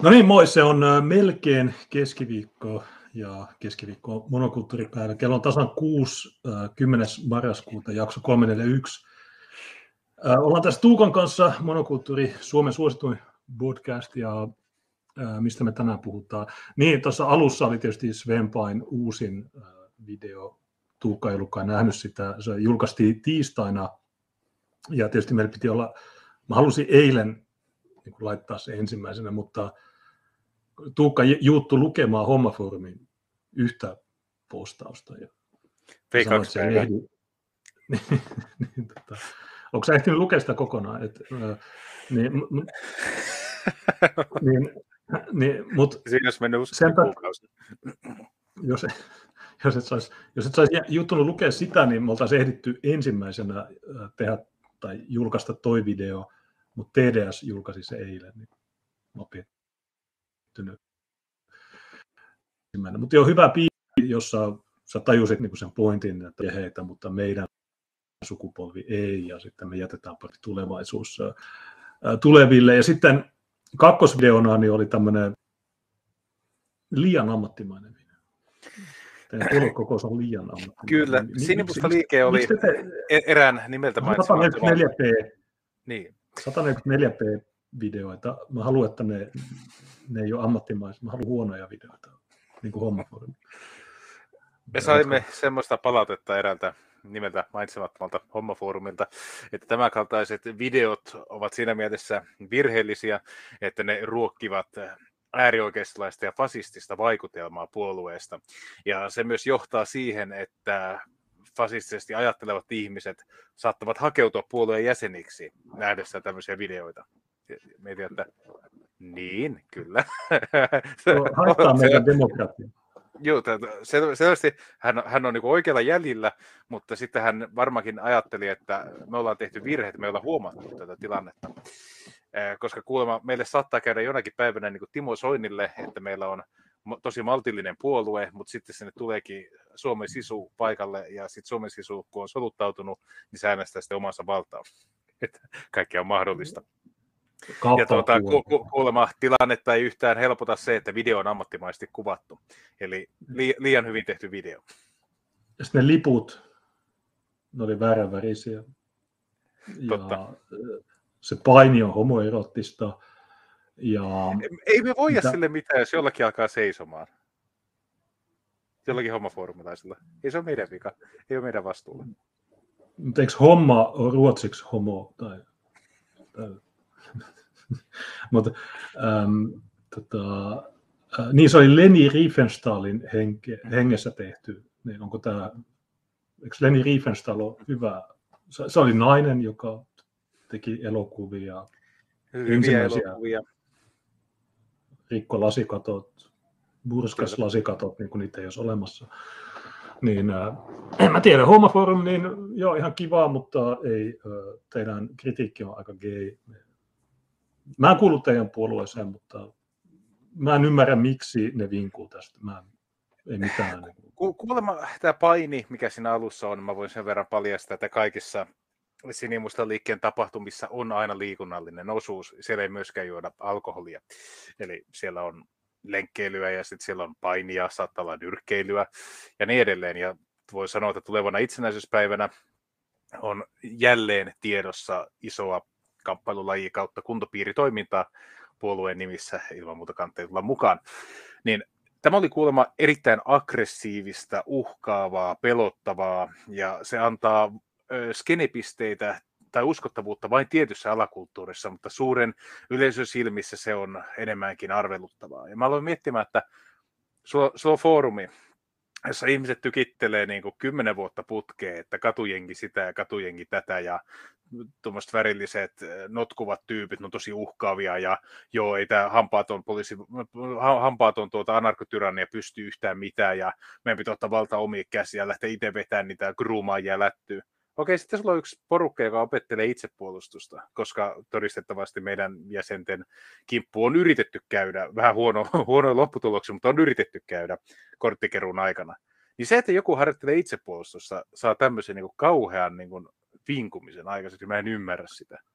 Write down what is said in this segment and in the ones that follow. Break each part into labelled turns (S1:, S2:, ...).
S1: No niin, moi, se on melkein keskiviikko ja keskiviikko monokulttuuripäivä. Kello on tasan 10. marraskuuta, jakso 341. Ollaan tässä Tuukan kanssa, Monokulttuuri, Suomen suosituin podcast, ja mistä me tänään puhutaan. Niin, tuossa alussa oli tietysti Svenpain uusin video. Tuukka ei ollutkaan nähnyt sitä. Se julkaistiin tiistaina, ja tietysti meillä piti olla, mä halusin eilen niin laittaa se ensimmäisenä, mutta Tuukka juuttu lukemaan Hommafoorumin yhtä postausta. Ja sanoit, että se ehdi. Onko sä ehtinyt lukea sitä kokonaan? Mut
S2: siinä olisi mennyt usein kuukausi.
S1: Jos et saisi juttunut lukea sitä, niin me oltaisiin ehditty ensimmäisenä tehdä tai julkaista toi video, mutta TDS julkaisi se eilen. Niin mä oon pettynyt. Mutta joo, hyvä piiri, jossa sä tajusit niin sen pointin, että heitä, mutta meidän sukupolvi ei, ja sitten me jätetään tulevaisuus tuleville. Ja sitten kakkosvideona niin oli tämmöinen liian ammattimainen video. Teidän puoluekokous on liian ammattimainen.
S2: Kyllä, Sinimusta liike oli erään nimeltä mainitsemattoman.
S1: 144p.
S2: Niin.
S1: 144p videoita. Mä haluan, että ne ei ole ammattimaisia. Mä haluan huonoja videoita, niin kuin Hommafoorum.
S2: Me saimme semmoista palautetta eräältä nimeltä mainitsemattomalta Hommafoorumilta, että tämänkaltaiset videot ovat siinä mielessä virheellisiä, että ne ruokkivat äärioikeistolaista ja fasistista vaikutelmaa puolueesta. Ja se myös johtaa siihen, että fasistisesti ajattelevat ihmiset saattavat hakeutua puolueen jäseniksi nähdessä tämmöisiä videoita. Mietin, että niin, kyllä.
S1: Haittaa meidän demokratiaa.
S2: Joo, selvästi hän on niin oikealla jäljellä, mutta sitten hän varmaankin ajatteli, että me ollaan tehty virhe, että me ollaan huomattu tätä tilannetta. Koska kuulemma meille saattaa käydä jonakin päivänä niin kuin Timo Soinille, että meillä on tosi maltillinen puolue, mutta sitten sinne tuleekin Suomen Sisu paikalle, ja sitten Suomen Sisu, kun on soluttautunut, niin se äänestää sitten omansa valtaan. Kaikkea on mahdollista. Ja kuulemma tilannetta ei yhtään helpota se, että video on ammattimaisesti kuvattu. Eli liian hyvin tehty video.
S1: Ja sitten ne liput, ne oli vääränvärisiä.
S2: Totta.
S1: Ja se paini on homoerottista. Ja
S2: ei me voida sille mitään, jos jollakin alkaa seisomaan. Jollakin hommafoorumilaisilla. Ei se ole meidän vika. Ei ole meidän vastuulla.
S1: Mutta eikö homma ole ruotsiksi homo? Mutta niin se oli Leni Riefenstahlin hengessä tehty. Niin onko tämä, eikö Leni Riefenstahl ole hyvä? Se oli nainen, joka teki elokuvia.
S2: Hyviä elokuvia.
S1: Rikko lasikatot, murskas lasikatot, niin kuin niitä ei olisi olemassa. Niin, en mä tiedä, Hommafoorum, niin joo, ihan kivaa, mutta ei, teidän kritiikki on aika gay. Mä en kuulu teidän puolueeseen, mutta mä en ymmärrä, miksi ne vinkuu tästä. Ei mitään.
S2: Kuulemma tämä paini, mikä siinä alussa on, mä voin sen verran paljastaa, että kaikissa Sinimustan liikkeen tapahtumissa on aina liikunnallinen osuus. Siellä ei myöskään juoda alkoholia. Eli siellä on lenkkeilyä ja sitten siellä on painia, saattaa olla nyrkkeilyä ja niin edelleen. Ja voi sanoa, että tulevana itsenäisyyspäivänä on jälleen tiedossa isoa kamppailulajia kautta kuntopiiritoimintaa puolueen nimissä, ilman muuta kannattaa tulla mukaan. Niin tämä oli kuulemma erittäin aggressiivista, uhkaavaa, pelottavaa, ja se antaa skenepisteitä tai uskottavuutta vain tietyssä alakulttuurissa, mutta suuren yleisön silmissä se on enemmänkin arveluttavaa. Ja mä aloin miettimään, että sulla on foorumi, jossa ihmiset tykittelee niin kuin 10 vuotta putkeen, että katujengi sitä ja katujengi tätä ja tuommoiset värilliset notkuvat tyypit on tosi uhkaavia ja joo, ei tämä hampaaton anarkotyrannia pysty yhtään mitään ja meidän pitää ottaa valta omiin käsiä ja lähteä itse vetämään niitä groomaajia lättyy. Okei, sitten sulla on yksi porukka, joka opettelee itsepuolustusta, koska todistettavasti meidän jäsenten kimppu on yritetty käydä, vähän huonoja lopputuloksia, mutta on yritetty käydä korttikeruun aikana. Niin se, että joku harjoittelee itsepuolustusta, saa tämmöisen niin kuin kauhean niin kuin vinkumisen aikaiseksi, mä en ymmärrä sitä.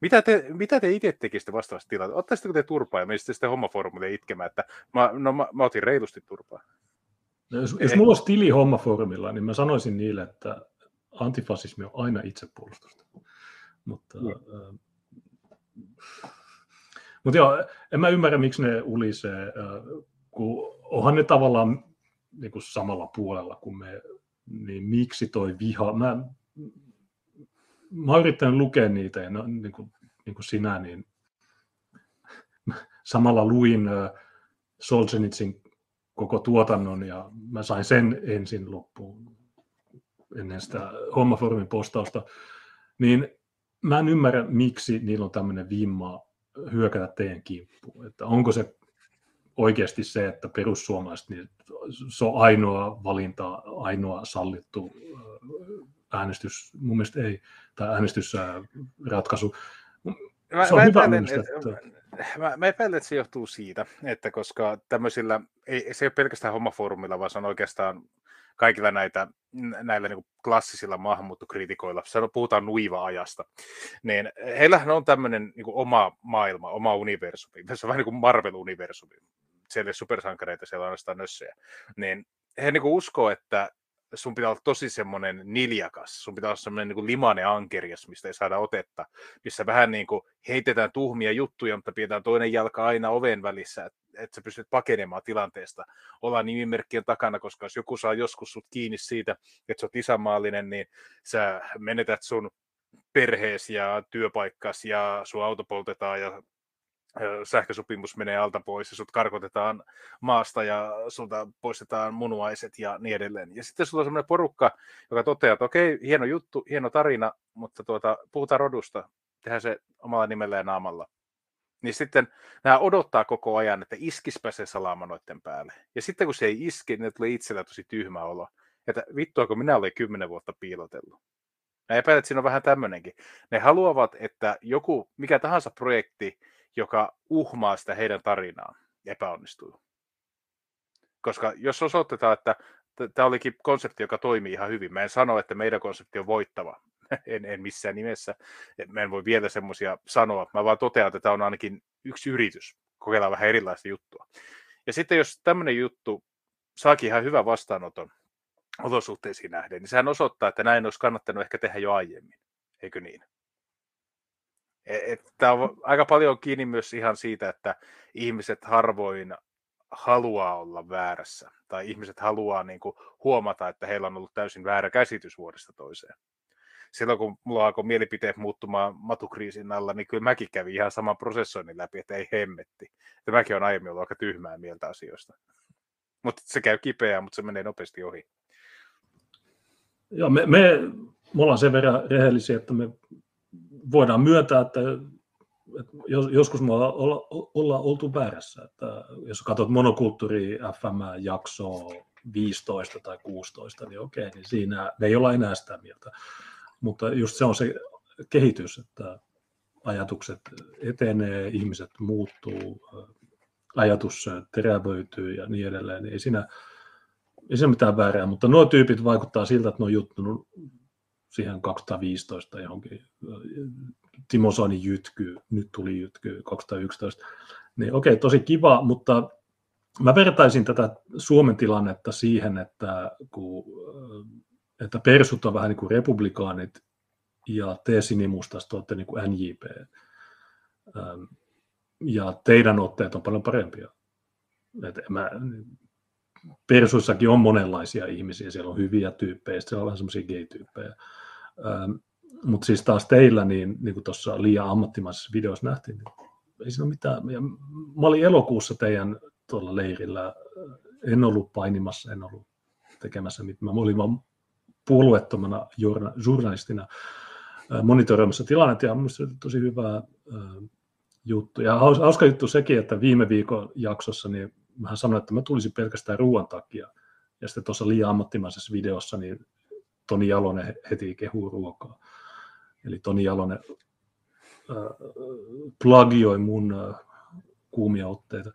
S2: Mitä te itse tekisitte vastaavasti tilanteessa? Ottaisitteko te turpaa ja menisitte sitten hommafoorumille itkemään, että mä otin reilusti turpaa?
S1: Jos mulla olisi tili hommafoorumilla, niin mä sanoisin niille, että antifasismi on aina itsepuolustusta. Mutta joo, en mä ymmärrä, miksi ne ulisee, kun onhan ne tavallaan niin kuin samalla puolella kuin me, niin miksi toi viha? Mä oon yrittänyt lukea niitä, ja niin kuin sinä, niin samalla luin Solzhenitsin koko tuotannon, ja mä sain sen ensin loppuun ennen sitä hommafoorumin postausta, niin mä en ymmärrä, miksi niillä on tämmöinen vimma hyökätä teidän kimppuun. Että onko se oikeasti se, että perussuomalaiset, niin se on ainoa valinta, ainoa sallittu äänestys, mun mielestä ei, tai äänestysratkaisu. Se on hyvä minusta.
S2: Mä epäilen, että se johtuu siitä, että koska tämmöisillä, se ei ole pelkästään hommafoorumilla, vaan se on oikeastaan kaikilla näillä niin kuin klassisilla maahanmuuttokriitikoilla, puhutaan nuiva-ajasta, niin heillähän on tämmöinen niin kuin oma maailma, oma universumi, se on vähän niin kuin Marvel-universumi, siellä ei supersankareita, siellä on ainoastaan nössejä, niin he niin kuin uskoo, että sun pitää olla tosi semmoinen niljakas, sun pitää olla semmoinen niin kuin limainen ankerias, mistä ei saada otetta, missä vähän niin kuin heitetään tuhmia juttuja, mutta pidetään toinen jalka aina oven välissä, että sä pystyt pakenemaan tilanteesta. Ollaan nimimerkkien takana, koska jos joku saa joskus sut kiinni siitä, että sä oot isänmaallinen, niin sä menetät sun perheesi ja työpaikkas ja sun auto poltetaan ja sähkösopimus menee alta pois ja sut karkotetaan maasta ja sulta poistetaan munuaiset ja niin edelleen. Ja sitten sulla on semmoinen porukka, joka toteaa, että okei, hieno juttu, hieno tarina, mutta puhutaan rodusta, tehdään se omalla nimellä ja naamalla. Niin sitten nämä odottaa koko ajan, että iskispä se salaama noitten päälle. Ja sitten kun se ei iski, niin tulee itsellä tosi tyhmä olo, että vittuako minä olen 10 vuotta piilotellut. Mä epäilen, että siinä on vähän tämmöinenkin. Ne haluavat, että mikä tahansa projekti, joka uhmaa sitä heidän tarinaa, epäonnistuu. Koska jos osoitetaan, että tämä olikin konsepti, joka toimii ihan hyvin, mä en sano, että meidän konsepti on voittava, en missään nimessä, mä en voi vielä semmoisia sanoa, mä vaan totean, että tämä on ainakin yksi yritys, kokeillaan vähän erilaista juttua. Ja sitten jos tämmöinen juttu saakin ihan hyvän vastaanoton olosuhteisiin nähden, niin sehän osoittaa, että näin olisi kannattanut ehkä tehdä jo aiemmin, eikö niin? Tämä on aika paljon kiinni myös ihan siitä, että ihmiset harvoin haluaa olla väärässä, tai ihmiset haluaa niin kuin huomata, että heillä on ollut täysin väärä käsitys vuodesta toiseen. Silloin kun mulla alkoi mielipiteet muuttumaan matukriisin alla, niin kyllä mäkin kävin ihan saman prosessoinnin läpi, että ei hemmetti. Että mäkin olen aiemmin ollut aika tyhmää mieltä asioista. Mutta se käy kipeää, mutta se menee nopeasti ohi.
S1: Joo, me ollaan sen verran rehellisiä, että me voidaan myöntää, että joskus me ollaan oltu väärässä. Että jos katsot monokulttuuri FM-jaksoa 15 tai 16, niin okei, niin siinä me ei olla enää sitä mieltä. Mutta just se on se kehitys, että ajatukset etenee, ihmiset muuttuu, ajatus terävöityy ja niin edelleen. Ei siinä mitään väärää, mutta nuo tyypit vaikuttaa siltä, että ne on juttunut siihen 2015 johonkin. Timo Soinin Jytky, nyt tuli Jytky 2011. Niin okei, tosi kiva, mutta mä vertaisin tätä Suomen tilannetta siihen, että persut on vähän niin kuin republikaanit ja te sinimustasta olette niin kuin NJP. Ja teidän otteet on paljon parempia. Persuissakin on monenlaisia ihmisiä, siellä on hyviä tyyppejä, siellä on vähän semmoisia gay-tyyppejä. Mutta siis taas teillä, niin kuin tuossa liian ammattimaisessa videossa nähtiin, niin ei siinä ole mitään. Mä olin elokuussa teidän tuolla leirillä, en ollut painimassa, en ollut tekemässä mitään. Mä olin vaan puolueettomana journalistina monitoroimassa tilannetta, ja minusta se oli tosi hyvä juttu. Ja hauska juttu sekin, että viime viikon jaksossa niin mähän sanoin, että mä tulisin pelkästään ruoan takia. Ja sitten tuossa liian ammattimaisessa videossa niin Toni Jalonen heti kehuu ruokaa. Eli Toni Jalonen plagioi mun kuumia otteita.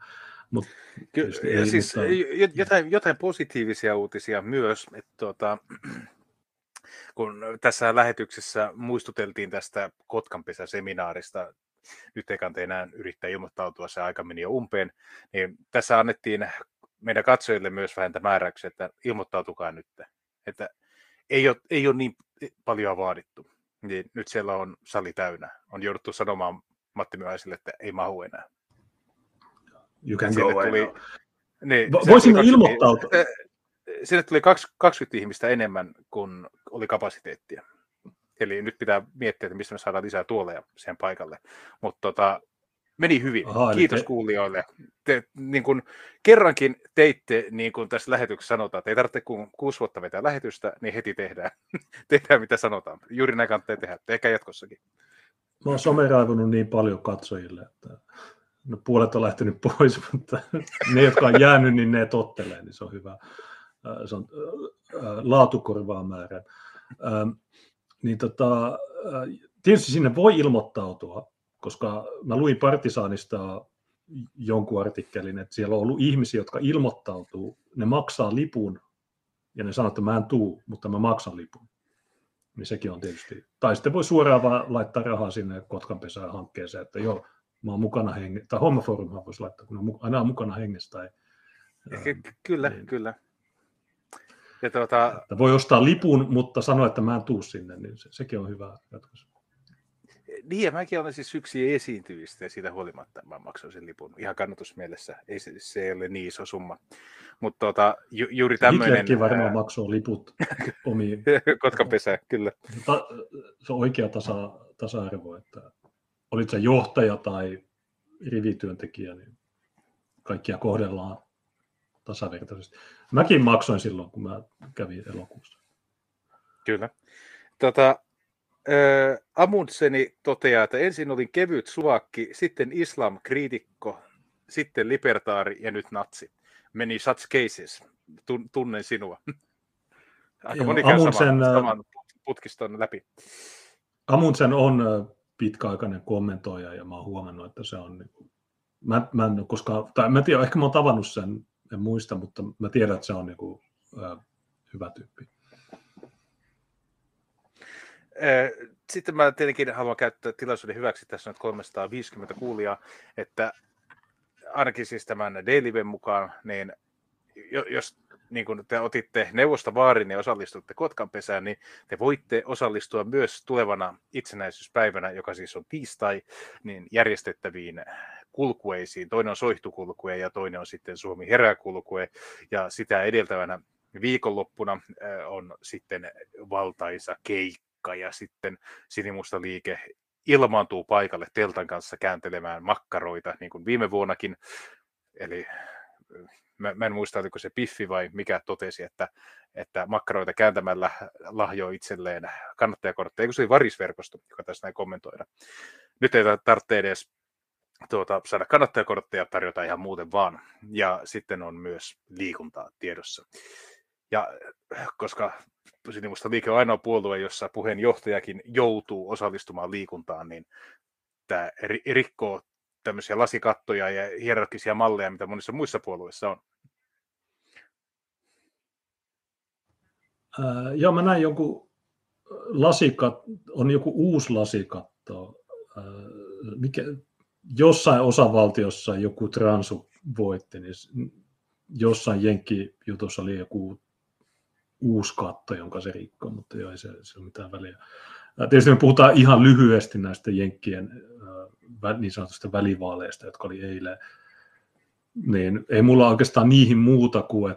S2: Siis jotain positiivisia uutisia myös, että kun tässä lähetyksessä muistuteltiin tästä Kotkanpesä-seminaarista, nyt ei kannata enää yrittää ilmoittautua, se aika meni jo umpeen, niin tässä annettiin meidän katsojille myös vähän määräyksiä, että ilmoittautukaa nyt, että ei ole niin paljon vaadittu. Niin nyt siellä on sali täynnä. On jouduttu sanomaan Matti Myöhäiselle, että ei mahu enää.
S1: You can go away.
S2: Niin,
S1: voisin ilmoittautua.
S2: Sinne tuli 20 ihmistä enemmän kuin oli kapasiteettia. Eli nyt pitää miettiä, että mistä me saadaan lisää tuoleja siihen paikalle. Mutta meni hyvin. Kiitos kuulijoille. Te niin kuin kerrankin teitte, niin kuin tässä lähetyksessä sanotaan, että ei tarvitse kuin 6 vuotta vetää lähetystä, niin heti tehdään. Tehdään mitä sanotaan. Juuri näin kannattaa tehdä. Tehkää jatkossakin.
S1: Mä oon someraivunut niin paljon katsojille, että puolet on lähtenyt pois, mutta ne, jotka on jäänyt, niin ne tottelee, niin se on hyvä. Se on laatukorvaa määrä. Tietysti sinne voi ilmoittautua, koska mä luin Partisaanista jonkun artikkelin, että siellä on ollut ihmisiä, jotka ilmoittautuu, ne maksaa lipun ja ne sanoo, että mä en tuu, mutta mä maksan lipun. Niin sekin on tietysti. Tai sitten voi suoraan vaan laittaa rahaa sinne Kotkanpesään hankkeeseen, että joo, mä oon mukana hengessä, tai Hommaforumhan voisi laittaa, kun on aina mukana hengessä. Tai,
S2: kyllä,
S1: niin.
S2: Kyllä. Ja
S1: että voi ostaa lipun, mutta sanoa, että mä en tuu sinne, niin sekin on hyvä ratkaisu.
S2: Niin, ja mäkin olen siis yksi esiintyvistä ja siitä huolimatta mä maksoin sen lipun. Ihan kannatusmielessä, se ei ole niin iso summa. Mutta juuri tämmöinen...
S1: Hitlerkin varmaan maksoi liput omiin.
S2: Kotkanpesään, kyllä.
S1: Se on oikea tasa-arvo, että olit sä johtaja tai rivityöntekijä, niin kaikkia kohdellaan tasavertaisesti. Mäkin maksoin silloin, kun mä kävin elokuussa.
S2: Kyllä. Amundseni toteaa, että ensin olin kevyt suvakki, sitten islam-kriitikko, sitten libertaari ja nyt natsi. Meni such cases. Tunnen sinua. Aika moni käy saman putkiston läpi.
S1: Amundsen on pitkäaikainen kommentoija ja mä oon huomannut, että se on... Mä en koskaan... Tai mä tiedän, ehkä mä oon tavannut sen, en muista, mutta mä tiedän, että se on niinku, hyvä tyyppi.
S2: Sitten mä tietenkin haluan käyttää tilaisuuden hyväksi, tässä on 350 kuulijaa, että ainakin siis tämän D-liven mukaan, niin jos niin kun te otitte neuvosta vaarin ja osallistutte Kotkanpesään, niin te voitte osallistua myös tulevana itsenäisyyspäivänä, joka siis on tiistai, niin järjestettäviin kulkueisiin. Toinen on Soihtukulkue ja toinen on sitten Suomi heräkulkue, ja sitä edeltävänä viikonloppuna on sitten valtaisa keikka, ja sitten Sinimusta liike ilmaantuu paikalle teltan kanssa kääntelemään makkaroita, niin kuin viime vuonnakin. Eli mä en muista, oliko se Piffi vai mikä totesi, että makkaroita kääntämällä lahjoi itselleen kannattajakortteja, eikö se oli Varisverkosto, joka tässä näin kommentoida. Nyt ei tarvitse edes saada kannattajakortteja, tarjota ihan muuten vaan. Ja sitten on myös liikuntaa tiedossa. Ja koska Sinimusta liike on ainoa puolue, jossa puheenjohtajakin joutuu osallistumaan liikuntaan, niin tämä rikkoo tämmöisiä lasikattoja ja hierarkisia malleja, mitä monissa muissa puolueissa on.
S1: Joo, mä näin joku on joku uusi lasikatto. Jossain osavaltiossa joku transu voitti, niin jossain jenkkijutussa oli joku uusi katto, jonka se rikkoi, mutta joo, ei se ole mitään väliä. Tietysti me puhutaan ihan lyhyesti näistä jenkkien niin sanotusta välivaaleista, jotka oli eilen. Niin ei mulla oikeastaan niihin muuta kuin,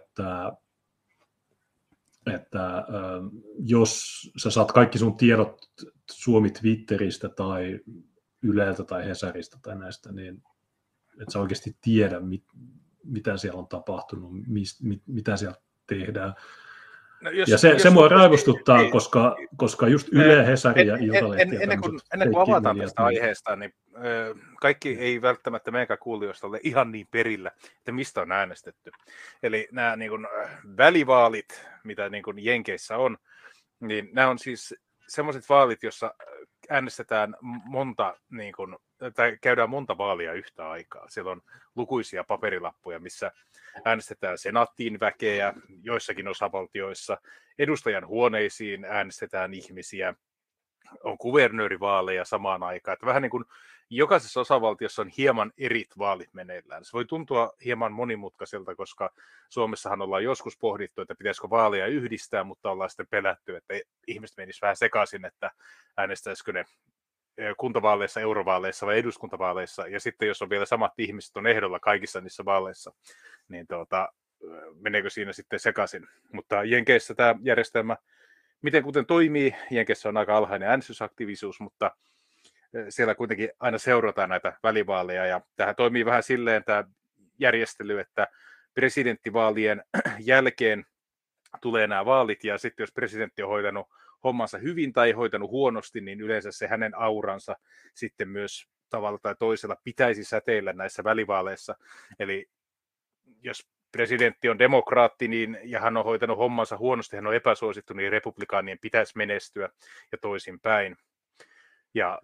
S1: että jos sä saat kaikki sun tiedot Suomi Twitteristä tai Yleltä tai Hesarista tai näistä, niin et sä oikeasti tiedä, mitä siellä on tapahtunut, mitä siellä tehdään. No jos se mua raivostuttaa, koska just Yle, Hesari ja Iltalehti ja
S2: ennen kuin avataan tästä aiheesta, niin kaikki ei välttämättä meidän kuulijoista ole ihan niin perillä, että mistä on äänestetty. Eli nämä niin kuin välivaalit, mitä niin kuin Jenkeissä on, niin nämä on siis sellaiset vaalit, jossa äänestetään monta niin kuin tai käydään monta vaalia yhtä aikaa. Siellä on lukuisia paperilappuja, missä äänestetään senaattiin väkeä, joissakin osavaltioissa, edustajan huoneisiin äänestetään ihmisiä, on kuvernöörivaaleja samaan aikaan. Että vähän niin kuin jokaisessa osavaltiossa on hieman erit vaalit meneillään. Se voi tuntua hieman monimutkaiselta, koska Suomessahan ollaan joskus pohdittu, että pitäisikö vaaleja yhdistää, mutta ollaan sitten pelätty, että ihmiset menisivät vähän sekaisin, että äänestäisikö ne kuntavaaleissa, eurovaaleissa vai eduskuntavaaleissa. Ja sitten jos on vielä samat ihmiset on ehdolla kaikissa niissä vaaleissa, niin meneekö siinä sitten sekaisin. Mutta Jenkeissä tämä järjestelmä miten kuten toimii, Jenkeissä on aika alhainen äänestysaktiivisuus, mutta siellä kuitenkin aina seurataan näitä välivaaleja, ja tähän toimii vähän silleen tämä järjestely, että presidenttivaalien jälkeen tulee nämä vaalit, ja sitten jos presidentti on hoitanut hommansa hyvin tai hoitanut huonosti, niin yleensä se hänen auransa sitten myös tavalla tai toisella pitäisi säteillä näissä välivaaleissa. Eli jos presidentti on demokraatti ja hän on hoitanut hommansa huonosti, hän on epäsuosittu, niin republikaanien pitäisi menestyä ja toisinpäin. Ja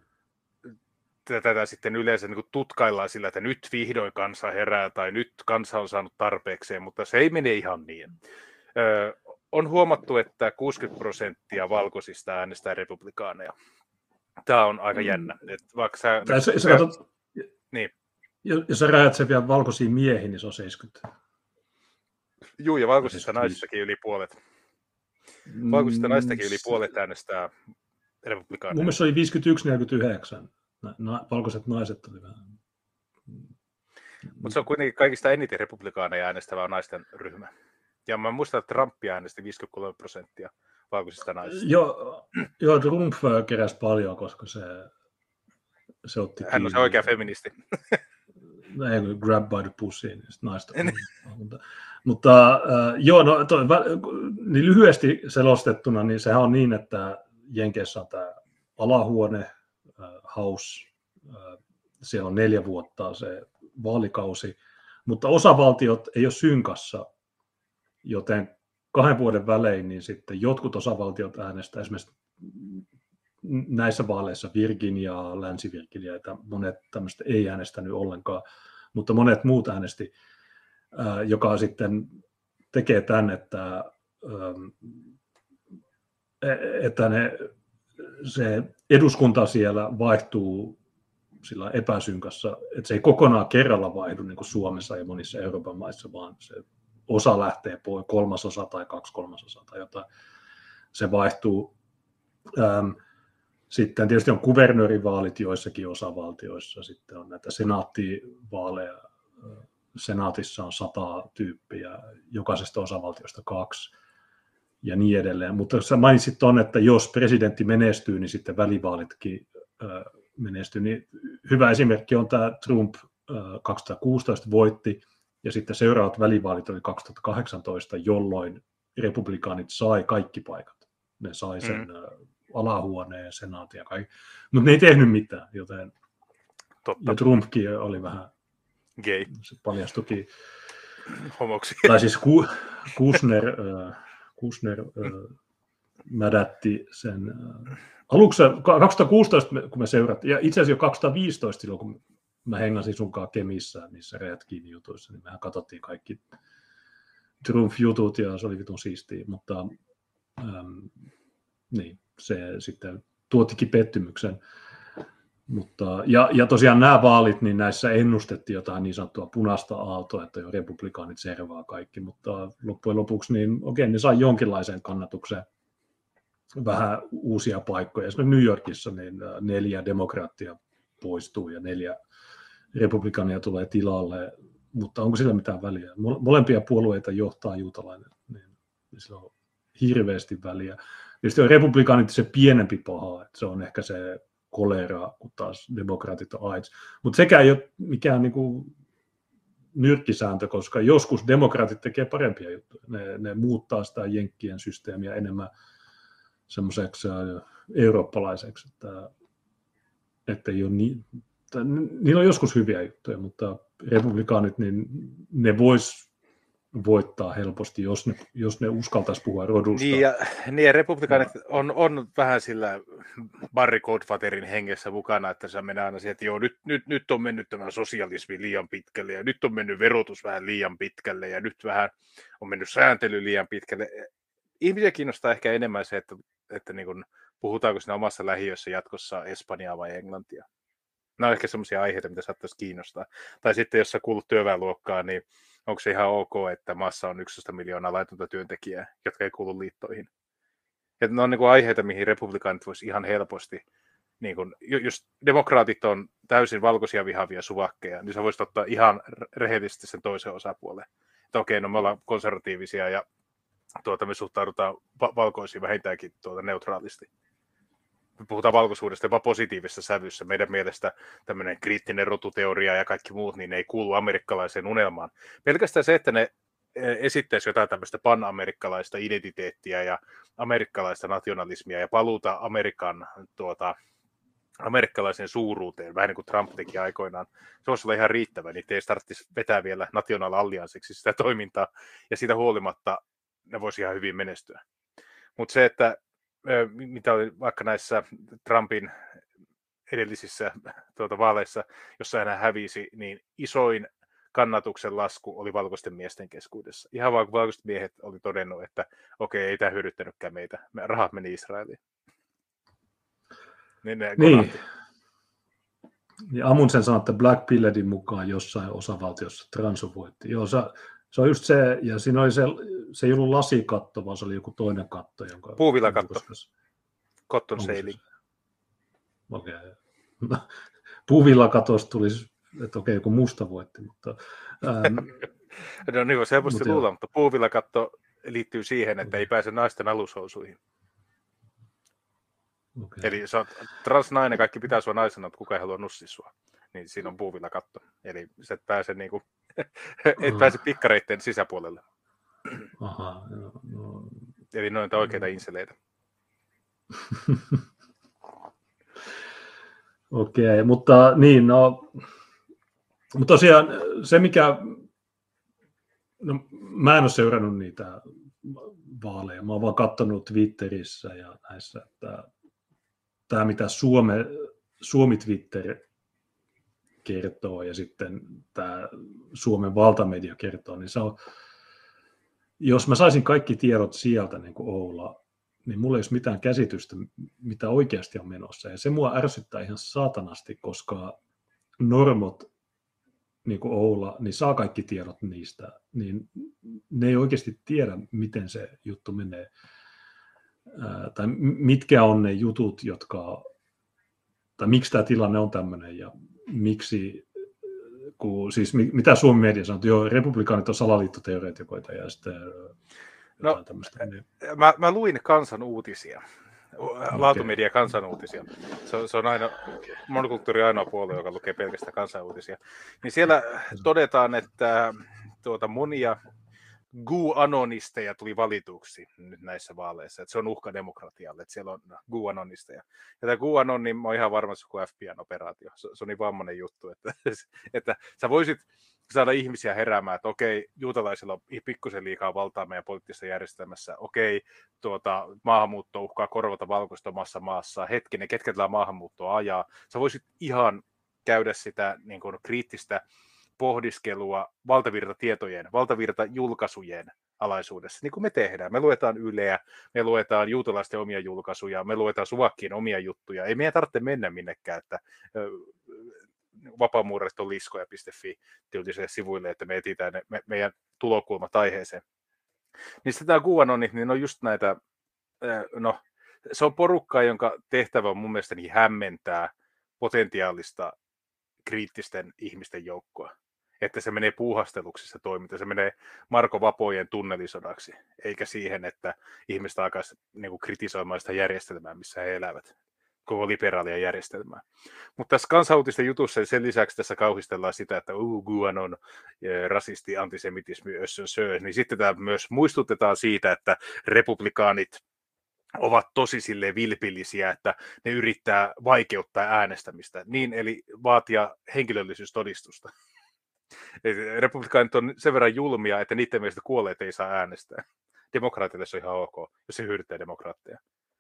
S2: tätä sitten yleensä niin kuin tutkaillaan sillä, että nyt vihdoin kansa herää tai nyt kansa on saanut tarpeekseen, mutta se ei mene ihan niin. On huomattu, että 60% valkoisista äänestää republikaaneja. Tämä on aika jännä. Vaikka
S1: niin. Jos sä rajat sen vielä valkoisiin miehiin, niin se on 70.
S2: Juu, ja valkoisista naisistakin yli puolet. Valkoisista naistakin yli puolet äänestää republikaaneja.
S1: Mun mielestä oli 51-49. Valkoiset naiset oli vähän.
S2: Mutta se on kuitenkin kaikista eniten republikaaneja äänestävä naisten ryhmä. Ja mä muistan, että Trump äänesti 53% valkoisista naisista.
S1: Joo, Trump keräsi paljon, koska se otti kiinni.
S2: Hän on se oikea feministi.
S1: Ei, grab by the pussy, niin naista. Mutta joo, niin lyhyesti selostettuna, niin sehän on niin, että Jenkeissä on tämä alahuone, house, siellä on 4 vuotta se vaalikausi, mutta osavaltiot ei ole synkassa, joten 2 vuoden välein niin sitten jotkut osavaltiot äänestää esimerkiksi näissä vaaleissa Virginia, Länsi-Virginia, monet tämmöistä ei äänestänyt ollenkaan, mutta monet muut äänesti, joka sitten tekee tämän, että se eduskunta siellä vaihtuu sillä epäsynkassa, että se ei kokonaan kerralla vaihdu niin kuin Suomessa ja monissa Euroopan maissa, vaan se osa lähtee pois, 1/3 tai 2/3 tai jotain, se vaihtuu. Sitten tietysti on kuvernöörivaalit joissakin osavaltioissa, sitten on näitä senaattivaaleja, senaatissa on 100 tyyppiä, jokaisesta osavaltiosta 2 ja niin edelleen. Mutta sä mainitsit tuon, että jos presidentti menestyy, niin sitten välivaalitkin menestyy. Niin hyvä esimerkki on tämä Trump 2016 voitti, ja sitten seuraavat välivaalit oli 2018, jolloin republikaanit sai kaikki paikat. Ne sai sen alahuoneen, senaatin ja kaikki. Mutta ne ei tehnyt mitään, joten ja Trumpkin oli vähän
S2: gay.
S1: Se paljastukin
S2: homoksi.
S1: Tai siis Kushner mädätti sen. Aluksi 2016, kun me seurattiin, ja itse asiassa jo 2015 silloin, kun mä hengasin sunkaan Kemissä niissä Rajat kiinni jutuissa, niin mehän katsottiin kaikki Trump-jutut ja se oli vitun siistiä, mutta niin, se sitten tuottikin pettymyksen. Mutta, ja tosiaan nämä vaalit, niin näissä ennustettiin jotain niin sanottua punaista aaltoa, että jo republikaanit servaa kaikki, mutta loppujen lopuksi niin okei, ne sai jonkinlaisen kannatuksen, vähän uusia paikkoja. Esimerkiksi New Yorkissa niin 4 demokraattia poistuu ja 4 republikaania tulee tilalle, mutta onko sillä mitään väliä? Molempia puolueita johtaa juutalainen, niin sillä on hirveästi väliä. Tietysti on republikaanit se pienempi paha, että se on ehkä se kolera, kun taas demokraatit on AIDS. Mutta sekään ei ole mikään niinku nyrkkisääntö, koska joskus demokraatit tekee parempia juttuja. Ne muuttaa sitä jenkkien systeemiä enemmän semmoiseksi eurooppalaiseksi, että ei ole niin, niillä on joskus hyviä juttuja, mutta republikaanit, niin ne vois voittaa helposti, jos ne uskaltaisi puhua rodusta.
S2: Niin ja republikaanit on vähän sillä Barry Goldwaterin hengessä mukana, että se menee aina siihen, että joo, nyt on mennyt tämä sosialismi liian pitkälle, ja nyt on mennyt verotus vähän liian pitkälle, ja nyt vähän on mennyt sääntely liian pitkälle. Ihmisiä kiinnostaa ehkä enemmän se, että niin kuin, puhutaanko siinä omassa lähiössä jatkossa Espanjaa vai Englantia. Nämä on ehkä sellaisia aiheita, mitä saattaisi kiinnostaa. Tai sitten, jos sä kuulut työväenluokkaan, niin onko se ihan ok, että maassa on 11 miljoonaa laitonta työntekijää, jotka ei kuulu liittoihin. Ja ne on niin kuin aiheita, mihin republikaanit voisi ihan helposti, niin kuin, jos demokraatit on täysin valkoisia vihaavia suvakkeja, niin sä voisit ottaa ihan rehellisesti sen toisen osapuolen. Että okei, no me ollaan konservatiivisia ja me suhtaudutaan valkoisiin vähintäänkin neutraalisti. Me puhutaan valkoisuudesta jopa positiivisessa sävyssä. Meidän mielestä tämmöinen kriittinen rotuteoria ja kaikki muut niin ne ei kuulu amerikkalaiseen unelmaan. Pelkästään se, että ne esittäisi jotain tämmöistä pan-amerikkalaista identiteettiä ja amerikkalaista nationalismia ja paluuta amerikkalaisen suuruuteen, vähän niin kuin Trump teki aikoinaan. Se voisi olla ihan riittävä, niin ei tarvitsisi vetää vielä National Allianceksi sitä toimintaa, ja siitä huolimatta ne voisi ihan hyvin menestyä. Mutta se, että mitä oli vaikka näissä Trumpin edellisissä vaaleissa, jossa hän hävisi, niin isoin kannatuksen lasku oli valkoisten miesten keskuudessa. Ihan vaan kun valkoiset miehet oli todennut, että okei, ei tämä hyödyttänytkään meitä. Rahat meni Israeliin.
S1: Niin. Ja Amundsen sanoi, että Black Pillardin mukaan jossain osavaltiossa transu voitti. Joo, se on just se, ja siinä oli se ei ollut lasikatto, vaan se oli joku toinen katto.
S2: Puuvillakatto. Cotton sailing.
S1: Okei. Okay. Puuvillakatosta tulisi, että okei, joku musta voitti, mutta...
S2: no niin voisi helposti luulla, mutta puuvillakatto liittyy siihen, että ei pääse naisten alushousuihin. Okay. Eli sä oot transnainen, kaikki pitää sua naisena, mutta kukaan ei halua nussia sua. Niin siinä on puuvillakatto. Eli sä et pääse niinku... et pääse pikkareitten sisäpuolelle.
S1: Aha, no.
S2: Eli noita oikeita inseleitä.
S1: Okei, mutta niin, no... Mutta tosiaan se, mikä... No, mä en ole seurannut niitä vaaleja. Mä oon vaan katsonut Twitterissä ja näissä, että tämä mitä Suomi Twitter kertoo ja sitten tämä Suomen valtamedia kertoo, niin se on, jos mä saisin kaikki tiedot sieltä niin kuin Oula, niin mulla ei olisi mitään käsitystä, mitä oikeasti on menossa. Ja se mua ärsyttää ihan saatanasti, koska normot, niin kuin Oula, niin saa kaikki tiedot niistä, niin ne ei oikeasti tiedä, miten se juttu menee. Tai mitkä on ne jutut, tai miksi tämä tilanne on tämmöinen ja miksi, siis mitä Suomen media sanoo, että joo, republikaanit on salaliittoteoreetikoita ja sitten jotain tämmöistä.
S2: Mä luin Kansan uutisia, laatumedia Kansan uutisia. Se on aina, monokulttuuri ainoa puolue, joka lukee pelkästään Kansan uutisia. Niin siellä todetaan, että monia QAnonisteja tuli valituksi nyt näissä vaaleissa, että se on uhka demokratialle, että siellä on QAnonisteja. Ja tämä QAnon, niin mä oon ihan varma, että se on FBI:n operaatio. Se on niin vammainen juttu, että sä voisit saada ihmisiä heräämään, että okei, juutalaisilla on pikkusen liikaa valtaa meidän poliittisessa järjestelmässä, okei, maahanmuutto uhkaa korvata valkoista omassa maassa, hetkinen, ketkä tällä maahanmuuttoa ajaa. Sä voisit ihan käydä sitä niin kuin kriittistä pohdiskelua valtavirtatietojen, valtavirtajulkaisujen alaisuudessa, niin kuin me tehdään. Me luetaan Yleä, me luetaan juutalaisten omia julkaisuja, me luetaan suvakkien omia juttuja. Ei meidän tarvitse mennä minnekään, että vapaamuuristoliskoja.fi tiltiselle sivuille, että me etsitään meidän tulokulmat aiheeseen. Niin sitten tämä QAnon, niin on just näitä, no se on porukkaa, jonka tehtävä on mun mielestäni hämmentää potentiaalista kriittisten ihmisten joukkoa. Että se menee puuhasteluksissa toiminta, se menee Marko Vapojen tunnelisodaksi, eikä siihen, että ihmiset alkaisi niin kritisoimaan sitä järjestelmää, missä he elävät, koko liberaalia järjestelmää. Mutta tässä Kansanuutisten jutussa sen lisäksi tässä kauhistellaan sitä, että QAnon rasisti, antisemitismi, niin sitten tämä myös muistutetaan siitä, että republikaanit ovat tosi silleen vilpillisiä, että ne yrittää vaikeuttaa äänestämistä, niin eli vaatia henkilöllisyystodistusta. Republikaanit on sen verran julmia, että niiden mielestä kuolleet ei saa äänestää. Demokraatille se on ihan ok, jos se hyödyttää demokraatteja.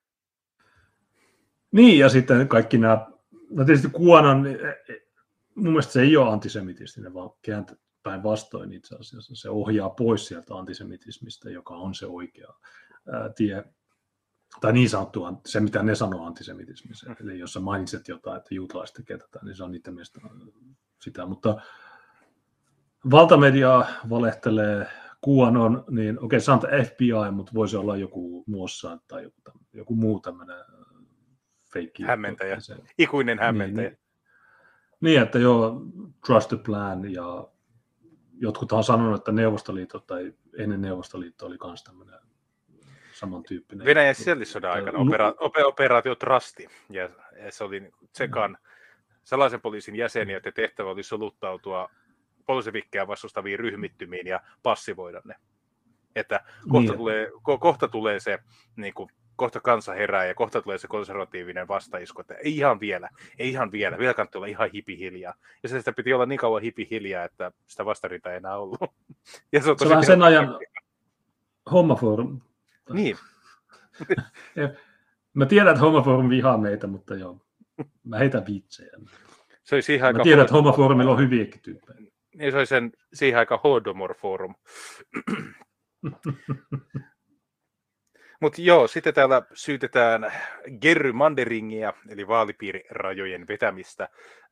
S1: Niin, ja sitten kaikki nämä, no tietysti QAnon, mun mielestä se ei ole antisemitistinen, vaan päinvastoin itse asiassa. Se ohjaa pois sieltä antisemitismistä, joka on se oikea tie, tai niin sanottu, se mitä ne sanoo antisemitismistä. Eli jos sä mainitset jotain, että juutalaiset tekee tätä, niin se on niiden mielestä sitä. Mutta valtamedia valehtelee, QAnon, niin okei, se on FBI, mutta voisi olla joku Mossad tai joku muu tämmöinen feikki.
S2: Hämmentäjä, ikuinen hämmentäjä.
S1: Niin, että joo, trust the plan, ja jotkut on sanonut, että Neuvostoliitto tai ennen Neuvostoliitto oli myös tämmöinen samantyyppinen.
S2: Venäjän sisällissodan aikana operaatio Trusti, ja se oli Tsekan salaisen poliisin jäseniä, että tehtävä oli soluttautua bolshevikkeja vastustaviin ryhmittymiin ja passivoida ne. Että kohta tulee se, niin kuin, kohta kansa herää ja kohta tulee se konservatiivinen vastaisku, että ei ihan vielä kannattaa olla ihan hipihiljaa. Ja sitä piti olla niin kauan hipihiljaa, että sitä vastarintaa ei enää ollut. Ja se on
S1: vähän sen ajan Hommaforum.
S2: Niin.
S1: Mä tiedän, että Hommaforum vihaa meitä, mutta joo, mä heitän vitsejä.
S2: Se olisi
S1: mä tiedän, että Hommaforumilla on hyviäkin tyyppejä.
S2: Niin se oli siihen aikaan Holodomor Forum. Mutta joo, sitten täällä syytetään gerrymanderingia, eli vaalipiirirajojen vetämistä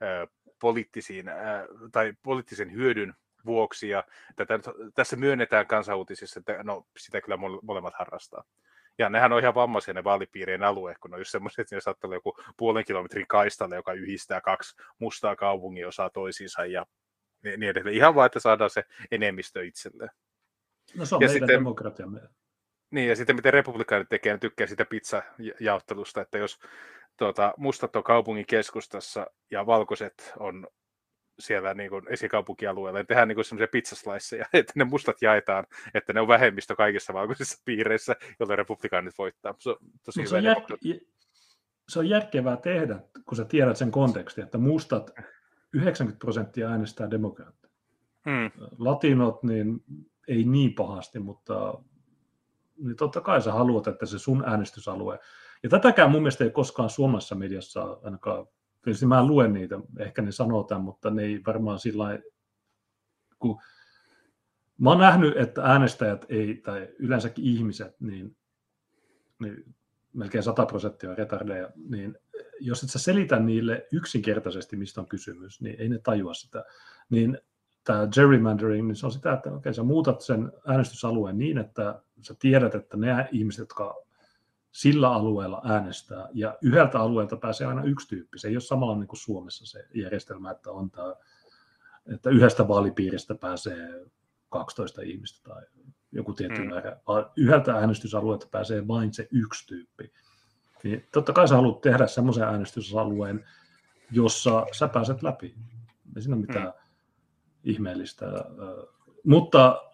S2: poliittisen hyödyn vuoksi. Ja tässä myönnetään Kansanuutisissa, että no, sitä kyllä molemmat harrastaa. Ja nehän on ihan vammaisia ne vaalipiirien alue, kun on just semmoiset, että ne saattaa olla joku 0,5 kilometrin kaistalle, joka yhdistää 2 mustaa kaupungin osaa toisiinsa ja niin edelleen. Ihan vaan, että saadaan se enemmistö itselleen.
S1: No se on meidän demokratiamme.
S2: Niin, ja sitten miten republikaanit tekee, ne tykkää sitä pizzajaottelusta, että jos mustat on kaupungin keskustassa ja valkoiset on siellä niin kuin esikaupunkialueella, niin tehdään niin semmoisia pizzasliceja, että ne mustat jaetaan, että ne on vähemmistö kaikissa valkoisissa piireissä, joilla republikaanit voittaa. Se on tosi hyvä.
S1: Se on järkevää tehdä, kun sä tiedät sen kontekstin, että mustat 90% äänestää demokraatteja. Latinot niin ei niin pahasti, mutta niin totta kai sä haluat, että se sun äänestysalue. Ja tätäkään mun mielestä ei koskaan suomalaisessa mediassa ainakaan, tietysti mä luen niitä, ehkä ne sanoo tämän, mutta ne ei varmaan sillä lailla, kun mä oon nähnyt, että äänestäjät ei, tai yleensäkin ihmiset, niin melkein 100% on retardeja, niin jos et sä selitä niille yksinkertaisesti, mistä on kysymys, niin ei ne tajua sitä. Niin tämä gerrymandering, niin se on sitä, että okei, sä muutat sen äänestysalueen niin, että sä tiedät, että ne ihmiset, jotka sillä alueella äänestää, ja yhdeltä alueelta pääsee aina yksi tyyppi. Se ei ole samalla niin kuin Suomessa se järjestelmä, että on tämä, että yhdestä vaalipiiristä pääsee 12 ihmistä tai joku tietty määrä, vaan yhdeltä äänestysalueelta pääsee vain se yksi tyyppi. Niin totta kai sä haluat tehdä semmoisen äänestysalueen, jossa sä pääset läpi. Ei siinä ole mitään ihmeellistä. Mutta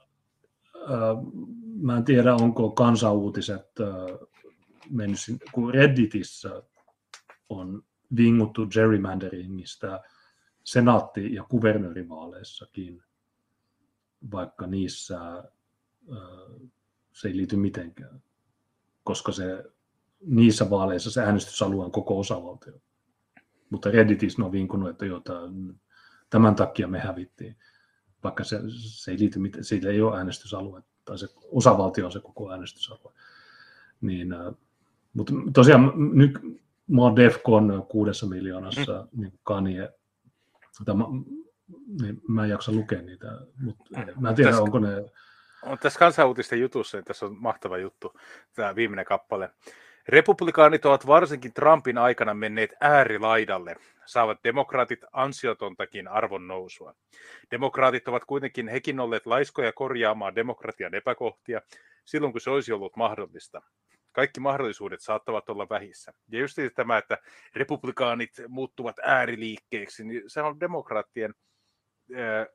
S1: mä en tiedä, onko Kansanuutiset mennyt, kun Redditissä on vinguttu gerrymanderingistä senaatti- ja kuvernöörivaaleissakin, vaikka niissä se ei liity mitenkään, koska niissä vaaleissa se äänestysalue on koko osavaltio. Mutta Redditissä on vinkunut, että tämän takia me hävittiin, vaikka se ei liity mitään, siitä ei ole äänestysalue, tai se osavaltio on se koko äänestysalue. Niin, mutta tosiaan nyt mä oon Defcon 6 miljoonassa, niin Kanye, niin mä en jaksa lukea niitä, mutta mä en tiedä, onko ne...
S2: Tässä Kansanuutisten jutussa, niin tässä on mahtava juttu, tämä viimeinen kappale. Republikaanit ovat varsinkin Trumpin aikana menneet äärilaidalle, saavat demokraatit ansiotontakin arvon nousua. Demokraatit ovat kuitenkin hekin olleet laiskoja korjaamaan demokratian epäkohtia silloin, kun se olisi ollut mahdollista. Kaikki mahdollisuudet saattavat olla vähissä. Ja just tämä, että republikaanit muuttuvat ääriliikkeeksi, niin se on demokraattien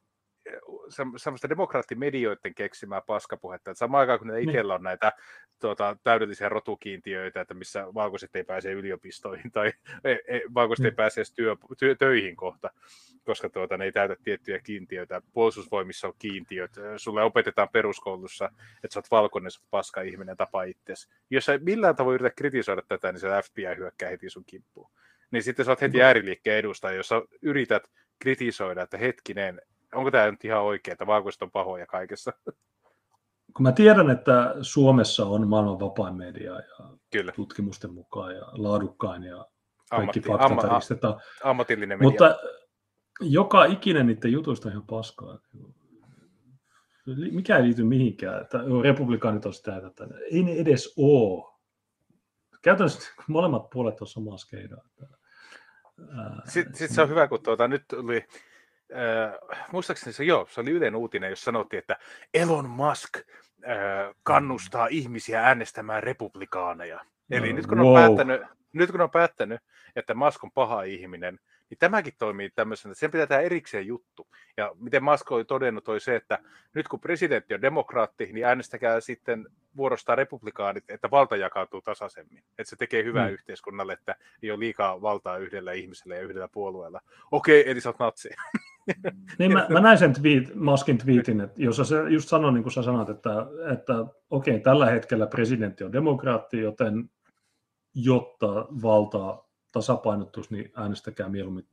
S2: semmoista demokraattimedioiden keksimää paskapuhetta, että samaan aikaan kun ne itsellä on näitä täydellisiä rotukiintiöitä, että missä valkoiset ei pääse yliopistoihin tai valkoiset ei pääse edes töihin kohta, koska ne ei täytä tiettyjä kiintiöitä. Puolustusvoimissa on kiintiöt. Sulle opetetaan peruskoulussa, että sä oot valkoinen, sä oot paska ihminen, tapa itsesi. Jos sä millään tavoin yrität kritisoida tätä, niin se FBI hyökkää heti sun kimppuun. Niin sitten sä oot heti ääriliikkeen edustaja, jos sä yrität kritisoida, että hetkinen, onko tämä nyt ihan oikein, että valkoiset on pahoja kaikessa?
S1: Kun mä tiedän, että Suomessa on maailman vapain media ja
S2: Kyllä.
S1: tutkimusten mukaan ja laadukkain ja kaikki
S2: faktataristetaan. Ammatillinen media.
S1: Mutta joka ikinen niiden jutuista on ihan paskaa. Mikä ei liity mihinkään. Että republikaanit on sitä, että ei ne edes ole. Käytännössä molemmat puolet on samaa skeidaa.
S2: Sitten se on hyvä, kun nyt tuli, muistaakseni se oli Ylen uutinen, jos sanottiin, että Elon Musk kannustaa ihmisiä äänestämään republikaaneja. Eli nyt kun on päättänyt, että Musk on paha ihminen, niin tämäkin toimii tämmöisenä, että sen pitää tehdä erikseen juttu. Ja miten Musk oli todennut, oli se, että nyt kun presidentti on demokraatti, niin äänestäkää sitten vuorostaan republikaanit, että valta jakautuu tasaisemmin. Että se tekee hyvää yhteiskunnalle, että ei ole liikaa valtaa yhdellä ihmisellä ja yhdellä puolueella. Okei, eli sä oot natsi.
S1: Niin mä näin sen Muskin tweetin, että jos sä just sanoin, niin kuin sä sanot, että okei, tällä hetkellä presidentti on demokraatti, joten jotta valta tasapainottuisi, niin äänestäkää mieluummin.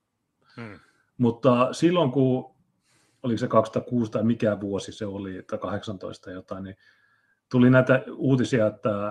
S1: Mutta silloin, kun oliko se 2006 tai mikä vuosi se oli, tai 18 jotain, niin tuli näitä uutisia,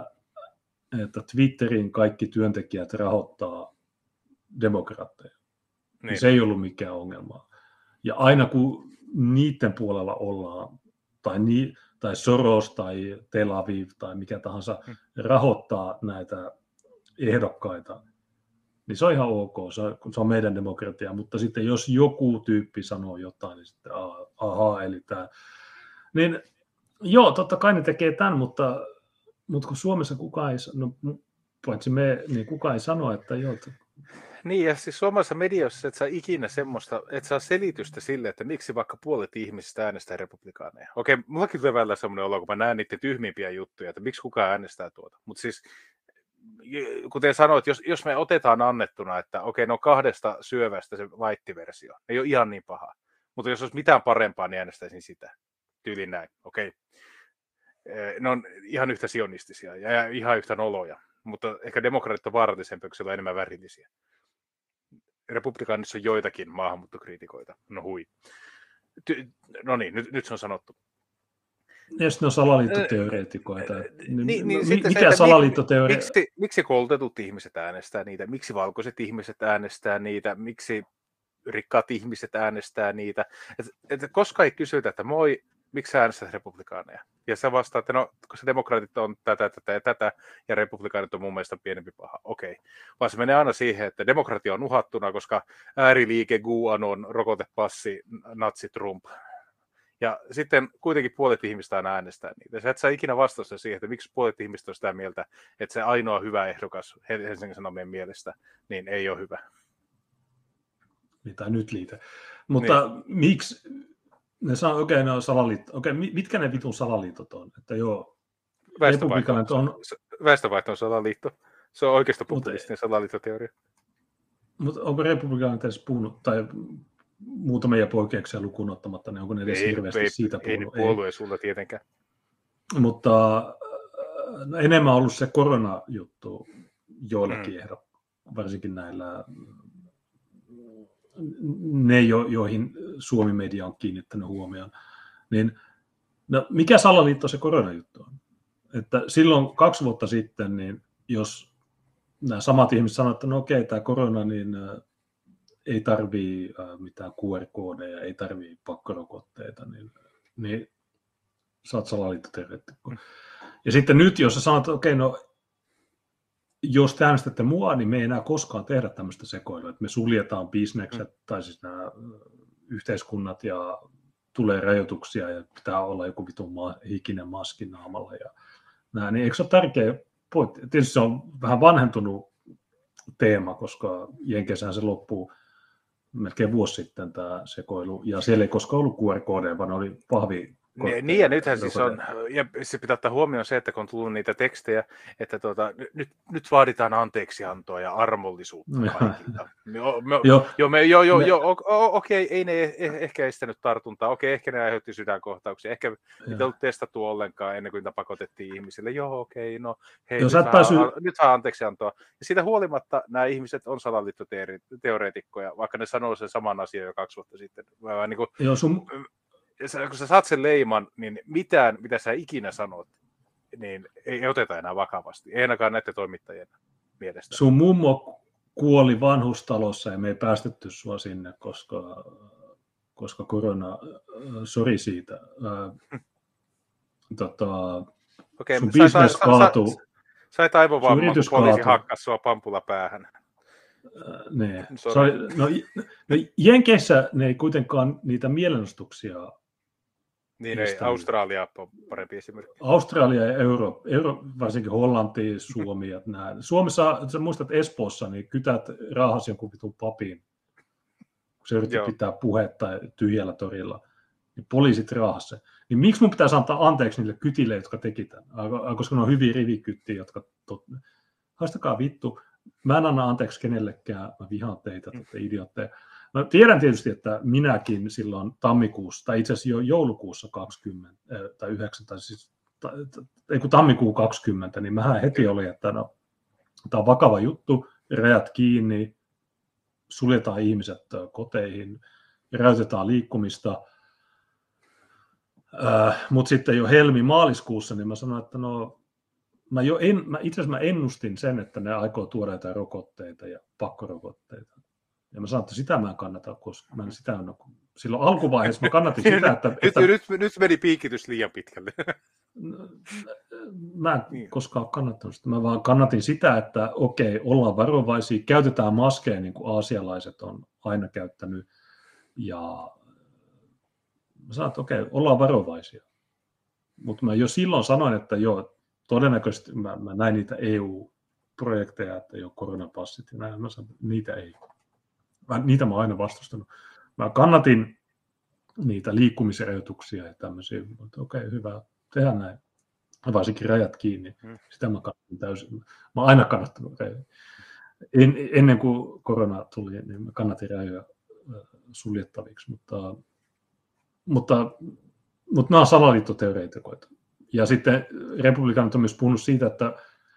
S1: että Twitterin kaikki työntekijät rahoittaa demokraatteja. Niin se ei ollut mikään ongelma. Ja aina kun niiden puolella ollaan, tai Soros tai Tel Aviv tai mikä tahansa rahoittaa näitä ehdokkaita, niin se on ihan ok, se on meidän demokratia, mutta sitten jos joku tyyppi sanoo jotain, niin sitten eli tämä. Niin joo, totta kai ne tekee tämän, mutta kun Suomessa kukaan ei, paitsi me, niin kukaan ei sano, että joo.
S2: Niin, ja siis suomalaisessa mediassa et saa ikinä semmoista, et saa selitystä sille, että miksi vaikka puolet ihmisistä äänestää republikaaneja. Okei, mullakin tulee välillä semmoinen olo, kun mä näen niiden tyhmimpiä juttuja, että miksi kukaan äänestää tuota. Mutta siis, kuten sanoit, jos me otetaan annettuna, että okei, no 2 syövästä se light-versio, ei ole ihan niin paha. Mutta jos olisi mitään parempaa, niin äänestäisin sitä. Tyylin näin, okei. Ne on ihan yhtä sionistisia ja ihan yhtä noloja, mutta ehkä demokraatit on vaarallisempia, kun siellä on enemmän värillisiä. Republikaanissa on joitakin maahanmuuttokriitikoita. No hui. No niin, nyt se on sanottu.
S1: Ja sitten on salaliittoteoreetikoita. Mikä salaliittoteoria?
S2: Miksi koulutetut ihmiset äänestää niitä? Miksi valkoiset ihmiset äänestää niitä? Miksi rikkaat ihmiset äänestää niitä? Koska ei kysytä, että moi, miksi sä äänestät republikaaneja? Ja sä vastaat, että no, koska demokraatit on tätä, ja republikaanit on mun mielestä pienempi paha. Okei. Vaan se menee aina siihen, että demokratia on uhattuna, koska ääriliike, QAnon, rokotepassi, natsi, Trump. Ja sitten kuitenkin puolet ihmistä aina äänestää niitä. Sä et saa ikinä vastausta siihen, että miksi puolet ihmistä on sitä mieltä, että se ainoa hyvä ehdokas Helsingin Sanomien mielestä, niin ei ole hyvä.
S1: Mitä nyt liitä. Mutta miksi... Ne on salaliitto. Mitkä ne vitun salaliitot on? Että joo,
S2: Väestövaihto on salaliitto. Se on oikeistopopulistinen salaliittoteoria.
S1: Mutta onko republikaanit edes puhunut, tai muutamia poikkeuksia lukuun ottamatta, niin onko ne edes hirveästi siitä puhunut?
S2: Ei puolue sulla tietenkään.
S1: Mutta enemmän on ollut se koronajuttu joillakin varsinkin näillä... ne, joihin Suomi-media on kiinnittänyt huomioon, niin no, mikä salaliitto se koronajuttu on? Että silloin 2 vuotta sitten, niin jos nämä samat ihmiset sanoivat, että no okei, tämä korona, niin ei tarvitse mitään QR-koodeja, ei tarvitse pakkorokotteita, niin sä oot salaliittoteoreetikko. Ja sitten nyt, jos sä sanot, että okei, no jos te äänestätte mua, niin me ei enää koskaan tehdä tämmöistä sekoilua, että me suljetaan bisnekset tai siis nämä yhteiskunnat ja tulee rajoituksia ja pitää olla joku vitun hikinen maski naamalla ja näin, niin eikö se ole tärkeä pointti? Tietysti se on vähän vanhentunut teema, koska Jenkessähän se loppuu melkein vuosi sitten tämä sekoilu, ja siellä ei koskaan ollut QR-koodeja, vaan oli pahvi.
S2: Niin, ja nythän siis on, ja se pitää ottaa huomioon se, että kun on tullut niitä tekstejä, että nyt vaaditaan anteeksiantoa ja armollisuutta kaikilta. Okei, ei ne ehkä estänyt tartuntaa, okei, ehkä ne aiheutti sydänkohtauksia, ehkä niitä ei ollut testattu ollenkaan ennen kuin niitä pakotettiin ihmisille, no hei, nyt saa anteeksiantoa. Ja siitä huolimatta nämä ihmiset on salaliittoteoreetikkoja, vaikka ne sanoo sen saman asian jo 2 vuotta sitten. Niin kuin, kun sä saat sen leiman, niin mitään, mitä sä ikinä sanot, niin ei oteta enää vakavasti. Ei ainakaan näiden toimittajien mielestä.
S1: Sun mummo kuoli vanhustalossa ja me ei päästetty sua sinne, koska korona, sori siitä. Sun business kaatuu.
S2: Sait aivovamman, kun poliisi hakkasi sua pampulla päähän.
S1: Jenkeissä ne ei kuitenkaan niitä mielenostuksia.
S2: Niin ei, Australia on parempi esimerkki.
S1: Australia ja varsinkin Hollanti, Suomi. Suomessa, sä muistat Espoossa, niin kytät raahasi jonkun vitun papin, kun se yritti pitää puhetta tyhjällä torilla. Niin poliisit raahasi. Niin miksi mun pitäisi antaa anteeksi niille kytille, jotka teki tämän? Koska ne on hyviä rivikyttiä, jotka... Haistakaa vittu. Mä en anna anteeksi kenellekään, mä vihaan teitä, idiootteja. Mä tiedän tietysti, että minäkin silloin tammikuussa, tai itse asiassa jo joulukuussa 20, tai 9, tai siis tammikuun 20, niin mähän heti oli, että tämä on vakava juttu, rajat kiinni, suljetaan ihmiset koteihin, rajoitetaan liikkumista. Mutta sitten jo maaliskuussa, niin mä sanoin, että itse asiassa mä ennustin sen, että ne aikoo tuoda jotain rokotteita ja pakkorokotteita. Ja mä sanoin, että sitä mä en kannata, koska mä en sitä silloin alkuvaiheessa mä kannatin sitä, että...
S2: Nyt meni piikitys liian pitkälle.
S1: Mä en koskaan kannattanut sitä. Mä vaan kannatin sitä, että okei, ollaan varovaisia, käytetään maskeja niin kuin aasialaiset on aina käyttänyt. Ja mä sanoin, että okei, ollaan varovaisia. Mutta mä jo silloin sanoin, että joo, todennäköisesti mä näin niitä EU-projekteja, että ei ole koronapassit ja näin. Mä sanoin, että niitä ei. Niitä mä oon aina vastustanut. Mä kannatin niitä liikkumisrajoituksia ja tämmöisiä, mutta okei, hyvä, tehdään näin. Varsinkin rajat kiinni. Sitä mä kannatin täysin. Mä oon aina kannattanut rajoja. Ennen kuin korona tuli, niin mä kannatin rajoja suljettaviksi, mutta nämä on salaliittoteoreetikoita. Ja sitten republikaanit on myös puhunut siitä, että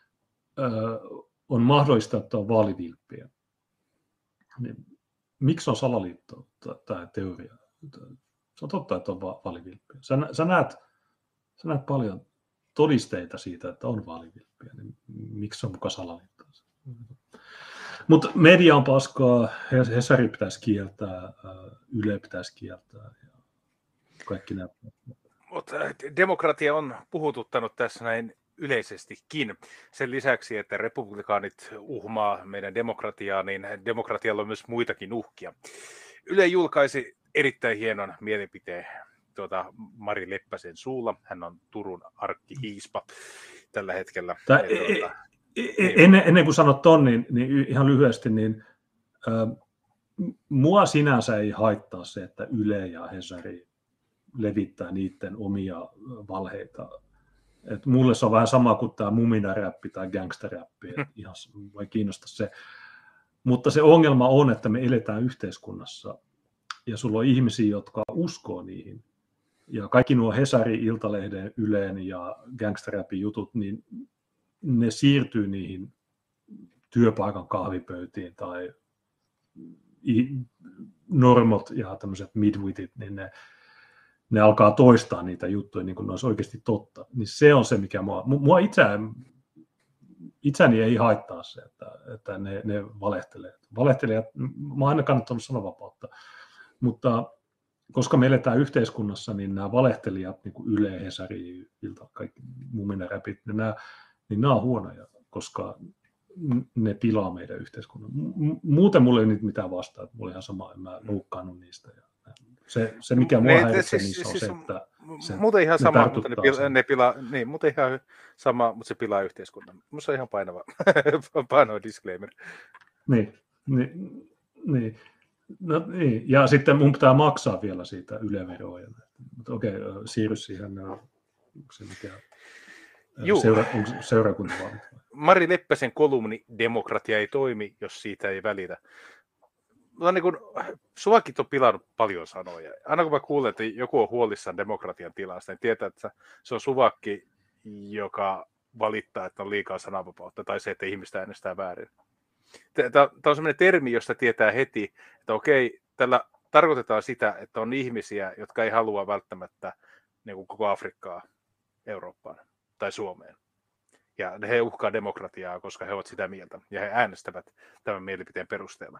S1: on mahdollista, että on vaalivilppiä. Niin, miksi on salaliitto tämä teoria? Se on totta, että on vaalivilppiä. Sä näet paljon todisteita siitä, että on vaalivilppiä. Niin miksi se on mukaan salaliittoa? Mutta media on paskaa, Hesari pitäisi kieltää, Yle pitäisi kieltää ja kaikki nämä.
S2: Mutta demokratia on puhututtanut tässä näin yleisestikin. Sen lisäksi, että republikaanit uhmaa meidän demokratiaa, niin demokratialla on myös muitakin uhkia. Yle julkaisi erittäin hienon mielipiteen Mari Leppäsen suulla. Hän on Turun arkkipiispa tällä hetkellä.
S1: Ennen kuin sanot ton, niin ihan lyhyesti, niin mua sinänsä ei haittaa se, että Yle ja Hesari levittää niiden omia valheita. Et mulle se on vähän sama kuin tämä muminaräppi tai gangsteräppi, ihan voi kiinnostaa se. Mutta se ongelma on, että me eletään yhteiskunnassa ja sulla on ihmisiä, jotka uskoo niihin. Ja kaikki nuo Hesari, Iltalehden, Yleen ja gangsteräpin jutut, niin ne siirtyy niihin työpaikan kahvipöytiin tai normot ja tämmöiset midwitit, niin ne alkaa toistaa niitä juttuja niin kuin ne olisi oikeasti totta. Niin se on se, mikä mua itseäni ei haittaa se, että ne valehtelee. Valehtelijat, mä oon aina kannattanut sananvapautta, mutta koska me eletään yhteiskunnassa, niin nämä valehtelijat, niin kuin Yle, Hesari, Ilta, kaikki muminaräpit, niin nämä on huonoja, koska ne pilaa meidän yhteiskunnan. Muuten mulla ei nyt mitään vastaa, että mulla on ihan sama, en mä loukkaannut niistä. Se mikä mua häiritsee niissä on se, että
S2: muuten ihan sama, mutta ne pilaa, niin, muuten ihan sama, mutta se pilaa yhteiskunnan. Musta on ihan painava disclaimer.
S1: Niin. No niin, ja sitten mun pitää maksaa vielä siitä Yle-veroa. Mutta okei, siirry siihen, onko se mikä seurakuntavaalit?
S2: Mari Leppäsen kolumni Demokratia ei toimi, jos siitä ei välitä. Niin kun, suvakit on pilannut paljon sanoja. Aina kun mä kuulen, että joku on huolissaan demokratian tilasta, niin tietää, että se on suvakki, joka valittaa, että on liikaa sananvapautta, tai se, että ihmistä äänestää väärin. Tämä on sellainen termi, josta tietää heti, että okei, tällä tarkoitetaan sitä, että on ihmisiä, jotka ei halua välttämättä niin kuin koko Afrikkaa Eurooppaan tai Suomeen. Ja he uhkaa demokratiaa, koska he ovat sitä mieltä, ja he äänestävät tämän mielipiteen perusteella.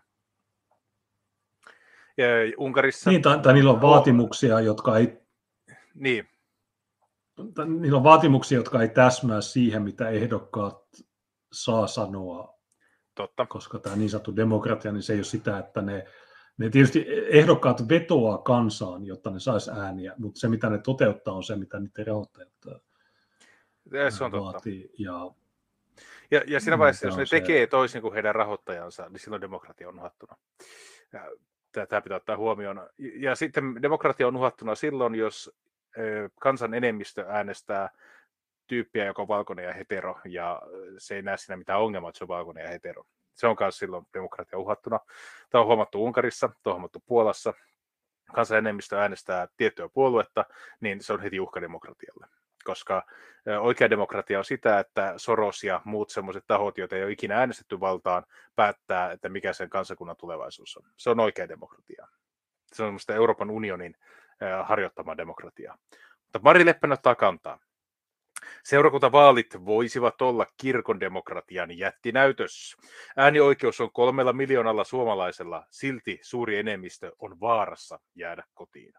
S2: Ja Unkarissa...
S1: Niin, tai niillä on vaatimuksia, jotka ei...
S2: Niin.
S1: Niillä on vaatimuksia, jotka ei täsmää siihen, mitä ehdokkaat saa sanoa.
S2: Totta.
S1: Koska tämä niin sanottu demokratia, niin se ei ole sitä, että ne tietysti ehdokkaat vetoaa kansaan, jotta ne saisi ääniä, mutta se, mitä ne toteuttaa, on se, mitä niiden rahoittajat
S2: se on
S1: vaatii.
S2: Totta. Ja siinä vaiheessa, jos ne tekee toisin kuin heidän rahoittajansa, niin silloin demokratia on uhattuna. Tämä pitää ottaa huomioon. Ja sitten demokratia on uhattuna silloin, jos kansan enemmistö äänestää tyyppiä, joka on valkoinen ja hetero, ja se ei näe siinä mitään ongelmaa, että se on valkoinen ja hetero. Se on myös silloin demokratia uhattuna. Tämä on huomattu Unkarissa, tämä on huomattu Puolassa. Kansan enemmistö äänestää tiettyä puoluetta, niin se on heti uhka demokratialle. Koska oikea demokratia on sitä, että Soros ja muut sellaiset tahot, joita ei ole ikinä äänestetty valtaan, päättää, että mikä sen kansakunnan tulevaisuus on. Se on oikea demokratia. Se on Euroopan unionin harjoittama demokratia. Mutta Mari Leppänen ottaa kantaa. Seurakuntavaalit voisivat olla kirkon demokratian jättinäytös. Äänioikeus on 3 miljoonalla suomalaisella, silti suuri enemmistö on vaarassa jäädä kotiin.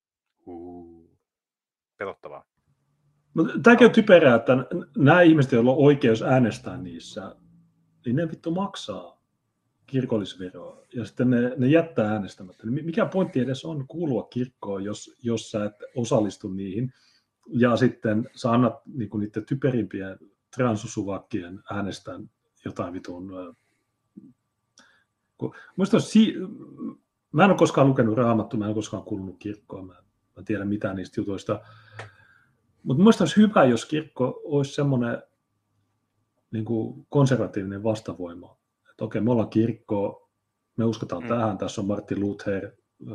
S2: Pelottavaa.
S1: Tämäkin on typerää, että nämä ihmiset, joilla on oikeus äänestää niissä, niin ne vittu maksaa kirkollisveroa ja sitten ne jättää äänestämättä. Mikä pointti edes on kuulua kirkkoon, jos sä et osallistu niihin? Ja sitten sä annat niinku niiden typerimpien transusuvakkien äänestää jotain vitun... Mä en ole koskaan lukenut Raamattua, mä en ole koskaan kuulunut kirkkoon, mä tiedän mitään niistä jutuista. Mutta mielestäni olisi hyvä, jos kirkko olisi semmoinen niinku konservatiivinen vastavoima. Että okei, me ollaan kirkko, me uskotaan tähän, tässä on Martin Luther,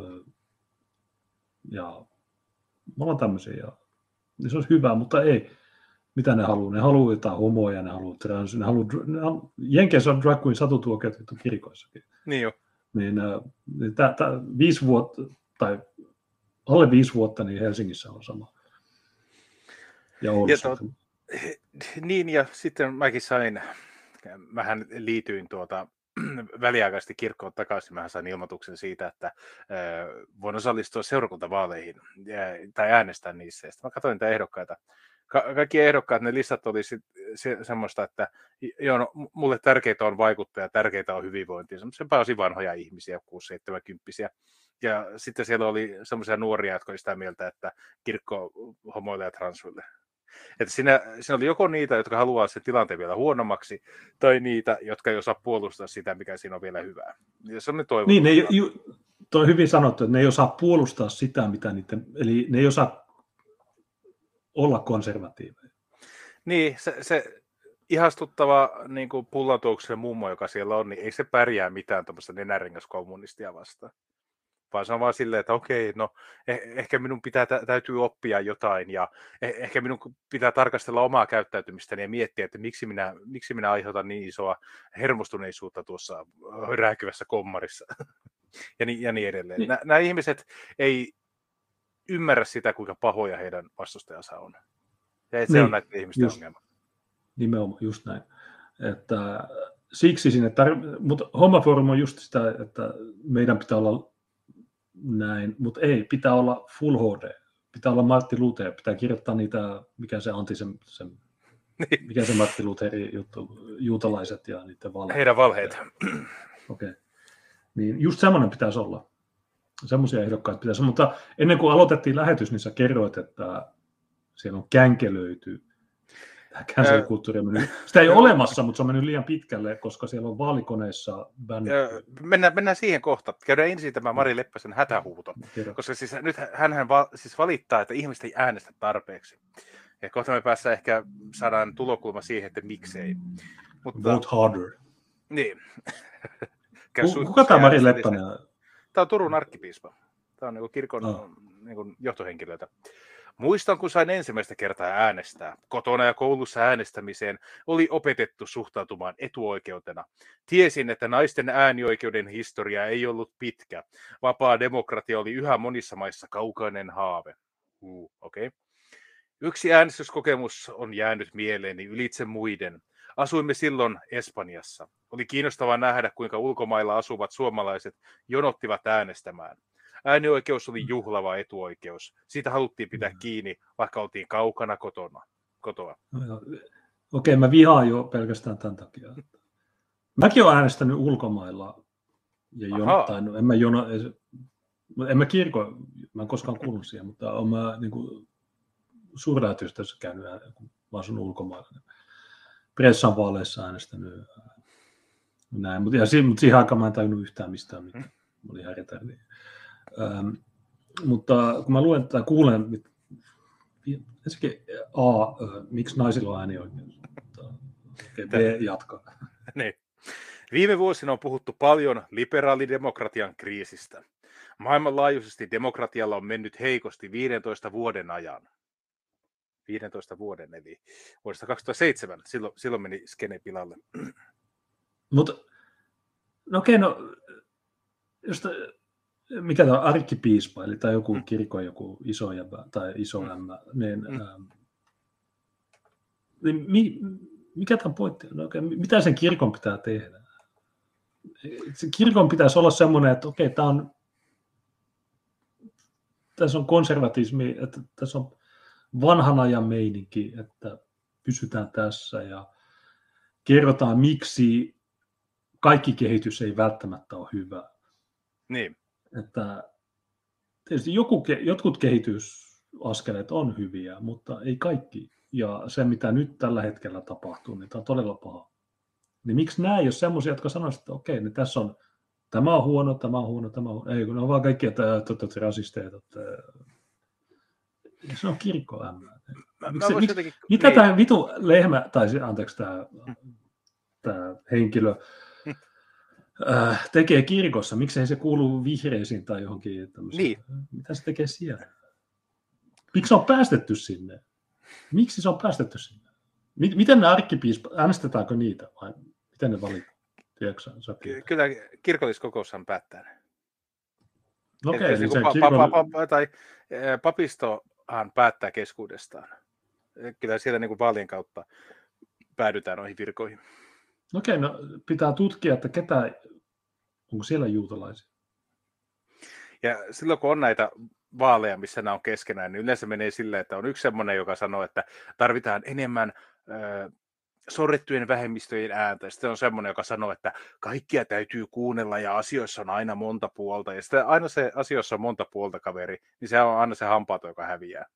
S1: ja me ollaan tämmöisiä. Ja se olisi hyvä, mutta ei. Mitä ne haluaa? Ne haluaa jotain homoja, ne haluaa trans, Jenkeissä on drag queen satutuokeut kirkoissakin.
S2: Niin jo.
S1: Niin 5 vuotta, tai alle 5 vuotta, niin Helsingissä on sama. Ja Oulussa.
S2: Niin, ja sitten mähän liityin väliaikaisesti kirkkoon takaisin, mähän sain ilmoituksen siitä, että voin osallistua seurakuntavaaleihin tai äänestää niissä. Sitten mä katsoin niitä ehdokkaita. Kaikki ehdokkaat, ne listat oli semmoista, että joo, no, mulle tärkeitä on vaikuttaja, tärkeitä on hyvinvointi. Se pääosin vanhoja ihmisiä, 6-70-kympppisiä. Ja sitten siellä oli semmoisia nuoria, jotka oli sitä mieltä, että kirkko homoille ja transsuille. Että siinä oli joko niitä, jotka haluaa sen tilanteen vielä huonommaksi, tai niitä, jotka ei osaa puolustaa sitä, mikä siinä on vielä hyvää. Ja se on ne toivon.
S1: Niin, toi on hyvin sanottu, että ne ei osaa puolustaa sitä, mitä niiden, eli ne ei osaa olla konservatiiveja.
S2: Niin, se ihastuttava niin kuin pullantuoksen mummo, joka siellä on, niin ei se pärjää mitään tuommoista nenärengaskommunistia vastaan. Vaan se on vaan silleen, että okei, no ehkä minun täytyy oppia jotain ja ehkä minun pitää tarkastella omaa käyttäytymistäni ja miettiä, että miksi minä aiheutan niin isoa hermostuneisuutta tuossa rääkyvässä kommarissa ja niin edelleen. Niin. Nämä ihmiset ei ymmärrä sitä, kuinka pahoja heidän vastustajansa on. Ja se on näiden ihmisten ongelma.
S1: Nimenomaan, just näin. Että siksi sinne mutta Hommaforum on just sitä, että meidän pitää olla näin, mutta ei, pitää olla Full HD, pitää olla Martin Luther, pitää kirjoittaa niitä, mikä se Martin Lutherin juttu, juutalaiset ja niiden valheet.
S2: Heidän valheet.
S1: Okei. Niin just semmoinen pitäisi olla. Semmoisia ehdokkaita pitäisi olla, mutta ennen kuin aloitettiin lähetys, niin sä kerroit, että siellä on känkelöity cancel-kulttuuri on mennyt. Sitä ei ole olemassa, mutta se on mennyt liian pitkälle, koska siellä on vaalikoneissa bännitty.
S2: Mennään siihen kohta. Käydään ensin tämä Mari Leppäsen hätähuuto. Koska siis nyt hänhän siis valittaa, että ihmiset ei äänestä tarpeeksi. Ja kohta me päästään ehkä saadaan tulokulma siihen, että miksei. Mutta,
S1: vote harder.
S2: Niin.
S1: Kuka tämä Mari Leppänen on?
S2: Tämä on Turun arkkipiispa. Tämä on niin kirkon niin johtohenkilöitä. Muistan, kun sain ensimmäistä kertaa äänestää. Kotona ja koulussa äänestämiseen oli opetettu suhtautumaan etuoikeutena. Tiesin, että naisten äänioikeuden historia ei ollut pitkä. Vapaa demokratia oli yhä monissa maissa kaukainen haave. Okay. Yksi äänestyskokemus on jäänyt mieleeni ylitse muiden. Asuimme silloin Espanjassa. Oli kiinnostavaa nähdä, kuinka ulkomailla asuvat suomalaiset jonottivat äänestämään. Äänioikeus oli juhlava etuoikeus. Siitä haluttiin pitää kiinni, vaikka oltiin kaukana kotoa.
S1: Okei, mä vihaan jo pelkästään tämän takia. Mäkin olen äänestänyt ulkomailla. Ja en mä mä en koskaan kuullut siihen, mutta olen mä niin suurlähetystössä käynyt, kun mä asun ulkomailla. Pressan vaaleissa äänestänyt. Näin, mutta siihen aikaan mä en tajunnut yhtään mistään mitään. Mä olin häiritä. Mutta kun mä luen tai kuulen, ensinnäkin miksi naisilla on äänioikeus? B jatkaa.
S2: Niin. Viime vuosina on puhuttu paljon liberaalidemokratian kriisistä. Maailmanlaajuisesti demokratialla on mennyt heikosti 15 vuoden ajan. 15 vuoden, eli vuodesta 2007. Silloin meni skene pilalle.
S1: Mutta, mikä tämä on arkkipiispa, eli tai joku kirkon joku iso jäbä, tai iso ämmä, niin mikä tämän pointti on? Mitä sen kirkon pitää tehdä? Se kirkon pitäisi olla semmoinen, että tässä on konservatismi, että tässä on vanhan ajan meininki, että pysytään tässä ja kerrotaan, miksi kaikki kehitys ei välttämättä ole hyvä.
S2: Niin.
S1: Että tietysti jotkut kehitysaskeleet on hyviä, mutta ei kaikki. Ja se, mitä nyt tällä hetkellä tapahtuu, niin tämä on todella paha. Niin miksi nämä ei ole semmoisia, jotka sanoisivat, että okei, niin tässä on, tämä on huono, tämä on huono, tämä on huono. Ei, kun ne on vaan kaikki, että rasisteet. Se on kirkkoämmä. Mitä tämä vitu lehmä, tai anteeksi tämä henkilö, tekee kirkossa? Miksei se kuulu vihreisiin tai johonkin tämmöiseen? Niin. Mitä se tekee siellä? Miksi se on päästetty sinne? Miksi se on päästetty sinne? Miten ne arkkipiispat, äänestetäänkö niitä vai miten ne valitaan?
S2: Kyllä kirkolliskokoushan päättää.
S1: Okei, eli se
S2: papistohan päättää keskuudestaan. Kyllä siellä niin kuin vaalien kautta päädytään noihin virkoihin.
S1: Okei, no pitää tutkia, että onko siellä juutalaisia?
S2: Ja silloin kun on näitä vaaleja, missä nämä on keskenään, niin yleensä menee silleen, että on yksi semmoinen, joka sanoo, että tarvitaan enemmän sorrettujen vähemmistöjen ääntä. Sitten on semmoinen, joka sanoo, että kaikkia täytyy kuunnella ja asioissa on aina monta puolta. Ja sitten aina se asioissa on monta puolta, kaveri, niin se on aina se hampaato, joka häviää.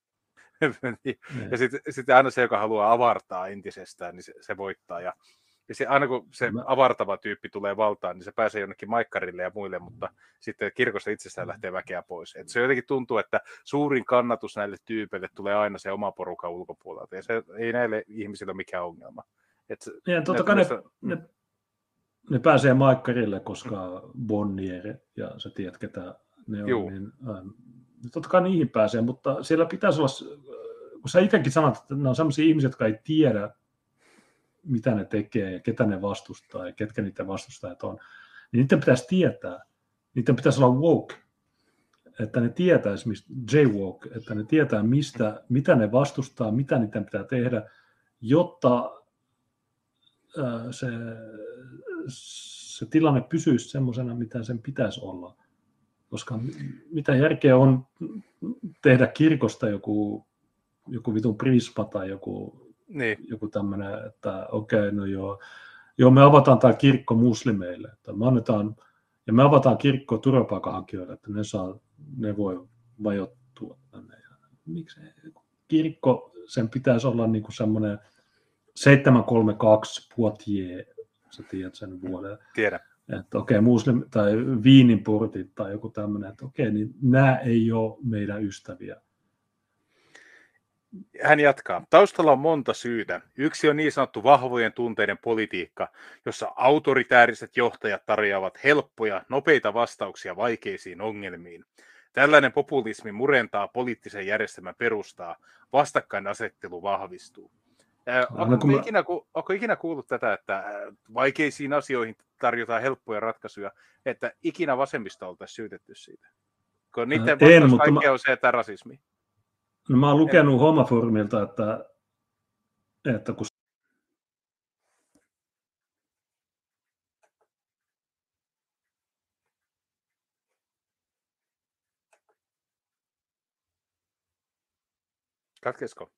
S2: Ja sitten aina se, joka haluaa avartaa entisestään, niin se voittaa. Ja aina kun se avartava tyyppi tulee valtaan, niin se pääsee jonnekin maikkarille ja muille, mutta sitten kirkosta itsestään lähtee väkeä pois. Et se jotenkin tuntuu, että suurin kannatus näille tyypeille tulee aina se oma porukan ulkopuolelta, ja se ei näille ihmisille ole mikään ongelma.
S1: Ja totta kai ne pääsee maikkarille, koska Bonnier, ja sä tiedät, ketä ne on, niin totta kai niihin pääsee, mutta siellä pitäisi olla, kun sä itsekin sanot, että ne on sellaisia ihmisiä, jotka ei tiedä, mitä ne tekee ja ketä ne vastustaa ja ketkä niiden vastustajat on, niin niiden pitäisi tietää. Niiden pitäisi olla woke, että ne tietäisi, J-woke, että ne tietää, mitä ne vastustaa, mitä niiden pitää tehdä, jotta se tilanne pysyisi semmoisena, mitä sen pitäisi olla. Koska mitä järkeä on tehdä kirkosta joku vitun prisma tai joku tämmöinen, että okei, no joo, me avataan tämä kirkko muslimeille, että me avataan kirkko turvapaikanhakijoille, että ne voi vajottua tänne. Miksi kirkko sen pitäisi olla niin kuin semmoinen 732 Poitiers, sä tiedät sen vuoden.
S2: Tiedän.
S1: Että okei, muslim tai Viinin portit tai joku tämmöinen, että okei, niin nämä ei ole meidän ystäviä.
S2: Hän jatkaa. Taustalla on monta syytä. Yksi on niin sanottu vahvojen tunteiden politiikka, jossa autoritääriset johtajat tarjoavat helppoja, nopeita vastauksia vaikeisiin ongelmiin. Tällainen populismi murentaa poliittisen järjestelmän perustaa, vastakkainasettelu vahvistuu. Onko ikinä kuullut tätä, että vaikeisiin asioihin tarjotaan helppoja ratkaisuja, että ikinä vasemmista oltaisiin syytetty siitä? Kun niiden vastaus kaikkea on se, että rasismi.
S1: No, mä oon lukenut Homoforumilta, että kun
S2: Katkesko?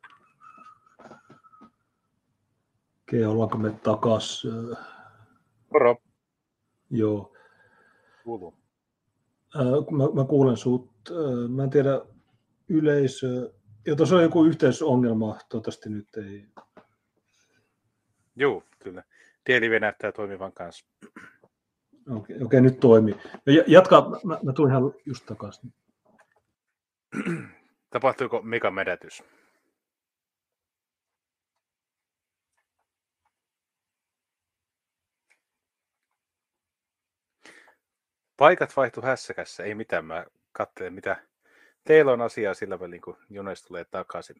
S1: Okei, ollaanko me takas?
S2: Moro.
S1: Joo.
S2: Kuuluu.
S1: Mä kuulen sut. Mä en tiedä yleisö. Ja tuossa on joku yhteisongelma, toivottavasti nyt ei.
S2: Joo, kyllä. Tielive näyttää toimivan kanssa.
S1: Okei, nyt toimii. Jatka, mä tulin ihan just takaisin.
S2: Tapahtuiko megamedätys? Paikat vaihtui hässäkässä, ei mitään. Mä katselen, mitä teillä on asiaa sillä välin, kun Jones tulee takaisin.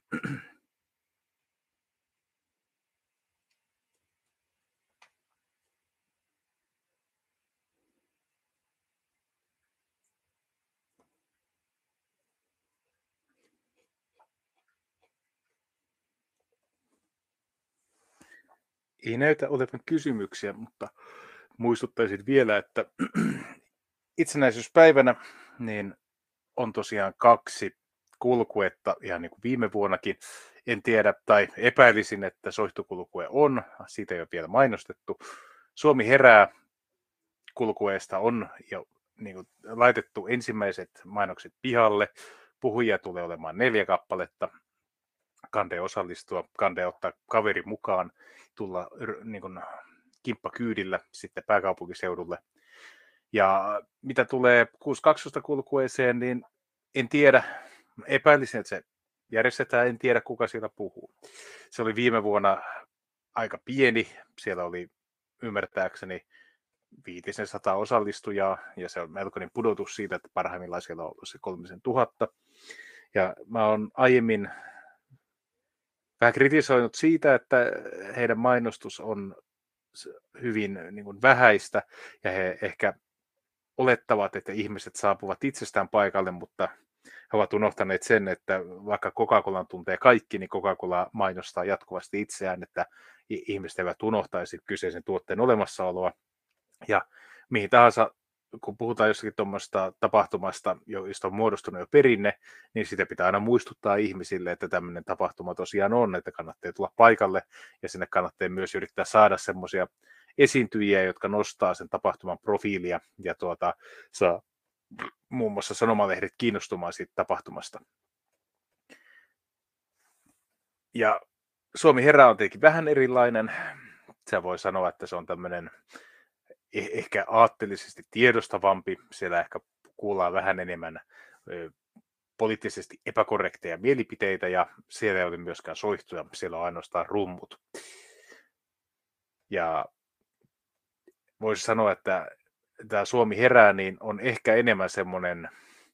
S2: Ei näytä olevan kysymyksiä, mutta muistuttaisin vielä, että itsenäisyyspäivänä niin on tosiaan 2 kulkuetta, ihan niin kuin viime vuonnakin. En tiedä tai epäilisin, että soihtukulkue on, siitä ei ole vielä mainostettu. Suomi herää kulkueesta on jo niin kuin laitettu ensimmäiset mainokset pihalle. Puhujia tulee olemaan 4 kappaletta. Kande osallistua, Kande ottaa kaveri mukaan, tulla niin kuin kimppakyydillä sitten pääkaupunkiseudulle. Ja mitä tulee 6.12 kulkueeseen, niin en tiedä, epäilisin, että se järjestetään, en tiedä kuka siellä puhuu. Se oli viime vuonna aika pieni, siellä oli ymmärtääkseni 500 osallistujaa, ja se on melkoinen pudotus siitä, että parhaimmillaan siellä on ollut se 3000. Ja mä oon aiemmin vähän kritisoinut siitä, että heidän mainostus on hyvin niin kuin vähäistä, ja he ehkä olettavat, että ihmiset saapuvat itsestään paikalle, mutta he ovat unohtaneet sen, että vaikka Coca-Colan tuntee kaikki, niin Coca-Cola mainostaa jatkuvasti itseään, että ihmiset eivät unohtaisi kyseisen tuotteen olemassaoloa. Ja mihin tahansa, kun puhutaan jossakin tuommoista tapahtumasta, josta on muodostunut jo perinne, niin sitä pitää aina muistuttaa ihmisille, että tämmöinen tapahtuma tosiaan on, että kannattaa tulla paikalle, ja sinne kannattaa myös yrittää saada semmoisia esiintyjiä, jotka nostaa sen tapahtuman profiilia, ja saa muun muassa sanomalehdet kiinnostumaan siitä tapahtumasta. Ja Suomi herää on tietenkin vähän erilainen. Se voi sanoa, että se on tämmöinen ehkä aatteellisesti tiedostavampi. Siellä ehkä kuullaan vähän enemmän poliittisesti epäkorrekteja mielipiteitä, ja siellä ei ole myöskään soihtuja, siellä on ainoastaan rummut. Ja voisi sanoa, että tämä Suomi herää, niin on ehkä enemmän semmoinen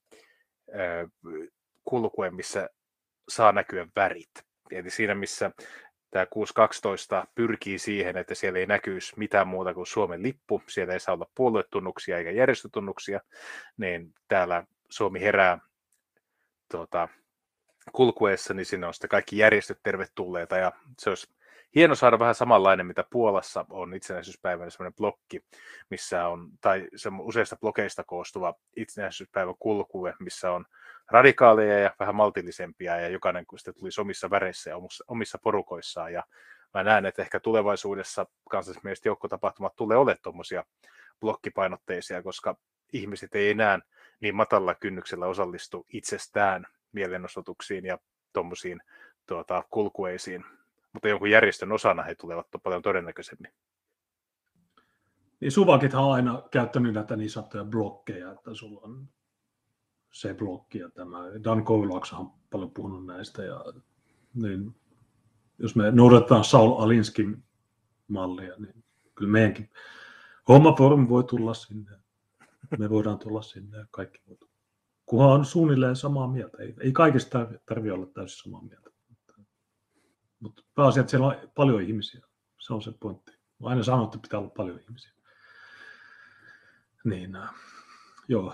S2: kulkue, missä saa näkyä värit. Eli siinä, missä tämä 6.12 pyrkii siihen, että siellä ei näkyisi mitään muuta kuin Suomen lippu, siellä ei saa olla puoluetunnuksia eikä järjestötunnuksia, niin täällä Suomi herää kulkueessa, niin sinne on sitten kaikki järjestöt tervetulleita, ja se olisi hieno saada vähän samanlainen, mitä Puolassa on itsenäisyyspäivänä semmoinen blokki, missä on, tai useista blokeista koostuva itsenäisyyspäivän kulkue, missä on radikaaleja ja vähän maltillisempia, ja jokainen kun sitten tulisi omissa väreissä ja omissa porukoissaan, ja mä näen, että ehkä tulevaisuudessa kansallismieliset joukkotapahtumat tulee olemaan tuommoisia blokkipainotteisia, koska ihmiset ei enää niin matalalla kynnyksellä osallistu itsestään mielenosoituksiin ja tuommoisiin kulkueisiin, mutta jonkun järjestön osana he tulevat paljon todennäköisemmin.
S1: Niin Suvakithan on aina käyttänyt näitä niin sanottuja blokkeja, että sulla on se blokki ja tämä. Dan Koulaks on paljon puhunut näistä. Ja, niin, jos me noudatetaan Saul Alinskin mallia, niin kyllä meidänkin hommaforum voi tulla sinne. Me voidaan tulla sinne ja kaikki voi tulla. Kunhan on suunnilleen samaa mieltä. Ei kaikista tarvitse olla täysin samaa mieltä. Mutta pääasia, että siellä on paljon ihmisiä. Se on se pointti. Mä aina sanon, että pitää olla paljon ihmisiä. Niin, joo.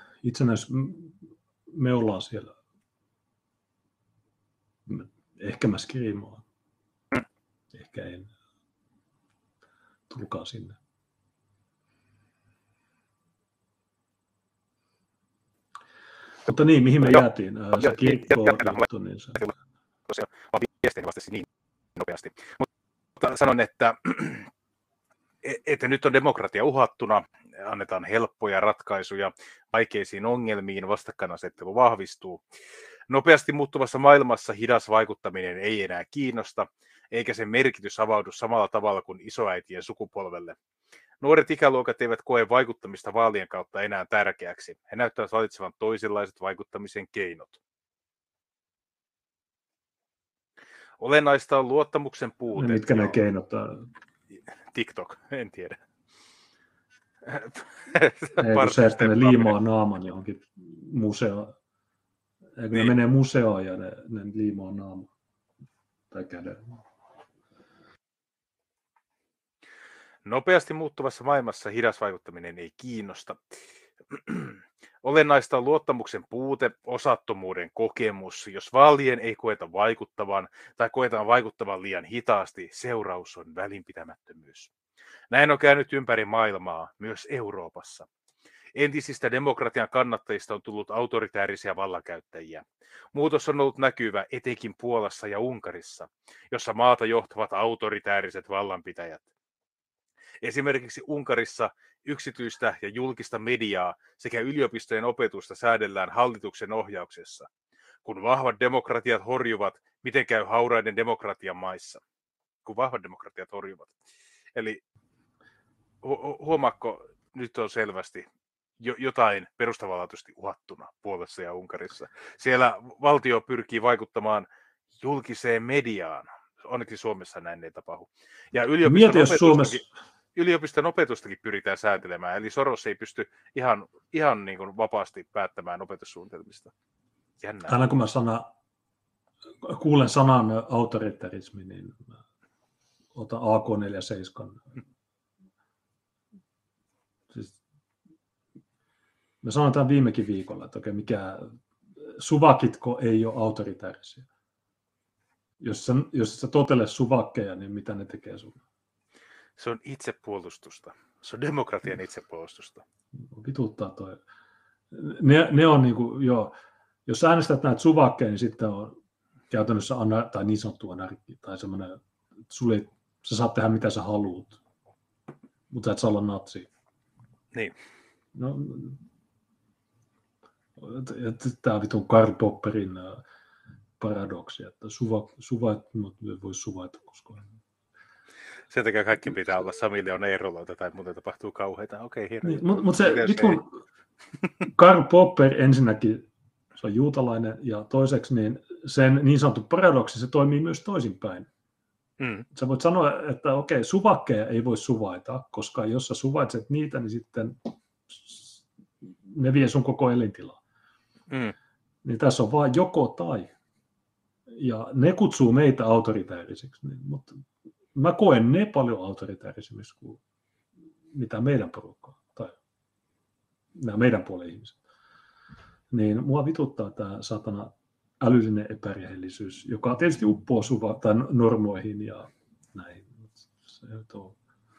S1: Me ollaan siellä. Ehkä mä skriimaan. Ehkä en. Tulkaa sinne. Mutta niin, mihin me jäätiin? Se kirkko-juttu, niin se...
S2: Viesteeni vastasi niin nopeasti. Mutta sanon, että että nyt on demokratia uhattuna, annetaan helppoja ratkaisuja vaikeisiin ongelmiin, vastakkainasettelu vahvistuu. Nopeasti muuttuvassa maailmassa hidas vaikuttaminen ei enää kiinnosta, eikä sen merkitys avaudu samalla tavalla kuin isoäitien sukupolvelle. Nuoret ikäluokat eivät koe vaikuttamista vaalien kautta enää tärkeäksi. He näyttävät valitsevan toisenlaiset vaikuttamisen keinot. Olennaista on luottamuksen puute.
S1: Mitkä ne keinot on?
S2: TikTok, en tiedä.
S1: Ei se, että ne liimaa naaman johonkin museoon. Eikö ne menee museoon ja ne liimaa naaman tai käden.
S2: Nopeasti muuttuvassa maailmassa hidas vaikuttaminen ei kiinnosta. Olennaista on luottamuksen puute, osattomuuden kokemus. Jos vaalien ei koeta vaikuttavan tai koetaan vaikuttavan liian hitaasti, seuraus on välinpitämättömyys. Näin on käynyt ympäri maailmaa, myös Euroopassa. Entisistä demokratian kannattajista on tullut autoritäärisiä vallankäyttäjiä. Muutos on ollut näkyvä etenkin Puolassa ja Unkarissa, jossa maata johtavat autoritääriset vallanpitäjät. Esimerkiksi Unkarissa yksityistä ja julkista mediaa sekä yliopistojen opetusta säädellään hallituksen ohjauksessa. Kun vahvat demokratiat horjuvat, miten käy hauraiden demokratian maissa? Kun vahvat demokratiat horjuvat. Eli huomaatko, nyt on selvästi jotain perustavanlaatuisesti uhattuna Puolassa ja Unkarissa. Siellä valtio pyrkii vaikuttamaan julkiseen mediaan. Onneksi Suomessa näin ei tapahdu. Ja yliopiston opetustakin pyritään säätelemään, eli Soros ei pysty ihan niin kuin vapaasti päättämään opetussuunnitelmista. Jännää.
S1: Aina kun mä kuulen sanan autoritarismi, niin otan AK47. Siis, mä sanoin tämän viimekin viikolla, että okei, suvakitko ei ole autoritaarisia. Jos sä totele suvakkeja, niin mitä ne tekee sulle?
S2: Se on itsepuolustusta. Se on demokratian itsepuolustusta.
S1: Vituttaa toi. Ne on niinku, joo, jos äänestät näitä suvakkeja, niin sitten on käytännössä tai niin sanottu anarkki, tai semmoinen, että sä saat tehdä mitä sä haluat, mutta sä et saa olla natsi.
S2: Niin.
S1: No, tämä vitun Karl Popperin paradoksi, että ei voi suvaita koskaan.
S2: Sen takia kaikki pitää olla Samille on Eeroloita tai muuten tapahtuu kauheita. Okei, hirveä.
S1: Niin, mutta se vitun Karl Popper ensinnäkin, se on juutalainen, ja toiseksi niin sen niin sanottu paradoksi, se toimii myös toisinpäin. Sä voit sanoa, että okei, suvakkeja ei voi suvaita, koska jos sä suvaitset niitä, niin sitten ne vie sun koko elintilaa. Niin tässä on vaan joko tai. Ja ne kutsuu meitä autoritäärisiksi, mutta mä koen ne paljon autoritäärisemmiksi kuin mitä meidän porukkaa, tai nämä meidän puolen ihmiset. Niin mua vituttaa tämä satana älyllinen epärehellisyys, joka tietysti uppoo tai normoihin ja näihin. Se on...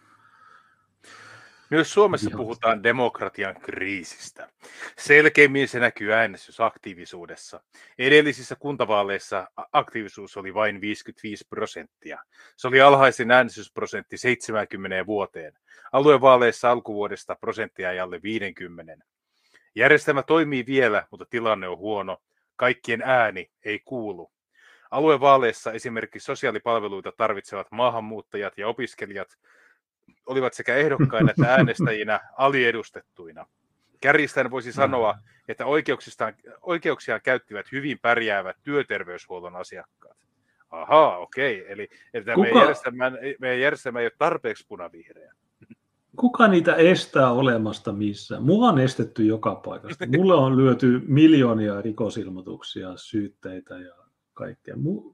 S2: Myös Suomessa puhutaan demokratian kriisistä. Selkeimmin se näkyy äänestysaktiivisuudessa. Edellisissä kuntavaaleissa aktiivisuus oli vain 55%. Se oli alhaisin äänestysprosentti 70 vuoteen. Aluevaaleissa alkuvuodesta prosenttia ei alle 50. Järjestelmä toimii vielä, mutta tilanne on huono. Kaikkien ääni ei kuulu. Aluevaaleissa esimerkiksi sosiaalipalveluita tarvitsevat maahanmuuttajat ja opiskelijat olivat sekä ehdokkaina että äänestäjinä aliedustettuina. Kärjistäen voisi sanoa, että oikeuksiaan käyttivät hyvin pärjäävät työterveyshuollon asiakkaat. Ahaa, okei. Eli että meidän järjestelmä ei ole tarpeeksi punavihreä.
S1: Kuka niitä estää olemasta missään? Mua on estetty joka paikasta. Mulle on lyöty miljoonia rikosilmoituksia, syytteitä ja kaikkea.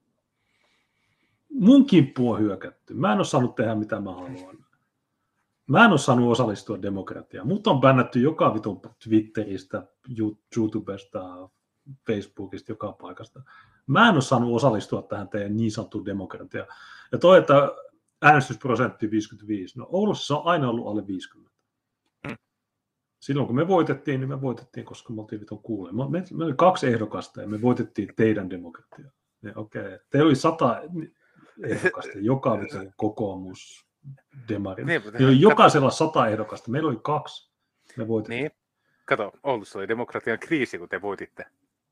S1: Mun kimppu on hyökätty. Mä en ole saanut tehdä mitä mä haluan. Mä en ole saanut osallistua demokratiaan. Mut on bännätty joka vitun Twitteristä, YouTubesta, Facebookista, joka paikasta. Mä en ole saanut osallistua tähän teidän niin sanottuun demokratiaan. Ja toi, että äänestysprosentti 55. No Oulussa se on aina ollut alle 50. Silloin kun me voitettiin, niin me voitettiin, koska me oltiin vitun kuulemaan. Me oli 2 ehdokasta ja me voitettiin teidän demokratiaa. Okei. Te oli 100 ehdokasta, joka vitun kokoomus, demarit.
S2: Niin,
S1: Meillä oli jokaisella 100 ehdokasta. Meillä oli 2. Me voitettiin.
S2: Niin. Kato, Oulussa oli demokratian kriisi, kun te voititte.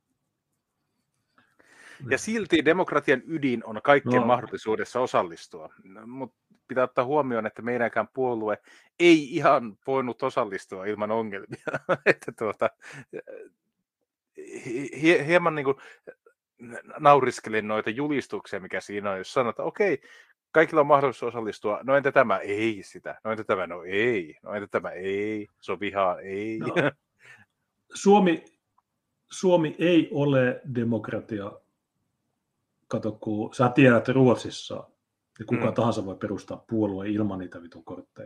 S2: Ja silti demokratian ydin on kaikkien mahdollisuudessa osallistua. Mutta pitää ottaa huomioon, että meidänkään puolue ei ihan voinut osallistua ilman ongelmia. Että hieman niin kuin nauriskelin noita julistuksia, mikä siinä on, jos sanotaan, okei, kaikilla on mahdollisuus osallistua. No entä tämä? Ei sitä. No entä tämä? No ei. No entä tämä? Ei. Se on vihaa. Ei.
S1: No, Suomi ei ole demokratia. Kato, kun sä tiedät, että Ruotsissa ja kuka tahansa voi perustaa puolueen ilman niitä vitun kortteja.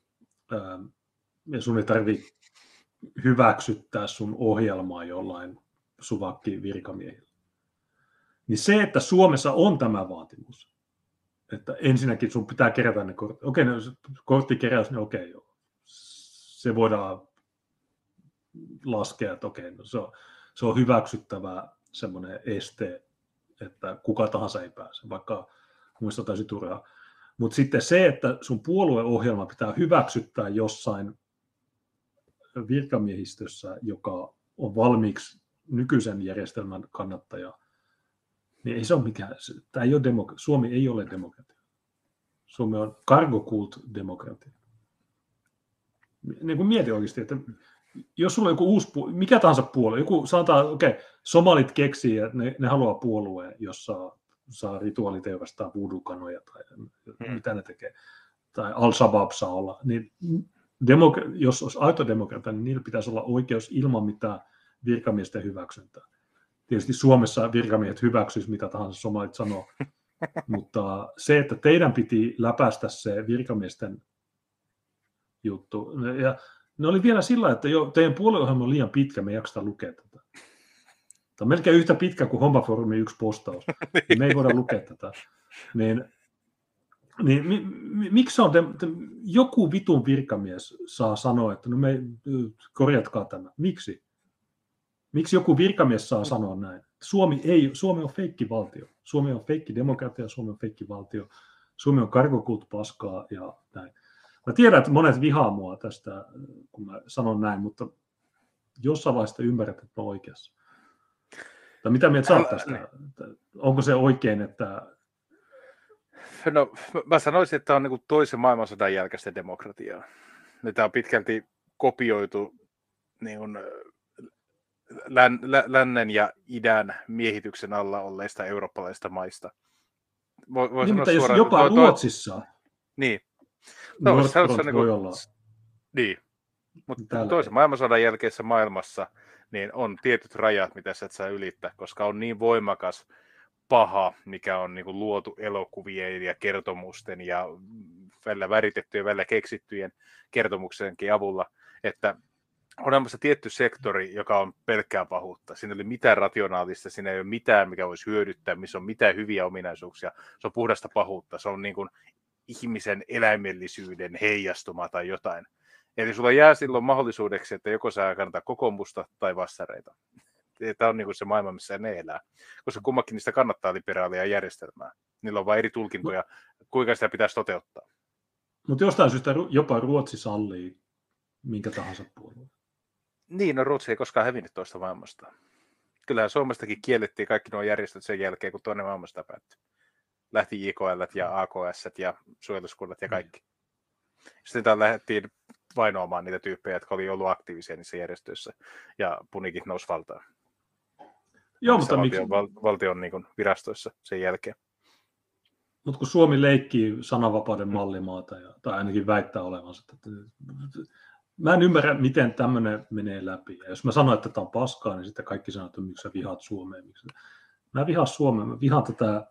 S1: Ja sun ei tarvitse hyväksyttää sun ohjelmaa jollain suvakki virkamiehillä. Niin se, että Suomessa on tämä vaatimus, että ensinnäkin sun pitää kerätä ne kortit. Okei, no, korttikeräys, niin okei, joo. Se voidaan laskea, että okei, no, se on hyväksyttävä semmoinen este, että kuka tahansa ei pääse, vaikka muista täysin turhaa. Mutta sitten se, että sun puolueohjelma pitää hyväksyttää jossain virkamiehistössä, joka on valmiiksi nykyisen järjestelmän kannattaja, niin ei se ole mikään. Tämä ei ole Suomi ei ole demokratia. Suomi on cargo cult demokratia. Niin kuin mieti oikeasti, että jos sulla on joku uusi mikä tahansa puolue, joku sanotaan, somalit keksii, että ne haluaa puolueen, jossa saa rituaaliteurastaa voodoo-kanoja tai mitä ne tekee, tai Al-Shabaab saa olla, niin jos olisi autodemokratia, niin niillä pitäisi olla oikeus ilman mitään virkamiesten hyväksyntää. Tietysti Suomessa virkamiehet hyväksyisivät mitä tahansa somalit sanoo, mutta se, että teidän piti läpäistä se virkamiesten juttu, ja ne oli vielä sillä, että teidän puolueohjelma on liian pitkä, me ei jakseta lukea tätä. Tämä on melkein yhtä pitkä kuin Hommafoorumin yksi postaus. Me ei voida lukea tätä. Miksi on joku vitun virkamies saa sanoa, että no korjatkaa tämä. Miksi? Miksi joku virkamies saa sanoa näin? Suomi on feikkivaltio. Suomi on feikki demokratia, Suomi on feikkivaltio. Suomi on cargo cult paskaa ja näin. Mä tiedän, että monet vihaa mua tästä, kun mä sanon näin, mutta jossain vaiheessa ymmärrät, että mä oon oikeassa. Tai mitä mieltä sä oot tästä? Onko se oikein, että...
S2: No, mä sanoisin, että tämä on niin toisen maailmansodan jälkeistä demokratiaa. Tämä on pitkälti kopioitu niin kuin lännen ja idän miehityksen alla olleista eurooppalaisista maista.
S1: Niin, mutta jos jopa Ruotsissa...
S2: Niin.
S1: Voi olla.
S2: Niin, mutta toisen maailmansodan jälkeisessä maailmassa niin on tietyt rajat, mitä sä et saa ylittää, koska on niin voimakas paha, mikä on niin kuin luotu elokuvien ja kertomusten ja välillä väritettyjen, välillä keksittyjen kertomuksenkin avulla, että on olemassa tietty sektori, joka on pelkkää pahuutta. Siinä ei ole mitään rationaalista, siinä ei ole mitään, mikä voisi hyödyttää, missä on mitään hyviä ominaisuuksia. Se on puhdasta pahuutta, se on niin kuin ihmisen eläimellisyyden heijastuma tai jotain. Eli sulla jää silloin mahdollisuudeksi, että joko sä kannattaa kokoomusta tai vassareita. Tämä on niin kuin se maailma, missä ne elää. Koska kummakin niistä kannattaa liberaalia järjestelmää. Niillä on vain eri tulkintoja, kuinka sitä pitäisi toteuttaa.
S1: Mutta jostain syystä jopa Ruotsi sallii minkä tahansa puolueen.
S2: Niin, no Ruotsi ei koskaan hävinnyt toista maailmasta. Kyllähän Suomestakin kiellettiin kaikki nuo järjestöt sen jälkeen, kun toinen maailmasta päättyi. Lähti JKL ja AKS ja suojeluskunnat ja kaikki. Sitten lähdettiin vainoamaan niitä tyyppejä, jotka oli ollut aktiivisia niissä järjestöissä, ja punikin nousi valtaan.
S1: Joo, mutta
S2: valtion niin kuin virastoissa sen jälkeen.
S1: Mutta kun Suomi leikkii sananvapauden mallimaata, tai ainakin väittää olevansa, että mä en ymmärrä, miten tämmöinen menee läpi. Ja jos mä sanon, että tämä on paskaa, niin sitten kaikki sanoo, että miksi sä vihaat Suomea. Mä vihaan Suomea, mä vihaan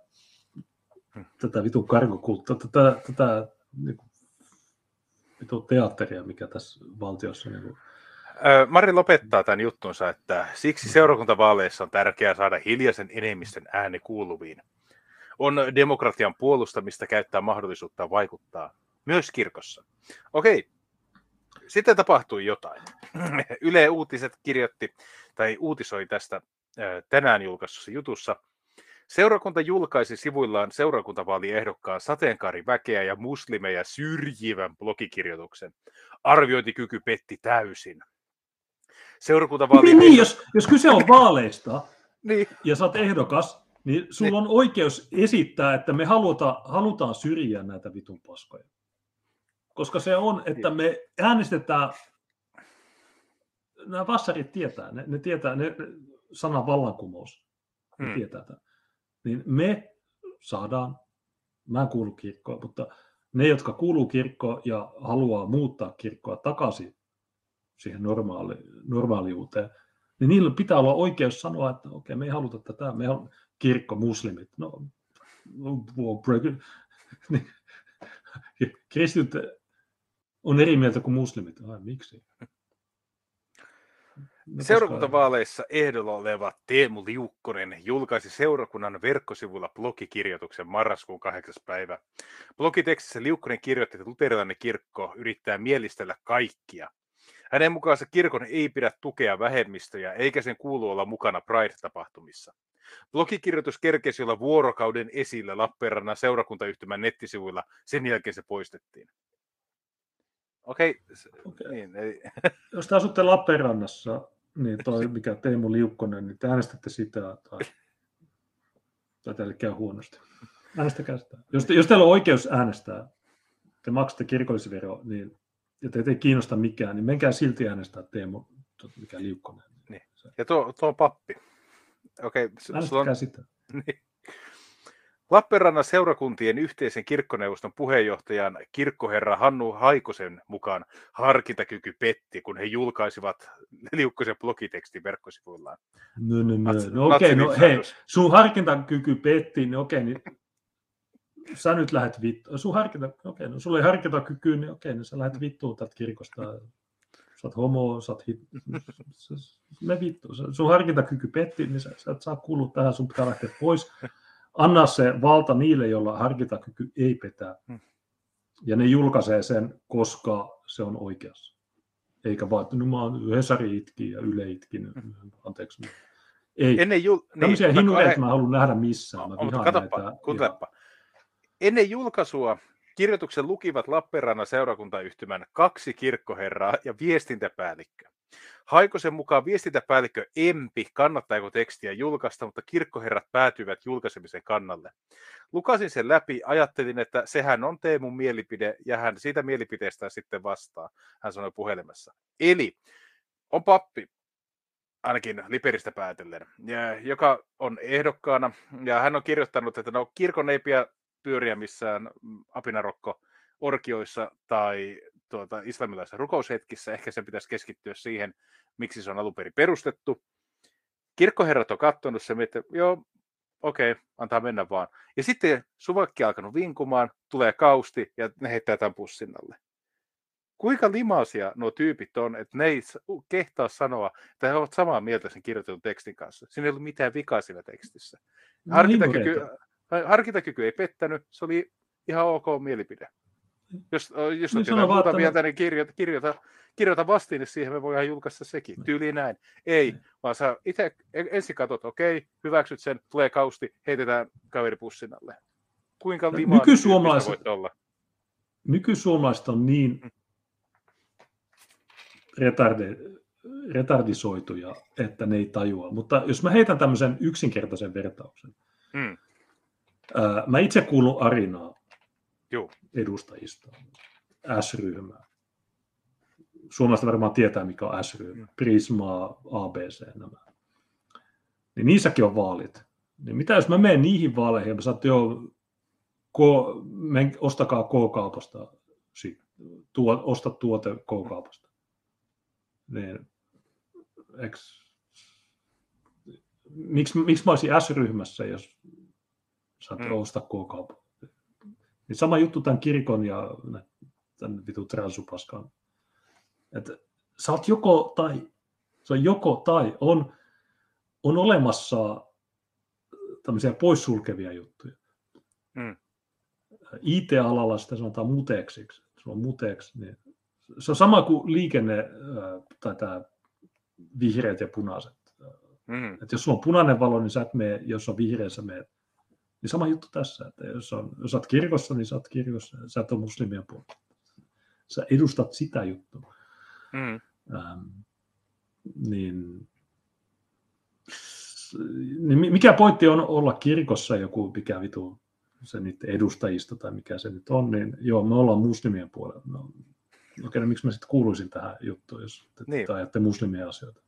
S1: tätä vitun kargokulttia, tätä niin vitun teatteria, mikä tässä valtiossa... Niin kuin...
S2: Mari lopettaa tämän juttunsa, että siksi seurakuntavaaleissa on tärkeää saada hiljaisen enemmistön ääni kuuluviin. On demokratian puolustamista käyttää mahdollisuutta vaikuttaa myös kirkossa. Okei, sitten tapahtui jotain. Yle Uutiset kirjoitti tai uutisoi tästä tänään julkaistussa jutussa. Seurakunta julkaisi sivuillaan seurakuntavaaliehdokkaan sateenkaariväkeä ja muslimeja syrjivän blogikirjoituksen. Arviointikyky petti täysin.
S1: Niin, jos kyse on vaaleista
S2: niin.
S1: Ja sä oot ehdokas, niin sulla on oikeus esittää, että me halutaan syrjiä näitä vitun paskoja. Koska se on, että me äänestetään, nämä vassarit tietää, ne tietää, ne sana vallankumous, ne tietää tämän. Niin me saadaan, mä en kuulu kirkkoon, mutta ne, jotka kuuluu kirkkoon ja haluaa muuttaa kirkkoa takaisin siihen normaaliuteen, niin niillä pitää olla oikeus sanoa, että okei, me ei haluta tätä, me on kirkko, muslimit. Kristityt on eri mieltä kuin muslimit. Miksi?
S2: Seurakuntavaaleissa ehdolla oleva Teemu Liukkonen julkaisi seurakunnan verkkosivuilla blogikirjoituksen marraskuun 8. päivä. Blogitekstissä Liukkonen kirjoitti, että luterilainen kirkko yrittää mielistellä kaikkia. Hänen mukaansa kirkon ei pidä tukea vähemmistöjä, eikä sen kuulu olla mukana Pride-tapahtumissa. Blogikirjoitus kerkesi olla vuorokauden esillä Lappeenrannan seurakuntayhtymän nettisivuilla, sen jälkeen se poistettiin. Okei. Niin,
S1: jos te asutte Lappeenrannassa, niin toi mikä Teemu Liukkonen, niin te äänestätte sitä tai teille käy huonosti. Äänestäkää sitä. Jos teillä on oikeus äänestää, te maksatte kirkollisvero, niin ja teitä ei kiinnosta mikään, niin menkää silti äänestää Teemu, mikä Liukkonen.
S2: Niin. Ja tuo on pappi. Okei,
S1: äänestäkää sitä.
S2: Niin. Lappeenrannan seurakuntien yhteisen kirkkoneuvoston puheenjohtajan kirkkoherra Hannu Haikosen mukaan harkintakyky petti, kun he julkaisivat Liukkosen blogitekstin verkkosivuillaan.
S1: No okei, hei, sun harkintakyky petti, niin okei, niin sä nyt lähdet vittuun. Sulla ei harkintakykyä, niin okei, niin sä lähdet vittuun täältä kirkosta. Sä oot homo, sä oot me vittuun. Sun harkintakyky petti, niin sä et saa kuulua tähän, sun pitää lähteä pois. Anna se valta niille, joilla harkintakyky ei petä. Ja ne julkaisee sen, koska se on oikeassa. Eikä vaan, että mä oon Hesari itkin ja Yle itkin. Anteeksi. Ei. Tämmöisiä hinureita mä haluan nähdä missään.
S2: Kuuntelepa. Ennen julkaisua kirjoituksen lukivat Lappeenrannan seurakuntayhtymän 2 kirkkoherraa ja viestintäpäällikkö. Haikosen mukaan viestintäpäällikkö empi, kannattaako tekstiä julkaista, mutta kirkkoherrat päätyivät julkaisemisen kannalle. Lukasin sen läpi, ajattelin, että sehän on Teemun mielipide ja hän siitä mielipiteestä sitten vastaa, hän sanoi puhelimessa. Eli on pappi, ainakin Liperistä päätellen, joka on ehdokkaana ja hän on kirjoittanut, että kirkon ei pidä pyöriä missään apinarokko-orkioissa tai islamilaisissa rukoushetkissä. Ehkä sen pitäisi keskittyä siihen, miksi se on alun perin perustettu. Kirkkoherrat on katsonut sen, että joo, okei, antaa mennä vaan. Ja sitten suvakki on alkanut vinkumaan, tulee kausti ja ne heittää tämän pussin alle. Kuinka limaisia nuo tyypit on, että ne ei kehtaa sanoa, että he ovat samaa mieltä sen kirjoitetun tekstin kanssa. Siinä ei ollut mitään vikaa siinä tekstissä. Harkintakyky ei pettänyt, se oli ihan ok mielipide. Jos on jotain muuta mieltä, niin kirjoita vastiin, niin siihen me voidaan julkaista sekin. Tyyliin näin. Ei, vaan sä itse ensin katsot, okei, hyväksyt sen, tulee kausti, heitetään kaveripussin alle. Kuinka limaa voit olla?
S1: Nykysuomalaiset on niin retardisoituja, että ne ei tajua. Mutta jos mä heitän tämmöisen yksinkertaisen vertauksen. Mä itse kuulun Arinaa edustajista, S-ryhmää. Suomalaiset varmaan tietää, mikä on S-ryhmä. Prisma, ABC, nämä. Niin niissäkin on vaalit. Niin mitä jos mä menen niihin vaaleihin ja mä saat ostakaa K-kaupasta, osta tuote K-kaupasta. Niin, miksi mä olisin S-ryhmässä, jos saat ostaa K-kaupasta? Niin sama juttu tämän kirkon ja tämän vitun transupaskan. Että sä oot joko tai. Se on joko tai. On olemassa tämmöisiä poissulkevia juttuja. IT-alalla sitä sanotaan muteksiksi. Se on muteksi. Niin se on sama kuin liikenne tai tämä vihreät ja punaiset Että jos sulla on punainen valo, niin sä et mene, jos on vihreä, sä meet. Niin sama juttu tässä, että jos olet kirkossa, niin sä oot kirkossa, sä et ole muslimien puolella. Sä edustat sitä juttua. Niin mikä pointti on olla kirkossa joku, mikä vitu se niiden edustajista tai mikä se nyt on, niin joo, me ollaan muslimien puolella. No, okei, no, miksi mä sitten kuuluisin tähän juttuun, jos te ajatte muslimien asioita?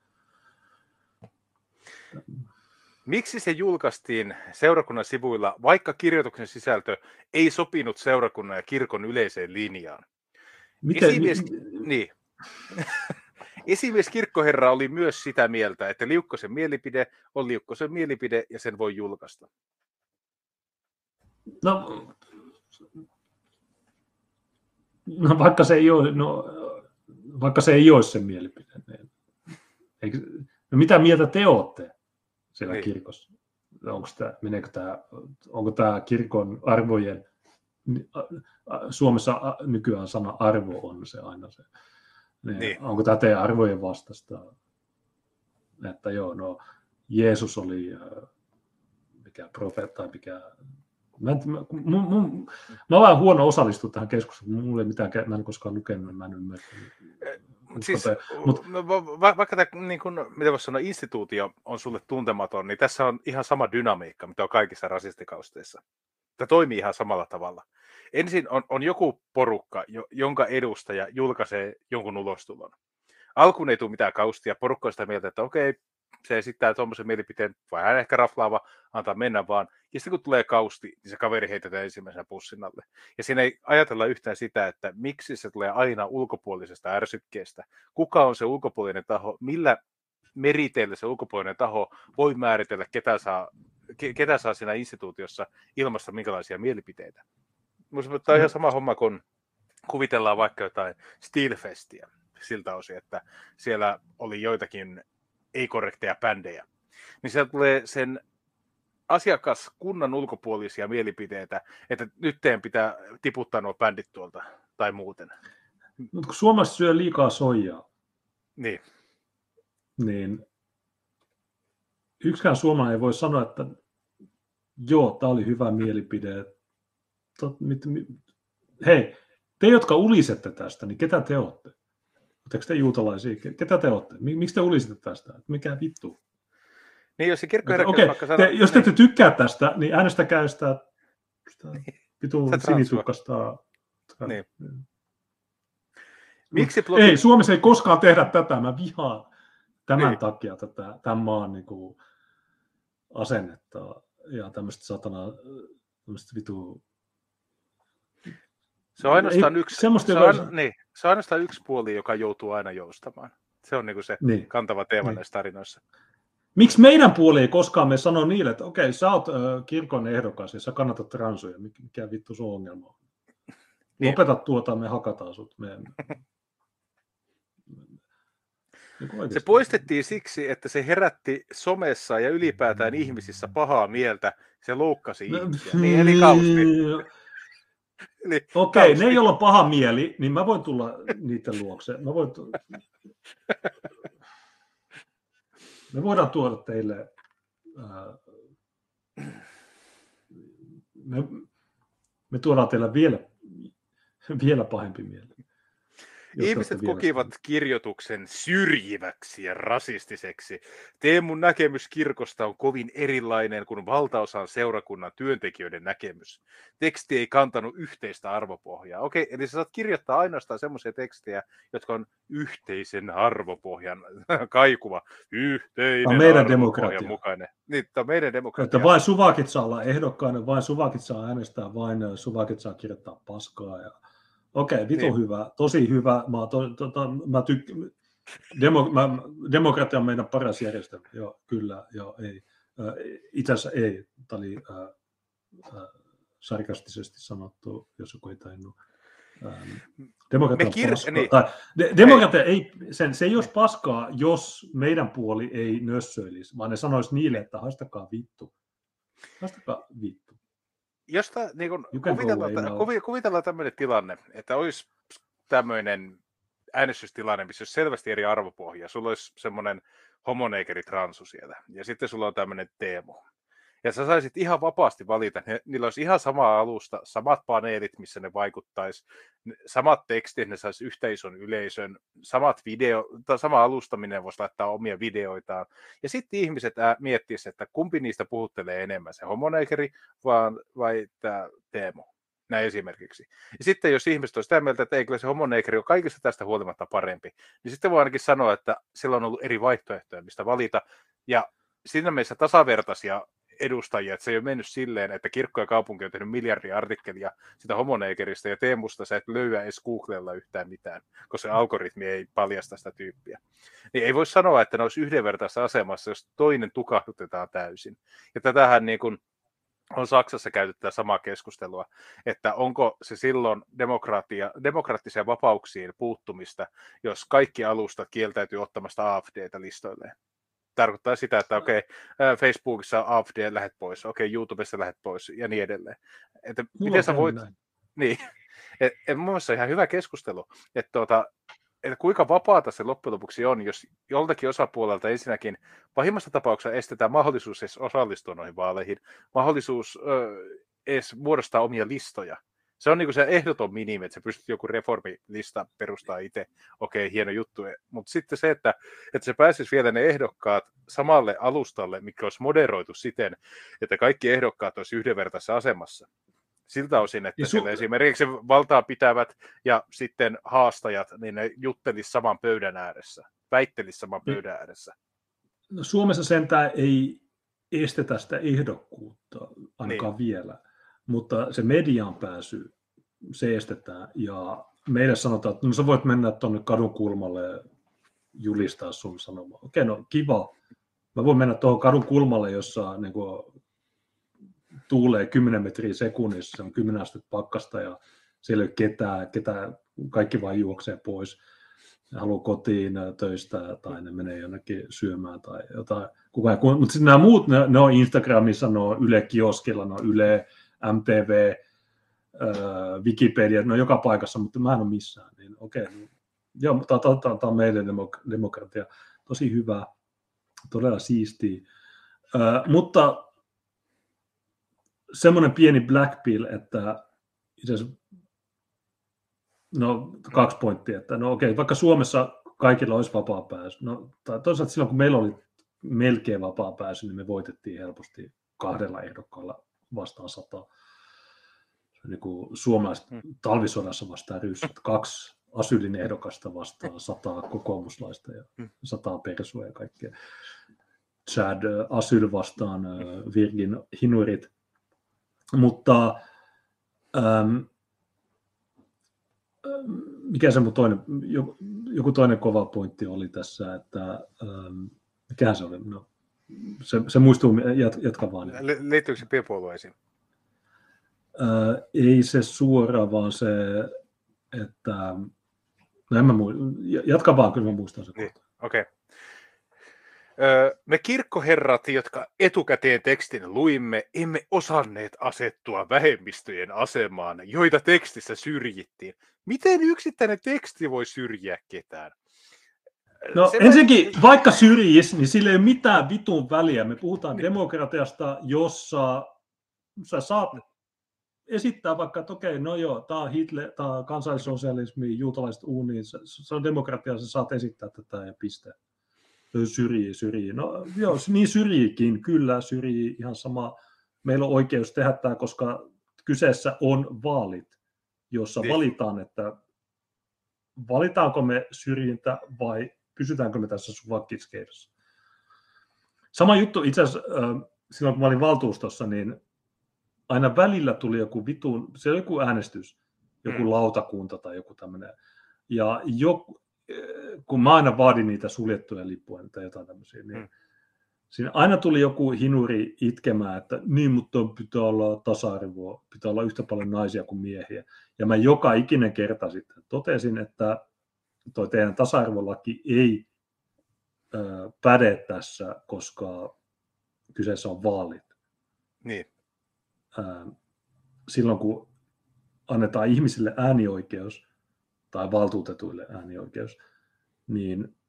S2: Miksi se julkaistiin seurakunnan sivuilla, vaikka kirjoituksen sisältö ei sopinut seurakunnan ja kirkon yleiseen linjaan? Esimies kirkkoherra oli myös sitä mieltä, että Liukkosen mielipide on Liukkosen mielipide ja sen voi julkaista.
S1: No vaikka se ei ole sen mielipide. Niin, mitä mieltä te olette siellä kirkossa? Onko tämä kirkon arvojen, Suomessa nykyään sana arvo on se aina se. Niin. Onko tämä teidän arvojen vastaista? Että joo, no Jeesus oli mikä profeetta, mikä... Mä olen vähän huono osallistua tähän keskusteluun. Mulla ei mitään, mä en koskaan lukenut, mä en ymmärtänyt.
S2: Vaikka tämä, niin kuin, mitä voisi sanoa, instituutio on sulle tuntematon, niin tässä on ihan sama dynamiikka, mitä on kaikissa rasistikausteissa. Tämä toimii ihan samalla tavalla. Ensin on joku porukka, jonka edustaja julkaisee jonkun ulostulon. Alkuun ei tule mitään kaustia, porukka on sitä mieltä, että okei, se esittää tuommoisen mielipiteen, vai hän ehkä raflaava, antaa mennä vaan. Ja sitten kun tulee kausti, niin se kaveri heitetään ensimmäisenä pussin alle. Ja siinä ei ajatella yhtään sitä, että miksi se tulee aina ulkopuolisesta ärsykkeestä. Kuka on se ulkopuolinen taho, millä meriteillä se ulkopuolinen taho voi määritellä, ketä saa siinä instituutiossa ilmaista minkälaisia mielipiteitä. Minusta tämä on ihan sama homma, kun kuvitellaan vaikka jotain Steelfestiä siltä osin, että siellä oli joitakin ei-korrekteja bändejä. Niin sieltä tulee sen asiakaskunnan ulkopuolisia mielipiteitä, että nyt teidän pitää tiputtaa nuo bändit tuolta tai muuten.
S1: Mutta kun Suomessa syö liikaa soijaa, niin yksikään suomalainen ei voi sanoa, että joo, tämä oli hyvä mielipide. Hei, te, jotka ulisette tästä, niin ketä te olette? Oletteko te juutalaisia? Ketä te olette? Miksi te ulisette tästä? Mikä vittu?
S2: Niin, jos se kirkkoherra
S1: vaikka sanoo... Jos te ette tykkää tästä, niin äänestäkää sitä vitun sinisukkasta.
S2: Niin.
S1: Ei, Suomessa ei koskaan tehdä tätä. Mä vihaan tämän takia tämän maan niin kuin asennetta ja tämmöistä satanaa, tämmöistä vitu...
S2: Se on ainoastaan yksi puoli, joka joutuu aina joustamaan. Se on niin kuin se kantava teema näissä tarinoissa.
S1: Miksi meidän puoli ei koskaan me sano niille, että okei, sä oot kirkon ehdokas ja sä kannatat transuja, mikä vittu sun ongelma on? Lopeta tuota, me hakataan sut.
S2: Se poistettiin siksi, että se herätti somessa ja ylipäätään ihmisissä pahaa mieltä. Se loukkasi ihmisiä. Niin, eli kausti.
S1: Okei, ne, joilla on paha mieli, niin mä voin tulla niiden luokse. Me voidaan tuoda teille... Me tuodaan teille vielä pahempi mieli.
S2: Ihmiset kokivat kirjoituksen syrjiväksi ja rasistiseksi. Teemun näkemys kirkosta on kovin erilainen kuin valtaosan seurakunnan työntekijöiden näkemys. Teksti ei kantanut yhteistä arvopohjaa. Okei, eli sä saat kirjoittaa ainoastaan semmoisia tekstejä, jotka on yhteisen arvopohjan kaikuva. Yhteinen arvopohjan mukainen. Niin, tämä on meidän demokratia.
S1: Että vain suvakit saa olla ehdokkainen, vain suvakit saa äänestää, vain suvakit saa kirjoittaa paskaa ja... Okei, vitu hyvä, tosi hyvä. Demokratia on meidän paras järjestelmä. Joo, kyllä, joo, ei. Itse asiassa ei. Tämä oli sarkastisesti sanottu, jos joku ei tainnut. Demokratia on paskaa. Demokratia ei, se ei olisi paskaa, jos meidän puoli ei nössöilisi, vaan ne sanoisi niille, että haistakaa vittu. Haistakaa vittu.
S2: Jos niin kuvitellaan tämmöinen tilanne, että olisi tämmöinen äänestystilanne, missä olisi selvästi eri arvopohja. Sulla olisi semmoinen homoneekeri transu siellä. Ja sitten sulla on tämmöinen Teemu. Ja sä saisit ihan vapaasti valita. Niillä olisi ihan sama alusta, samat paneelit, missä ne vaikuttaisi, samat tekstit, ne saisi yhtä ison yleisön, sama alustaminen voisi laittaa omia videoitaan. Ja sitten ihmiset miettisivät, että kumpi niistä puhuttelee enemmän, se homoneekeri vai tämä Teemu. Näin esimerkiksi. Ja sitten jos ihmiset on sitä mieltä, että ei kyllä se homoneekeri ole kaikista tästä huolimatta parempi, niin sitten voi ainakin sanoa, että sillä on ollut eri vaihtoehtoja, mistä valita. Ja siinä mielessä tasavertaisia edustajia, että se ei ole mennyt silleen, että kirkko ja kaupunki on tehnyt miljardia artikkelia sitä homoneekeristä ja Teemusta sä et löyä edes Googlella yhtään mitään, koska se algoritmi ei paljasta sitä tyyppiä. Niin ei voi sanoa, että ne olisi yhdenvertaisessa asemassa, jos toinen tukahdutetaan täysin. Ja tätähän niin kuin on Saksassa käytetty samaa keskustelua, että onko se silloin demokraattisia vapauksiin puuttumista, jos kaikki alustat kieltäytyy ottamasta AfD:tä listoilleen. Tarkoittaa sitä, että okei, Facebookissa AfD lähet pois, okei, YouTubessa lähet pois ja niin edelleen. Että miten sä voit... Niin. Mun mielestä on ihan hyvä keskustelu, että kuinka vapaata se loppujen lopuksi on, jos joltakin osapuolelta ensinnäkin pahimmassa tapauksessa estetään mahdollisuus edes osallistua noihin vaaleihin, mahdollisuus edes muodostaa omia listoja. Se on niin kuin se ehdoton minimi, että sä pystyt joku reformilista perustaa itse. Okei, hieno juttu. Mutta sitten se, että se pääsisi vielä ne ehdokkaat samalle alustalle, mikä olisi moderoitu siten, että kaikki ehdokkaat olisi yhdenvertaisessa asemassa. Siltä osin, että siellä esimerkiksi valtaa pitävät ja sitten haastajat, niin ne juttelisi saman pöydän ääressä, väittelisi saman pöydän ääressä.
S1: No, Suomessa sentään ei estetä sitä ehdokkuutta ainakaan vielä, mutta se mediaan pääsy, se estetään. Ja meille sanotaan, että no, sä voit mennä tuonne kadun kulmalle ja julistaa sun sanomaan. Okei, no kiva. Mä voin mennä tuohon kadun kulmalle, jossa niin kuin, tuulee 10 metriä sekunnissa, se on 10 astetta pakkasta ja siellä ei ole ketään, kaikki vain juoksee pois. Ne haluaa kotiin töistä tai ne menee jonnekin syömään tai jotain. Mutta sitten nämä muut, ne on Instagramissa, ne on Yle Kioskilla, ne on Yle, MTV, Wikipedia, ne on joka paikassa, mutta mä en ole missään. Niin, okei, joo, tämä on meidän demokratia. Tosi hyvä, todella siistiä. Mutta semmoinen pieni black pill, että itse asiassa, no 2 pointtia, että no okei, vaikka Suomessa kaikilla olisi vapaa pääsy, no toisaalta silloin kun meillä oli melkein vapaa pääsy, niin me voitettiin helposti 2 ehdokkaalla vastaan 100. Se niin kuin suomalaiset talvisodassa vastaan ryssät, 2 asylin ehdokasta vastaan 100 kokoomuslaista ja 100 persua ja kaikkea. Chad Asyl vastaan Virgin Hinurit. Mutta mikä se mun joku toinen kova pointti oli tässä, että mikähän se oli? No, se muistuu, jatka vaan.
S2: Liittyykö se pienpuolueisiin?
S1: Ei se suora, vaan se, että no en mä jatka vaan, kyllä mä muistan se kohta.
S2: Niin, okei. Me kirkkoherrat, jotka etukäteen tekstin luimme, emme osanneet asettua vähemmistöjen asemaan, joita tekstissä syrjittiin. Miten yksittäinen teksti voi syrjiä ketään?
S1: No ensinnäkin, vaikka syrjisi, niin sillä ei ole mitään vitun väliä. Me puhutaan demokratiasta, jossa sä saat esittää vaikka, että okei, no joo, tämä on Hitler, tämä on kansallissosialismi, juutalaiset uuniin, se on demokratia, sä saat esittää tätä ja piste. Syrjii. No joo, niin syrjiikin, kyllä syrjii ihan sama. Meillä on oikeus tehdä tämä, koska kyseessä on vaalit, jossa valitaan, että valitaanko me syrjintä vai pysytäänkö me tässä suvakkiskeidassa. Sama juttu itse asiassa silloin, kun mä olin valtuustossa, niin aina välillä tuli se oli joku äänestys, joku lautakunta tai joku tämmöinen. Ja kun mä aina vaadin niitä suljettuja lippuja tai jotain tämmöisiä, niin siinä aina tuli joku hinuri itkemään, että niin, mutta pitää olla tasa-arvoa, pitää olla yhtä paljon naisia kuin miehiä. Ja mä joka ikinen kerta sitten totesin, että toi teidän tasa-arvolaki ei päde tässä, koska kyseessä on vaalit.
S2: Niin.
S1: Silloin kun annetaan ihmisille äänioikeus tai valtuutetuille äänioikeus, niin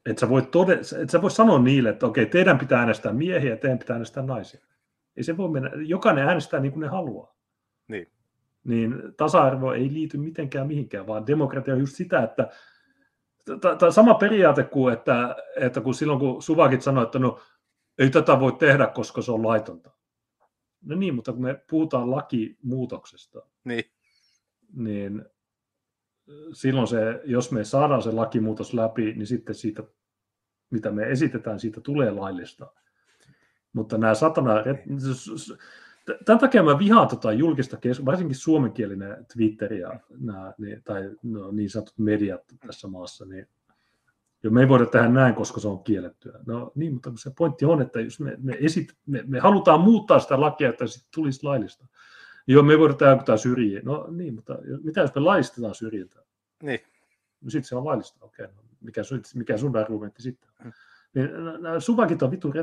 S1: Et sä voi sanoa niille, että okei, teidän pitää äänestää miehiä ja teidän pitää äänestää naisia. Ei se voi mennä. Jokainen äänestää niin kuin ne haluaa.
S2: Niin.
S1: Niin tasa-arvo ei liity mitenkään mihinkään, vaan demokratia on just sitä, että sama periaate kuin, että kun silloin kun Suvakit sanoi, että no ei tätä voi tehdä, koska se on laitonta. No niin, mutta kun me puhutaan lakimuutoksesta, niin silloin jos me saadaan se lakimuutos läpi, niin sitten siitä, mitä me esitetään, siitä tulee laillista. Mutta nämä tämän takia mä vihaan julkista varsinkin suomenkielinen Twitter ja tai niin sanotut mediat tässä maassa, niin me ei voida tehdä näin, koska se on kiellettyä. No niin, mutta se pointti on, että jos me halutaan muuttaa sitä lakia, että se tulisi laillista. Joo, me ei voida tehdä jotain syrjiä. No niin, mutta mitä jos me laillistetaan syrjintää?
S2: Niin.
S1: No sitten se on laillista. Okei, no, mikä sun argumentti sitten? Niin, Suvakit on vitun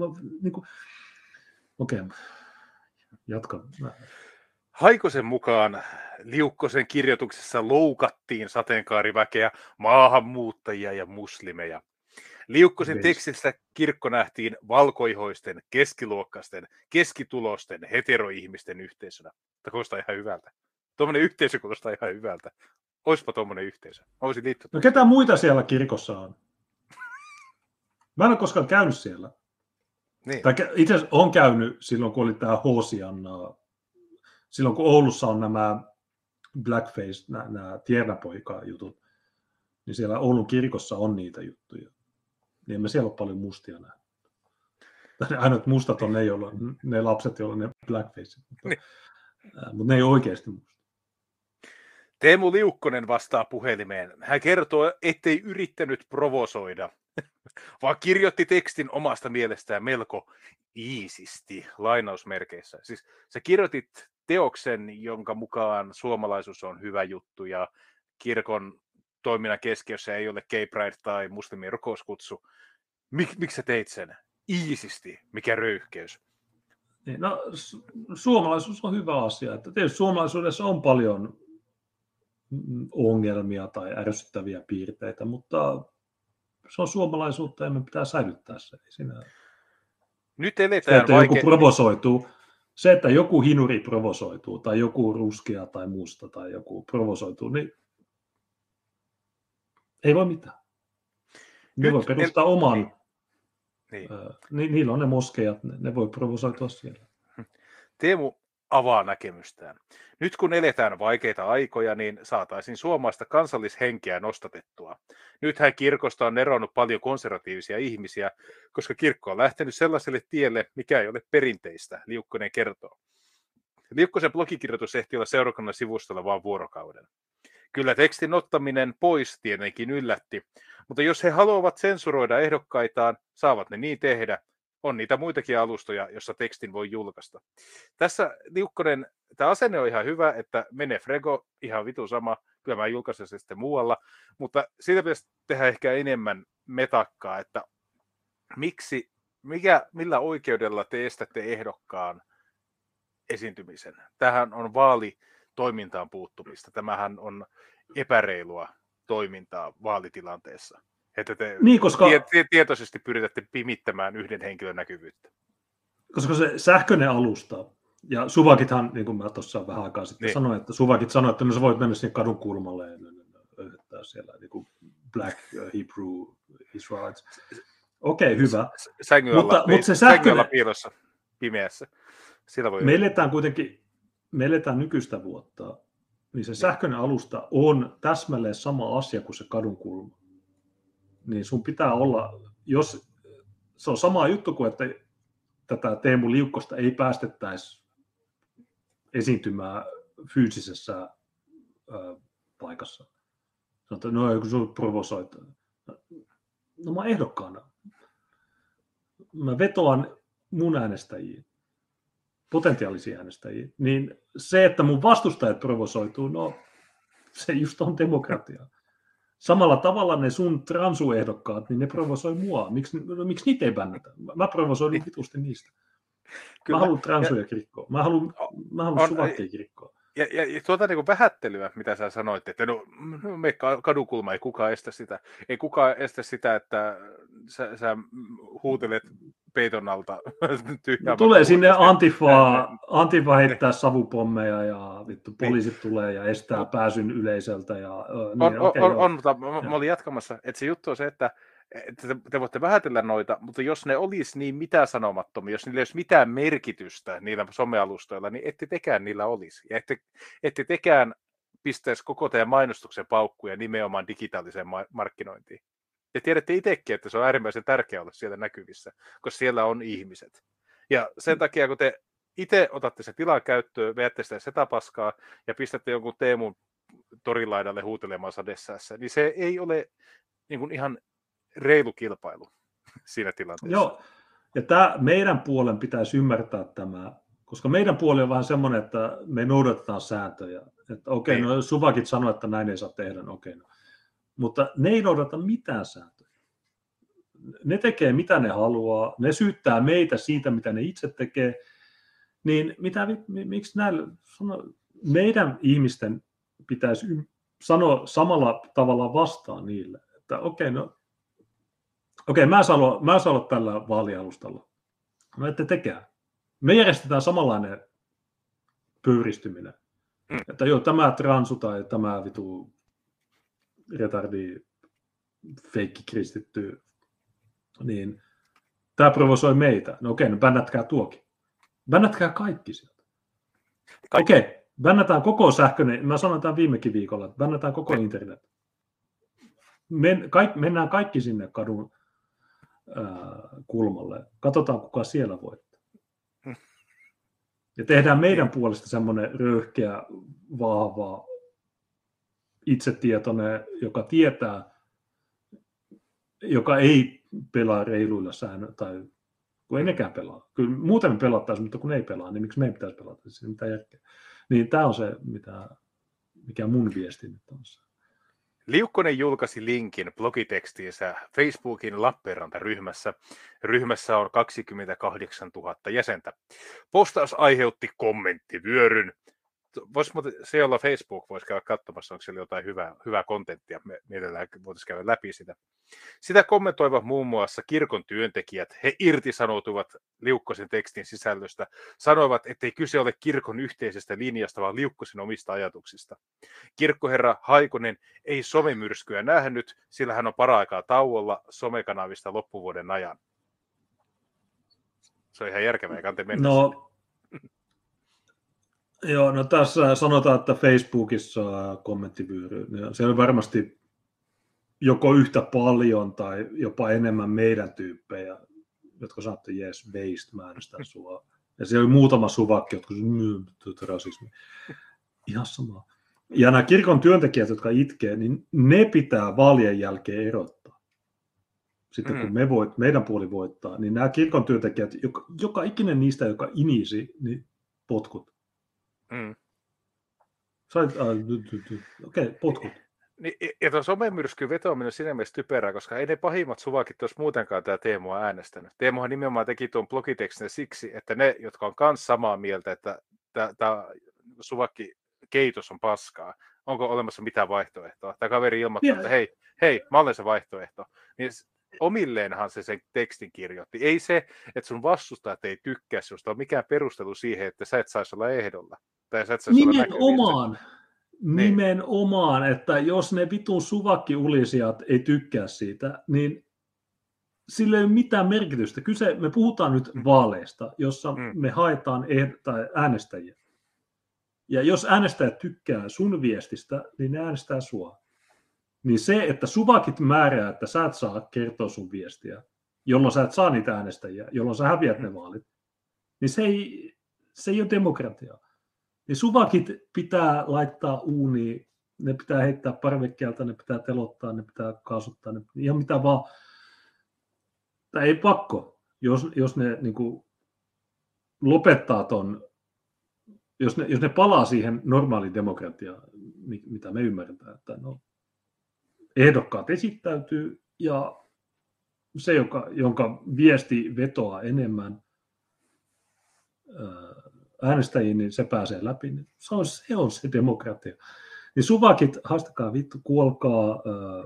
S1: okei, jatka.
S2: Haikosen mukaan Liukkosen kirjoituksessa loukattiin sateenkaariväkeä, maahanmuuttajia ja muslimeja. Liukkosen tekstissä kirkko nähtiin valkoihoisten, keskiluokkaisten, keskitulosten, heteroihmisten yhteisönä. Tämä kuulostaa ihan hyvältä. Tuommoinen yhteisö kuulostaa ihan hyvältä. Oispa tuommoinen yhteisö.
S1: No ketä muita siellä kirkossa on? Mä en ole koskaan käynyt siellä.
S2: Niin.
S1: Itse asiassa olen käynyt silloin, kun oli tämä Hosianna. Silloin, kun Oulussa on nämä blackface, nämä tiedäpoika-jutut, niin siellä Oulun kirkossa on niitä juttuja. Niin emme siellä ole paljon mustia nähnyt. Ainoat mustat on ne lapset, joilla on ne blackface. Mutta ne ei ole oikeasti mustia.
S2: Teemu Liukkonen vastaa puhelimeen. Hän kertoo, ettei yrittänyt provosoida, vaan kirjoitti tekstin omasta mielestään melko iisisti, lainausmerkeissä. Siis sä kirjoitit teoksen, jonka mukaan suomalaisuus on hyvä juttu ja kirkon toiminnan keskiössä ei ole gay pride tai muslimien rukouskutsu. Miksi sä teit sen? Iisisti, mikä röyhkeys?
S1: No, suomalaisuus on hyvä asia. Että tietysti suomalaisuudessa on paljon ongelmia tai ärsyttäviä piirteitä, mutta se on suomalaisuutta ja me pitää säilyttää se.
S2: Nyt eletään
S1: joku provosoituu. Se, että joku hinuri provosoituu, tai joku ruskea tai musta, tai joku provosoituu, niin ei voi mitään. Ne voi perustaa oman. Niillä on ne moskeijat, ne voi provosoitua siellä.
S2: Teemu avaa näkemystään. Nyt kun eletään vaikeita aikoja, niin saataisiin suomalaista kansallishenkeä nostatettua. Nythän kirkosta on eronnut paljon konservatiivisia ihmisiä, koska kirkko on lähtenyt sellaiselle tielle, mikä ei ole perinteistä, Liukkonen kertoo. Liukkosen blogikirjoitus ehti olla seurakunnan sivustolla vain vuorokauden. Kyllä tekstin ottaminen pois tietenkin yllätti, mutta jos he haluavat sensuroida ehdokkaitaan, saavat ne niin tehdä. On niitä muitakin alustoja, jossa tekstin voi julkaista. Tässä Liukkonen, tämä asenne on ihan hyvä, että menee frego, ihan vitu sama, kyllä mä julkaisen se sitten muualla, mutta siitä pitäisi tehdä ehkä enemmän metakkaa, että millä oikeudella te estätte ehdokkaan esiintymisen. Tämähän on vaalitoimintaan puuttumista, tämähän on epäreilua toimintaa vaalitilanteessa. Että te tietoisesti pyritätte pimittämään yhden henkilön näkyvyyttä.
S1: Koska se sähköinen alusta, ja Suvakithan, niin kuin mä tuossa vähän aikaa sitten sanoin, että Suvakit sanoi, että no sä voit mennä sinne kadun kulmalle ja öyhettää siellä niin kuin Black Hebrew Israelites. Okei, hyvä.
S2: Mutta se sähköinen piilossa pimeässä.
S1: Me eletään nykyistä vuotta, niin se sähköinen alusta on täsmälleen sama asia kuin se kadun kulma. Niin sun pitää olla, jos se on sama juttu kuin, että tätä Teemu Liukkosta ei päästettäisi esiintymään fyysisessä paikassa. Sanotaan, no joku sun provosoit. No mä ehdokkaana. Mä vetoan mun äänestäjiin, potentiaalisiin äänestäjiin. Niin se, että mun vastustajat provosoituu, no se just on demokratia. Samalla tavalla ne sun transuehdokkaat, niin ne provosoi mua. Miksi niitä ei bännätä? Mä provosoidun vitusti niistä. Kyllä. Mä haluan transuja kirkkoon. Mä haluan Suvakkeja kirkkoon.
S2: Ja tuota niin kuin vähättelyä, mitä sä sanoit, että no me kadukulma, ei kukaan estä sitä. Ei kukaan estä sitä, että sä huutelet peiton alta tyhjää
S1: Tulee sinne
S2: makuuhuoneeseen.
S1: Antifa heittää savupommeja ja vittu
S2: Niin.
S1: poliisit tulee ja estää pääsyn yleiseltä. Ja,
S2: niin, on, mutta mä olin jatkamassa, että se juttu on se, että te voitte vähätellä noita, mutta jos ne olisi niin mitään sanomattomia, jos niillä ei olisi mitään merkitystä niillä somealustoilla, niin ette tekään niillä olisi. Ja ette tekään pistäisi koko teidän mainostuksen paukkuja nimenomaan digitaaliseen markkinointiin. Te tiedätte itsekin, että se on äärimmäisen tärkeää olla siellä näkyvissä, koska siellä on ihmiset. Ja sen takia, kun te itse otatte se tilan käyttöön, veätte sitä setapaskaa ja pistätte jonkun Teemun torilaidalle huutelemaan sadessässä, niin se ei ole niin kuin ihan reilu kilpailu siinä tilanteessa.
S1: Joo, ja tämä meidän puolen pitäisi ymmärtää tämä, koska meidän puoli on vähän semmoinen, että me noudatetaan sääntöjä. Että okei, no Suvakit sanoo, että näin ei saa tehdä, no okei. No. Mutta ne ei noudata mitään sääntöjä. Ne tekee mitä ne haluaa, ne syyttää meitä siitä, mitä ne itse tekee. Niin miksi näillä meidän ihmisten pitäisi sanoa samalla tavalla vastaan niille, että okei, mä en saa olla tällä vaalialustalla. No ette tekään. Me järjestetään samanlainen pöyristyminen. Että joo, tämä transu tai tämä vitu retardi feikki kristitty, niin tämä provosoi meitä. No okei, no bännätkää tuokin. Bännätkää kaikki sieltä. Okei, bännätään koko sähköinen, mä sanoin tämän viimekin viikolla, että bännätään koko internet. Mennään kaikki sinne kadun kulmalle. Katsotaan, kuka siellä voittaa. Ja tehdään meidän puolesta semmoinen röyhkeä, vahva, itsetietoinen, joka tietää, joka ei pelaa reiluilla säännöillä, tai kun ei nekään pelaa. Kyllä muuten me pelattaisiin, mutta kun ei pelaa, niin miksi meidän pitäisi pelata? Siis mitä järkeä. Niin tämä on se, mikä mun viesti nyt on se.
S2: Liukkonen julkaisi linkin blogitekstiinsä Facebookin Lappeenranta-ryhmässä. Ryhmässä on 28 000 jäsentä. Postaus aiheutti kommenttivyöryn. Se, jolla Facebook voisi käydä katsomassa, onko siellä jotain hyvää kontenttia. Me mielellään voitaisiin käydä läpi sitä. Sitä kommentoivat muun muassa kirkon työntekijät. He irtisanoutuvat Liukkosen tekstin sisällöstä. Sanoivat, ettei kyse ole kirkon yhteisestä linjasta, vaan Liukkosen omista ajatuksista. Kirkkoherra Haikonen ei somemyrskyä nähnyt, sillä hän on paraikaa tauolla somekanavista loppuvuoden ajan. Se on ihan järkevää, eikä mennä sinne.
S1: Joo, no tässä sanotaan, että Facebookissa kommenttivyöry. Se on varmasti joko yhtä paljon tai jopa enemmän meidän tyyppejä, jotka sanoo, että jes, based, mä äänestän sua. Ja siellä oli muutama suvakki, jotka sanoivat, rasismi. Ihan sama. Ja nämä kirkon työntekijät, jotka itkee, niin ne pitää vaalien jälkeen erottaa. Sitten kun meidän puoli voittaa, niin nämä kirkon työntekijät, joka ikinen niistä, joka inisi, niin potkut. Okei, potkut.
S2: Ja tuon somemyrskyn vetoaminen on siinä mielessä typerää, koska ei ne pahimmat suvakit olisi muutenkaan tämä Teemoa äänestänyt. Teemohan nimenomaan teki tuon blogitekstin siksi, että ne, jotka on myös samaa mieltä, että tämä suvakki keitos on paskaa, onko olemassa mitään vaihtoehtoa? Tämä kaveri ilmoittaa, että hei, mä olen se vaihtoehto. Niin omilleenhan se sen tekstin kirjoitti. Ei se, että sun vastustajat ei tykkää sinusta, ole mikään perustelu siihen, että sä et saisi olla ehdolla. Tai sä et saisi olla
S1: Nimenomaan, että jos ne vitun suvakkiulisijat ei tykkää siitä, niin sillä ei ole mitään merkitystä. Me puhutaan nyt vaaleista, jossa me haetaan äänestäjiä. Ja jos äänestäjät tykkää sun viestistä, niin ne äänestää sua. Niin se, että suvakit määrää, että sä et saa kertoa sun viestiä, jolloin sä et saa niitä äänestäjiä, jolloin sä häviät ne vaalit, niin se ei ole demokratiaa. Niin suvakit pitää laittaa uuniin, ne pitää heittää parvekkeelta, ne pitää telottaa, ne pitää kaasuttaa, ihan mitä vaan. Tai ei pakko, jos ne niin kuin lopettaa ton, jos ne palaa siihen normaaliin demokratiaan, mitä me ymmärretään, että no, ehdokkaat esittäytyy ja se, jonka viesti vetoaa enemmän, äänestäjiin, niin se pääsee läpi. Niin se on se demokratia. Niin suvakit, haastakaa vittu, kuolkaa.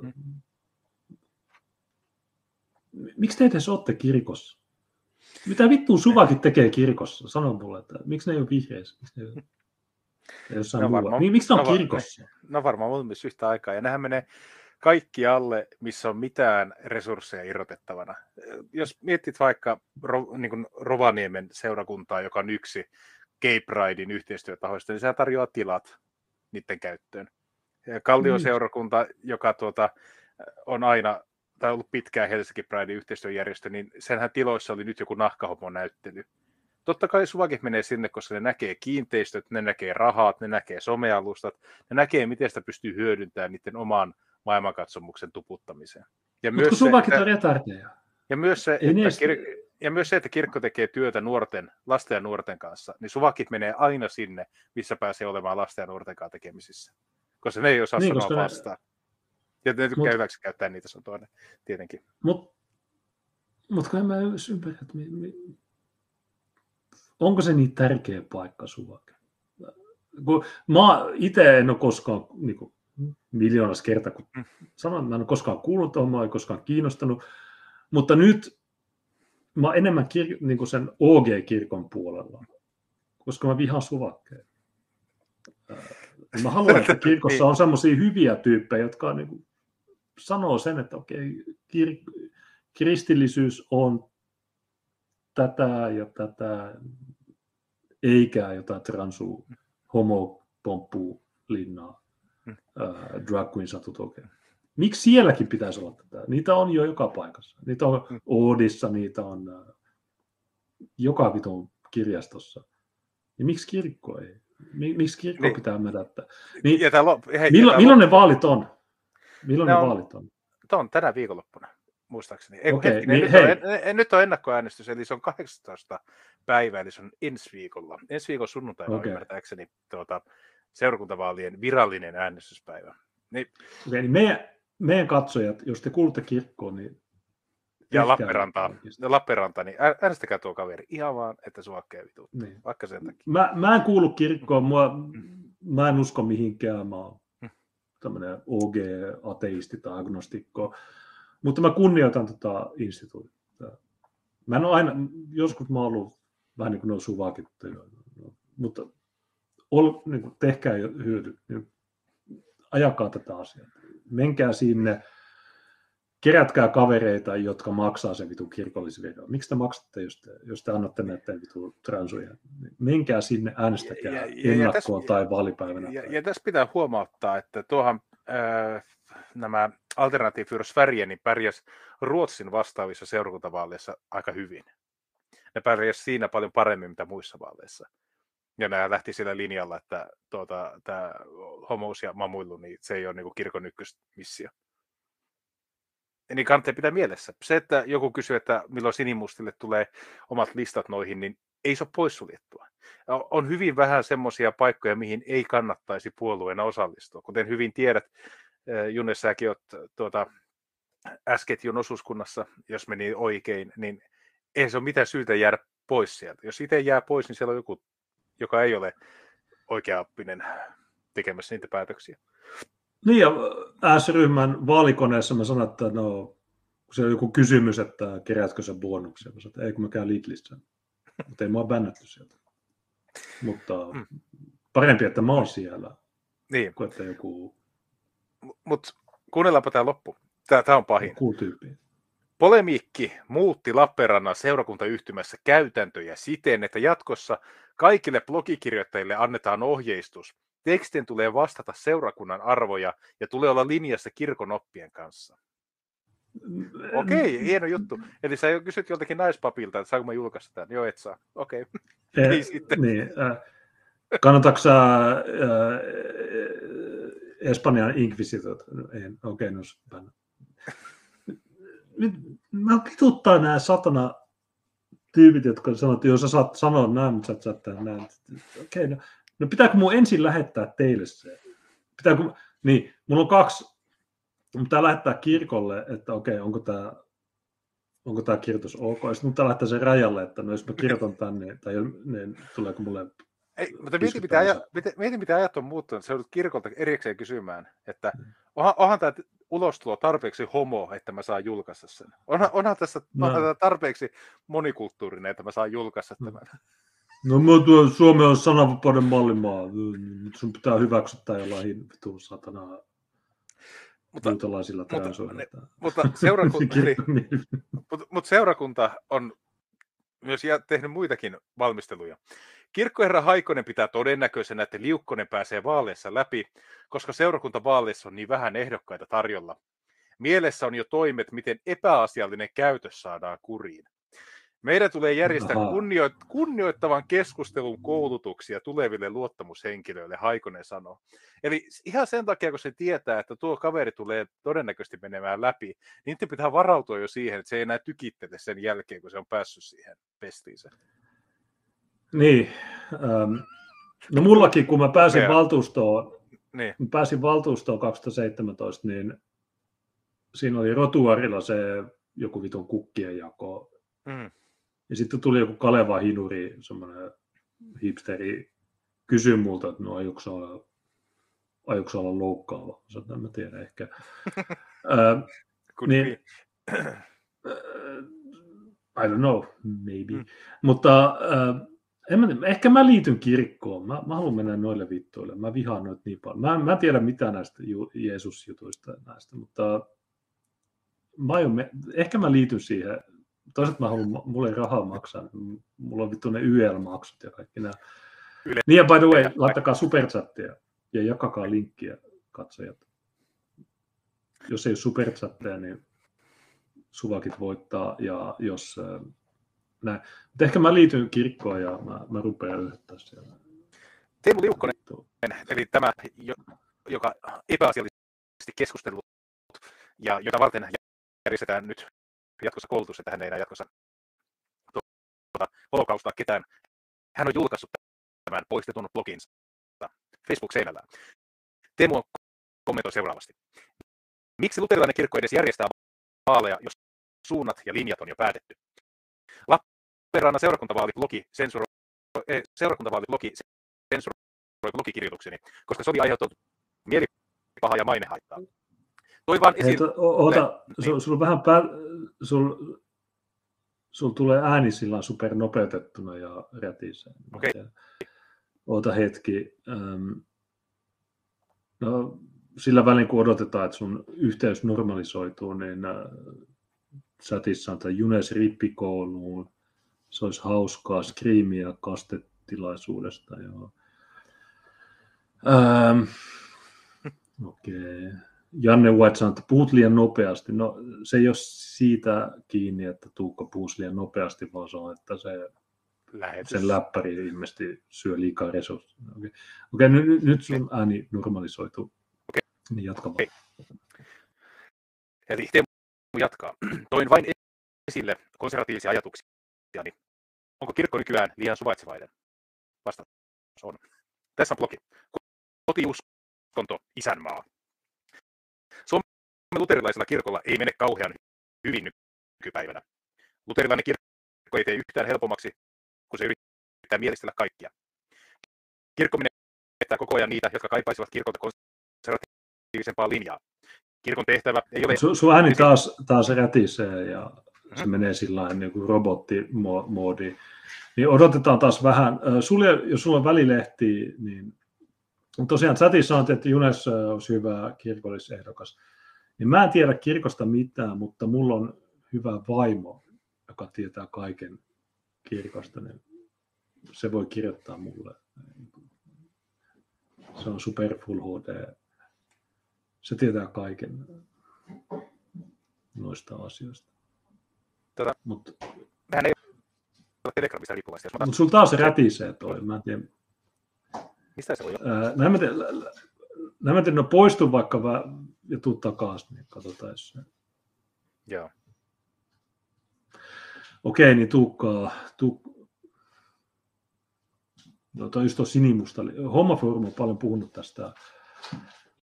S1: Miksi te edes olette kirkossa? Mitä vittua suvakit tekee kirkossa? Sano mulle, että miksi ne ei ole vihreissä? Miksi ne ei ole jossain muualla? Niin, miksi ne on kirkossa?
S2: No varmaan molemmissa yhtä aikaa. Ja nehän menee kaikki alle, missä on mitään resursseja irrotettavana. Jos mietit vaikka niin Rovaniemen seurakuntaa, joka on yksi Gay Pridein yhteistyötahoista, niin sehän tarjoaa tilat niiden käyttöön. Kallion seurakunta, joka on aina, tai ollut pitkään Helsinki Pridein yhteistyöjärjestö, niin senhän tiloissa oli nyt joku nahkahomon-näyttely. Totta kai suvakit menee sinne, koska ne näkee kiinteistöt, ne näkee rahat, ne näkee somealustat, ne näkee, miten sitä pystyy hyödyntämään niiden oman maailmankatsomuksen tuputtamiseen.
S1: Mutta kun suvakit on retardeja.
S2: Ja myös se, että kirkko tekee työtä lasten ja nuorten kanssa, niin suvakit menee aina sinne, missä pääsee olemaan lasten ja nuorten kanssa tekemisissä. Koska ne ei osaa sanoa vastaan. Ja ne tykkää hyväksi käyttää niitä, se on toinen tietenkin.
S1: Mutta kun en mä ymmärrä, että onko se niin tärkeä paikka suvake? Mä itse en ole koskaan, niin kuin miljoonas kerta, kun sanoin, mä en ole koskaan kuullut, mä en koskaan kiinnostanut, mutta nyt mä oon enemmän niin kuin sen OG-kirkon puolella, koska mä vihaan suvakkeen. Mä haluan, että kirkossa on semmoisia hyviä tyyppejä, jotka niin kuin sanoo sen, että okei, kristillisyys on tätä ja tätä, eikä jotain transuu, homo, pomppuu, linnaa, drag queen satut okei. Miksi sielläkin pitäisi olla tätä? Niitä on jo joka paikassa. Niitä on Oodissa, niitä on joka vitun kirjastossa. Ja miksi kirkko ei? Miksi kirkko pitää mädättää? Niin, milloin ne vaalit on? Milloin ne vaalit on?
S2: Tämä on tänä viikonloppuna, muistaakseni. Nyt on ennakkoäänestys, eli se on 18. päivä, eli se on ensi viikolla. Ensi viikon sunnuntaina on ymmärtääkseni seurakuntavaalien virallinen äänestyspäivä. Niin
S1: meidän katsojat, jos te kuulutte kirkkoon, niin
S2: ja Lappeenranta, niin äänestäkää tuo kaveri ihan vaan, että suakkeen vituutta, niin. Vaikka sen takia.
S1: Mä en kuulu kirkkoon, mä en usko mihinkään, mä oon tämmöinen OG-ateisti tai agnostikko, mutta mä kunnioitan tota instituuttia. Mä en ole aina, joskus mä oon ollut vähän niin kuin nuo suvakit, mutta niin kuin, tehkää hyöty, niin ajakaa tätä asiaa. Menkää sinne, kerätkää kavereita, jotka maksaa sen vitun kirkollisveron. Miksi te maksatte, jos te annatte näitä vitun transuja? Menkää sinne, äänestäkää ennakkoon tai vaalipäivänä.
S2: Ja tässä pitää huomauttaa, että tuohan nämä Alternative för Sverige niin pärjäs Ruotsin vastaavissa seurakuntavaaleissa aika hyvin. Ne pärjäs siinä paljon paremmin mitä muissa vaaleissa. Ja nämä lähti sillä linjalla, että tämä homous ja mamuilu, niin se ei ole niin kuin kirkon ykkösmissio. Niin kannattaa pitää mielessä. Se, että joku kysyy, että milloin sinimustille tulee omat listat noihin, niin ei se ole poissuljettua. On hyvin vähän semmoisia paikkoja, mihin ei kannattaisi puolueena osallistua. Kuten hyvin tiedät, Junne, säkin olet S-ketjun osuuskunnassa, jos meni oikein, niin ei se ole mitään syytä jäädä pois sieltä. Jos itse jää pois, niin siellä on joku, joka ei ole oikeaoppinen tekemässä niitä päätöksiä.
S1: Niin, ja S-ryhmän vaalikoneessa mä sanoin, että kun se on joku kysymys, että kerätkö sä bonuksia. Mä sanoin, että ei, kun mä käyn Lidlissä. Mutta ei mua bännätty sieltä. Mutta parempi, että mä oon siellä.
S2: Niin.
S1: Kuin että joku...
S2: Mutta kuunnellaanpa tämä loppu. Tämä on pahin.
S1: Polemiikki
S2: muutti Lappeenrannan seurakuntayhtymässä käytäntöjä siten, että jatkossa kaikille blogikirjoittajille annetaan ohjeistus. Tekstin tulee vastata seurakunnan arvoja ja tulee olla linjassa kirkon oppien kanssa. Okei, hieno juttu. Eli sä kysyt joltakin naispapilta, että saanko mä julkaista tämän? Joo, et saa. Okei. Ei sitten.
S1: Niin, kannatatko sä Espanjan inkvisitiota? Okei, no mä vituttaa nämä satana tyypit, jotka sanoo, että jos sä saat sanoa näin, mutta sä et saa tehdä näin. Okei, no pitääkö mun ensin lähettää teille se? Niin, mulla on 2. Mun pitää lähettää kirkolle, että okei, onko onko tämä kirjoitus ok. Ja sitten lähtee sen rajalle, että no jos mä kirjoitan tänne, tai niin tuleeko mulle...
S2: Ei, mutta mietin, mitä ajat on muuttunut. Se joudut kirkolta erikseen kysymään, että onhan tämä ulostulo tarpeeksi homo, että mä saan julkaista sen. Onhan tässä tarpeeksi monikulttuurinen, että mä saan julkaista tämän.
S1: No Suomi on sananvapauden mallimaa. Nyt sun pitää hyväksyä tämä jollain vitun satanaa juutalaisilla transoilla.
S2: Mutta seurakunta on myös tehnyt muitakin valmisteluja. Kirkkoherra Haikonen pitää todennäköisenä, että Liukkonen pääsee vaaleissa läpi, koska seurakuntavaaleissa on niin vähän ehdokkaita tarjolla. Mielessä on jo toimet, miten epäasiallinen käytös saadaan kuriin. Meidän tulee järjestää kunnioittavan keskustelun koulutuksia tuleville luottamushenkilöille, Haikonen sanoo. Eli ihan sen takia, kun se tietää, että tuo kaveri tulee todennäköisesti menemään läpi, niin te pitää varautua jo siihen, että se ei enää tykittele sen jälkeen, kun se on päässyt siihen pestiinsä.
S1: Niin. No mullakin, kun mä pääsin valtuustoon 2017, niin siinä oli rotuarilla se joku vitun kukkien jako. Ja sitten tuli joku Kaleva Hinuri, semmoinen hipsteri, kysyi multa, että no aiotko olla loukkaava? Sanoin, en mä tiedä ehkä. Niin, I don't know, maybe. Mutta ehkä mä liityn kirkkoon. Mä haluan mennä noille vittuille. Mä vihaan noita niin paljon. Mä en tiedä mitään näistä Jeesus-jutuista näistä, mutta ehkä mä liityn siihen. Toisaalta mä haluan, mulla ei rahaa maksaa. Mulla on vittu ne YL-maksut ja kaikki nämä. Niin ja by the way, laittakaa superchattia ja jakakaa linkkiä, katsojat. Jos ei ole superchatteja, niin suvakit voittaa. Ja jos näin. Mutta ehkä mä liityn kirkkoon ja mä rupean yrittää siellä.
S2: Teemu Liukkonen, eli tämä, joka epäasiallisesti keskustellut ja jota varten järjestetään nyt jatkossa koulutus, että hän ei enää jatkossa holokaustaa ketään. Hän on julkaissut tämän poistetun bloginsa Facebook-seinällään. Teemu kommentoi seuraavasti. Miksi luterilainen kirkko edes järjestää vaaleja, jos suunnat ja linjat on jo päätetty? Lappeenrannan seurakuntavaaliblogi sensuroi blogikirjoitukseni, koska se oli aiheuttanut mielipahaa ja mainehaittaa. Toi vaan esiin...
S1: Sulla vähän sulla tulee ääni sillä supernopeutettuna ja rätisee.
S2: Okay.
S1: Oota hetki. No, sillä välin kun odotetaan, että sun yhteys normalisoituu, niin chatissa on Junes rippikouluun. Se olisi hauskaa skriimiä kastetilaisuudesta. Okei. Janne White sanoo, että puhut liian nopeasti. No se ei ole siitä kiinni, että Tuukka puhuisi liian nopeasti, vaan se on, että sen läppäri ilmeisesti syö liikaa resursseja. Okei, nyt sun ääni normalisoituu.
S2: Okay.
S1: Niin jatka vaan.
S2: Eli Teemu jatkaa. Toin vain esille konservatiivisia ajatuksia. Niin onko kirkko nykyään liian suvaitsevainen? Vastaus on. Tässä on blogi. Kotiuskonto, isänmaa. Suomen luterilaisella kirkolla ei mene kauhean hyvin nykypäivänä. Luterilainen kirkko ei tee yhtään helpommaksi, kun se yrittää mielistellä kaikkia. Kirkko menettää koko ajan niitä, jotka kaipaisivat kirkolta konservatiivisempaa linjaa. Kirkon tehtävä ei ole...
S1: Sun ääni taas rätisee ja se menee sillain niin kuin robottimoodiin. Niin odotetaan taas vähän. Jos sulla on välilehti, niin tosiaan chatissa on, että Junes olisi hyvä kirkollisehdokas. Niin mä en tiedä kirkosta mitään, mutta mulla on hyvä vaimo, joka tietää kaiken kirkosta. Niin se voi kirjoittaa mulle. Se on super full HD. Se tietää kaiken noista asioista.
S2: Hän ei ole Telegramista riippuvaista.
S1: Mutta sulla taas rätisee toi. Mä en tiedä.
S2: Mistä se on jo?
S1: Nämä no poistu vaikka ja tuu takaisin, niin katsotaan jos se...
S2: Joo.
S1: Okei, niin Tuukkaa. No toi just tuo sinimusta. Hommaforum on paljon puhunut tästä.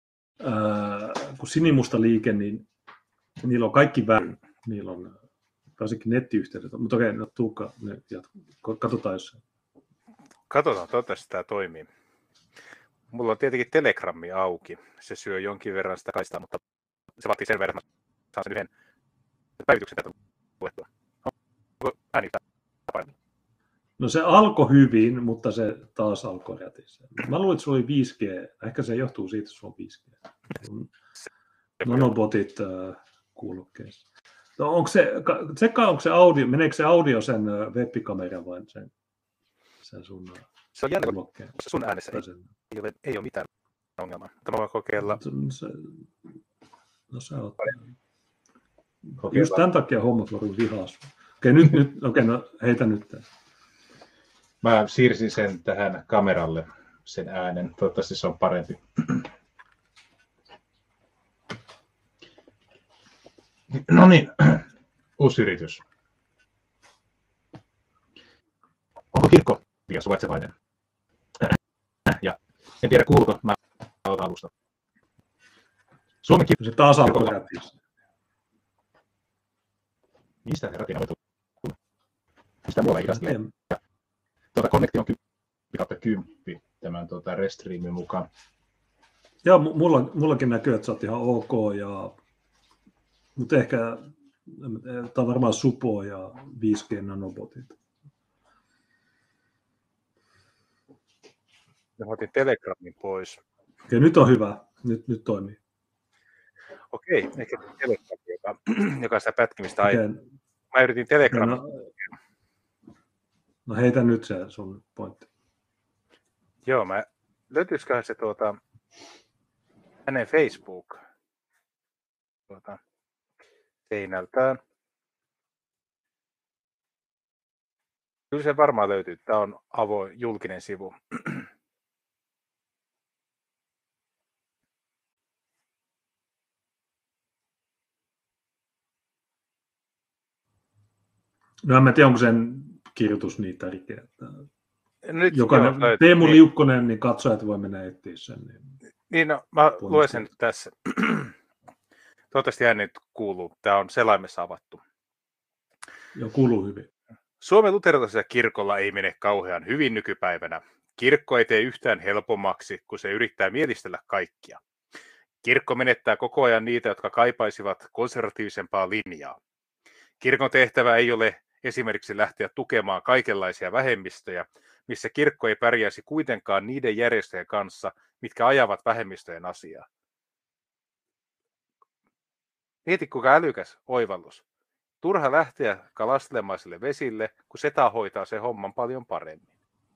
S1: Kun sinimusta liike, niin niillä on kaikki väri. Niillä on varsinkin nettiyhteydet. Mutta okei, no Tuukka, katsotaan jossain.
S2: Katsotaan, toivottavasti tämä toimii. Mulla on tietenkin Telegrammi auki. Se syö jonkin verran sitä kaistaa, mutta se vaatii sen verran, että saan sen yhden päivityksen tätä luettua. Onko ääni paremmin?
S1: No se alkoi hyvin, mutta se taas alkoi rätissä. Mä luulen, että se oli 5G. Ehkä se johtuu siitä, että se on 5G. Nanobotit kuulokkeissa. No onko se audio, meneekö se audio sen webikameran vai sen sun
S2: se on jännä, koska sun äänessä ei ole mitään ongelmaa. Tämä voi kokeilla.
S1: No se on. Just tämän takia Homoflorun vihas. Okei, no heitä nyt.
S3: Mä siirsin sen tähän kameralle, sen äänen. Toivottavasti se on parempi. No niin, uusi yritys. Onko kirkko liian suvaitsevainen? Ja en tiedä kuuluuko, mä aloitan alusta. Suomen kirkko...
S1: Se taas alkoi rätissä.
S3: Mistä ratina voi tulla? Mistä muualla ei hidasta? Connecti on 10/10 tämän Restreamin mukaan.
S1: Joo, mullakin näkyy, että sä oot ihan ok, mutta ehkä tämä on varmaan Supo ja 5G nanobotit.
S2: Mä otin Telegramin pois.
S1: Okei, nyt on hyvä. Nyt toimii.
S2: Okei, ehkä Telegram, joka sitä pätkimistä aikaa. Mä yritin Telegramin.
S1: No heitä nyt se sun pointti.
S2: Joo, löytyisiköhän se hänen Facebook seinältään. Kyllä se varmaan löytyy. Tämä on avoin julkinen sivu.
S1: No en tiedä, onko sen kirjoitus niin tärkeä.
S2: Nyt,
S1: jokainen Teemu Liukkonen, niin katsojat voi mennä etsiä sen.
S2: Niin no, mä luen sen nyt tässä. Toivottavasti ääni nyt kuuluu. Tämä on selaimessa avattu.
S1: Joo, kuuluu hyvin.
S2: Suomen luterilaisella kirkolla ei mene kauhean hyvin nykypäivänä. Kirkko ei tee yhtään helpommaksi, kun se yrittää mielistellä kaikkia. Kirkko menettää koko ajan niitä, jotka kaipaisivat konservatiivisempaa linjaa. Kirkon tehtävä ei ole esimerkiksi lähteä tukemaan kaikenlaisia vähemmistöjä, missä kirkko ei pärjäisi kuitenkaan niiden järjestöjen kanssa, mitkä ajavat vähemmistöjen asiaa. Mieti, kuinka älykäs oivallus. Turha lähteä kalastelemaan sille vesille, kun SETA hoitaa sen homman paljon paremmin.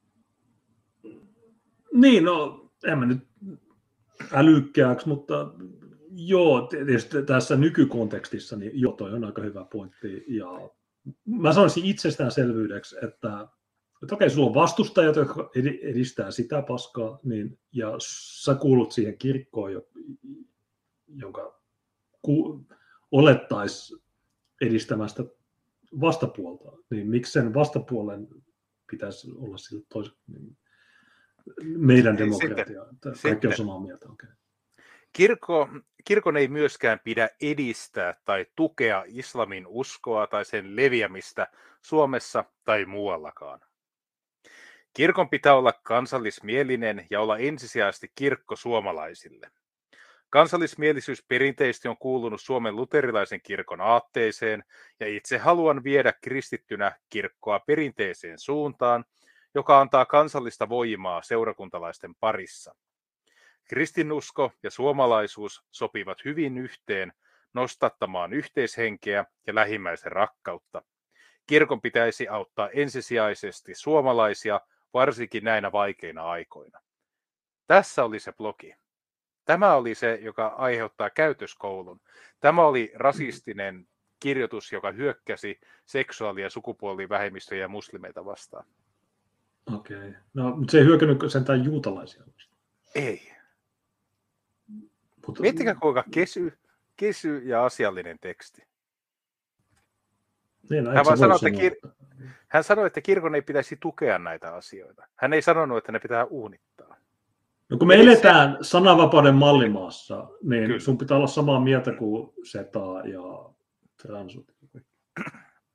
S1: Niin, no en mä nyt älykkääksi, mutta joo, tietysti tässä nykykontekstissa, niin joo, toi on aika hyvä pointti. Ja mä sanoisin itsestäänselvyydeksi, että okei, sulla on vastustajat, jotka edistää sitä paskaa, niin, ja sä kuulut siihen kirkkoon, jonka olettaisi edistämästä vastapuolta, niin miksi sen vastapuolen pitäisi olla sille toiselle meidän demokratia? Kaikki on samaa mieltä. Okay.
S2: Kirkon ei myöskään pidä edistää tai tukea islamin uskoa tai sen leviämistä Suomessa tai muuallakaan. Kirkon pitää olla kansallismielinen ja olla ensisijaisesti kirkko suomalaisille. Kansallismielisyys perinteisesti on kuulunut Suomen luterilaisen kirkon aatteeseen, ja itse haluan viedä kristittynä kirkkoa perinteiseen suuntaan, joka antaa kansallista voimaa seurakuntalaisten parissa. Kristinusko ja suomalaisuus sopivat hyvin yhteen nostattamaan yhteishenkeä ja lähimmäisen rakkautta. Kirkon pitäisi auttaa ensisijaisesti suomalaisia, varsinkin näinä vaikeina aikoina. Tässä oli se blogi. Tämä oli se, joka aiheuttaa käytöskoulun. Tämä oli rasistinen kirjoitus, joka hyökkäsi seksuaali- ja sukupuolivähemmistöjä ja muslimeita vastaan.
S1: Okei. No, mutta se ei hyökännyt sentään juutalaisia vastaan.
S2: Ei. Miettikää kuinka kesy ja asiallinen teksti.
S1: Niin, no,
S2: hän sanoi, että kirkon ei pitäisi tukea näitä asioita. Hän ei sanonut, että ne pitää uunittaa.
S1: No, kun me eletään sananvapauden mallimaassa, niin kyllä sun pitää olla samaa mieltä kuin SETA ja transut.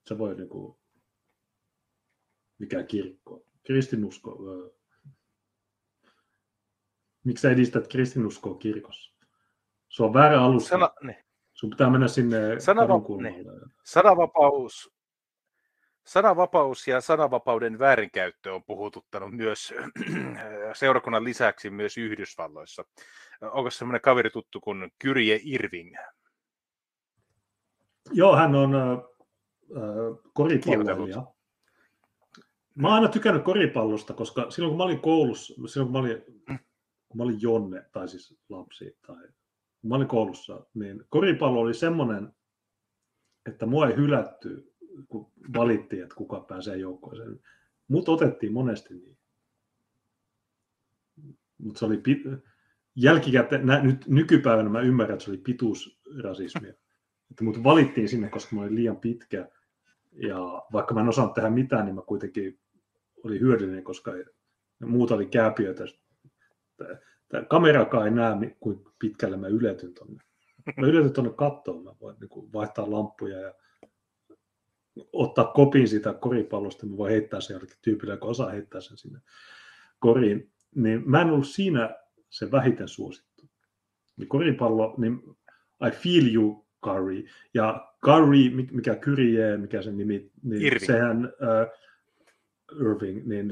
S1: Se voi niinku, mikä kirkko, kristinusko. Miksi sä edistät kristinuskoa kirkossa? Se on väärä alusta. Sun pitää mennä sinne kadun kulmalle.
S2: Sananvapaus ja sananvapauden väärinkäyttö on puhututtanut myös seurakunnan lisäksi myös Yhdysvalloissa. Onko semmoinen kaveri tuttu kuin Kyrie Irving?
S1: Joo, hän on koripalloilija. Mä oon aina tykännyt koripallosta, koska silloin kun mä olin koulussa, kun mä olin Jonne, tai siis lapsi, tai kun mä olin koulussa, niin koripallo oli semmoinen, että mua ei hylätty, kun valittiin, että kuka pääsee joukkoon. Mut otettiin monesti niin. Mutta se oli jälkikäteen, nyt nykypäivänä mä ymmärrän, että se oli pituusrasismia. Että mut valittiin sinne, koska mä olin liian pitkä. Ja vaikka mä en osannut tehdä mitään, niin mä kuitenkin oli hyödyllinen, koska muuta oli kääpiöitä. Tämä kamerakaan ei näe, kuinka pitkälle mä yletyn tuonne. Mä yletyn tuonne kattoon, mä voin niin vaihtaa lamppuja ja ottaa kopin siitä koripallosta, mä voin heittää sen jollekin tyypille, joka osaa heittää sen sinne koriin. Niin mä en ollut siinä se vähiten suosittu. Niin koripallo, niin I feel you, Curry. Ja Curry, mikä Kyrie, mikä sen nimi, niin
S2: Irving.
S1: Sehän Irving, niin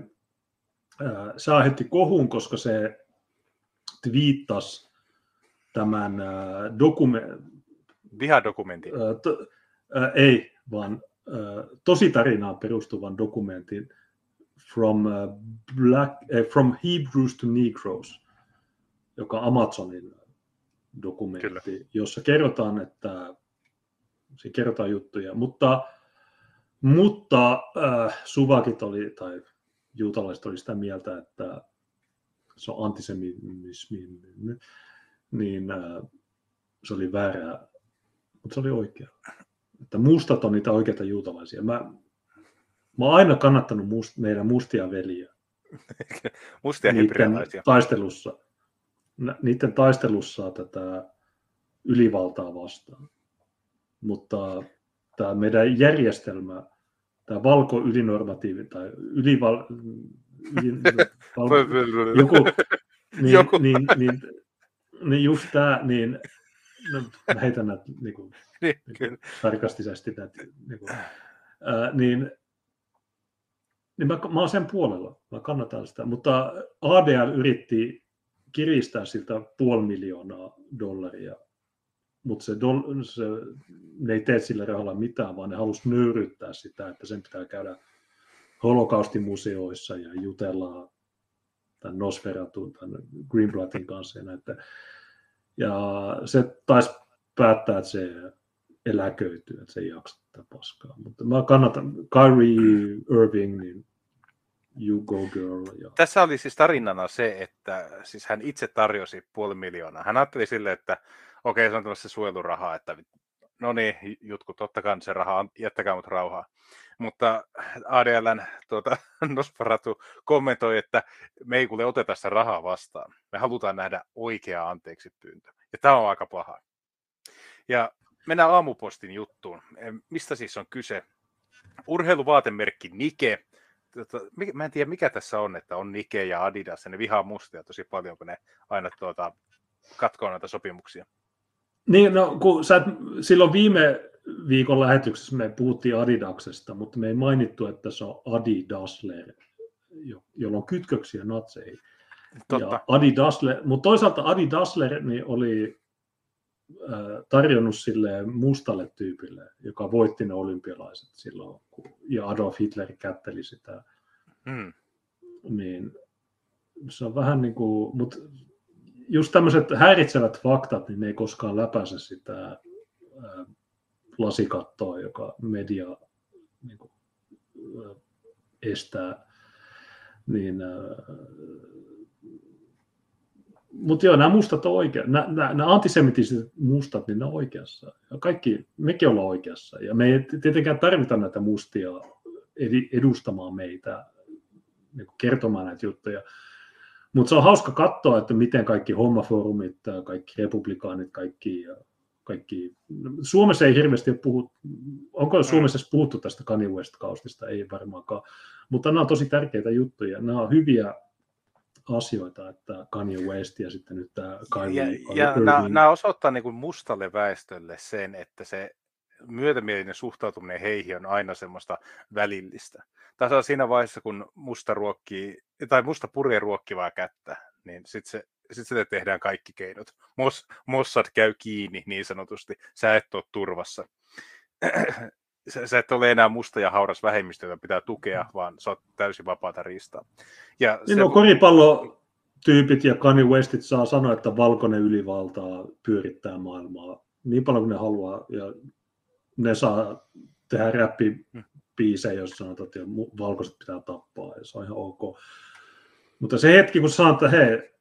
S1: se aiheutti kohun, koska se twiittasi tämän
S2: vihadokumentin.
S1: Ei, vaan tositarinaan perustuvan dokumentin From Hebrews to Negroes, joka on Amazonin dokumentti, kyllä, jossa kerrotaan, että siinä kerrotaan juttuja, mutta suvakit oli, tai juutalaiset oli sitä mieltä, että se on antisemitismi, niin se oli väärää, mutta se oli oikea. Että mustat on niitä oikeita juutalaisia. Mä oon aina kannattanut meidän mustia veljiä.
S2: Mustia hebrealaisia.
S1: Niiden taistelussa tätä ylivaltaa vastaan. Mutta tämä meidän järjestelmä, tämä valko-ylinormatiivi tai niin just tämä, niin mä heitän näitä sarkastisesti näitä, niin mä oon sen puolella, mä kannatan sitä, mutta ADL yritti kiristää siltä $500,000, mutta ne ei tee sillä rahalla mitään, vaan ne halusi nöyryttää sitä, että sen pitää käydä holokaustimuseoissa ja jutella tämän Nosferatun, tämän Greenblattin kanssa. Ja se taisi päättää, että se eläköityy, että se ei jaksa tätä paskaa. Mutta mä kannatan Kyrie Irving, niin you go girl. Ja...
S2: Tässä oli siis tarinana se, että siis hän itse tarjosi $500,000. Hän ajatteli silleen, että okei, se on tämmöistä suojelurahaa, että no niin, jutkut, ottakaa se rahaa, jättäkää mut rauhaa. Mutta ADL:n Nosferatu kommentoi, että me ei kuule oteta sitä rahaa vastaan. Me halutaan nähdä oikea anteeksi pyyntö. Ja tämä on aika paha. Ja mennään Aamupostin juttuun. Mistä siis on kyse? Urheiluvaatemerkki Nike. Mä en tiedä, mikä tässä on, että on Nike ja Adidas. Ja ne vihaa mustia tosi paljon, kun ne aina katkoo näitä sopimuksia.
S1: Niin, no, kun silloin viime viikon lähetyksessä me puhuttiin Adidaksesta, mutta me ei mainittu, että se on Adi Dassler, jolla on kytköksiä natseihin. Ja Adi Dassler, mutta toisaalta Adi Dassler niin oli tarjonnut sille mustalle tyypille, joka voitti ne olympialaiset silloin, ja Adolf Hitler kätteli sitä. Niin se on vähän niin kuin, mutta just tämmöiset häiritsevät faktat, niin ne ei koskaan läpäise sitä lasikattoa, joka media niin kuin, estää. Niin, mutta joo, nämä mustat on oikeassa. Nämä antisemitiset mustat, niin ne on oikeassa. Ja kaikki, mekin ollaan oikeassa. Ja me ei tietenkään tarvita näitä mustia edustamaan meitä, niin kuin kertomaan näitä juttuja. Mutta se on hauska katsoa, että miten kaikki hommafoorumit, kaikki republikaanit, kaikki kaikki. Suomessa ei hirveästi ole puhuttu, onko Suomessa puhuttu tästä Kanye West-kaustista? Ei varmaankaan, mutta nämä on tosi tärkeitä juttuja. Nämä on hyviä asioita, että Kanye West ja sitten nyt tämä Kyrie.
S2: Ja nämä osoittaa niin kuin mustalle väestölle sen, että se myötämielinen suhtautuminen heihin on aina semmoista välillistä. Tässä siinä vaiheessa, kun musta puree ruokkivaa kättä, niin sitten se tehdään kaikki keinot. Mossad käy kiinni niin sanotusti. Sä et ole turvassa. Sä et ole enää musta ja hauras vähemmistö, jota pitää tukea, vaan sä oot täysin vapaata riistaa. Ja
S1: niin koripallotyypit ja Kanye Westit saa sanoa, että valkoinen ylivaltaa pyörittää maailmaa niin paljon kuin ne haluaa. Ja ne saa tehdä räppibiisejä, jos sanotaan, että valkoiset pitää tappaa, ja se on ihan ok. Mutta se hetki, kun sanotaan, että hei,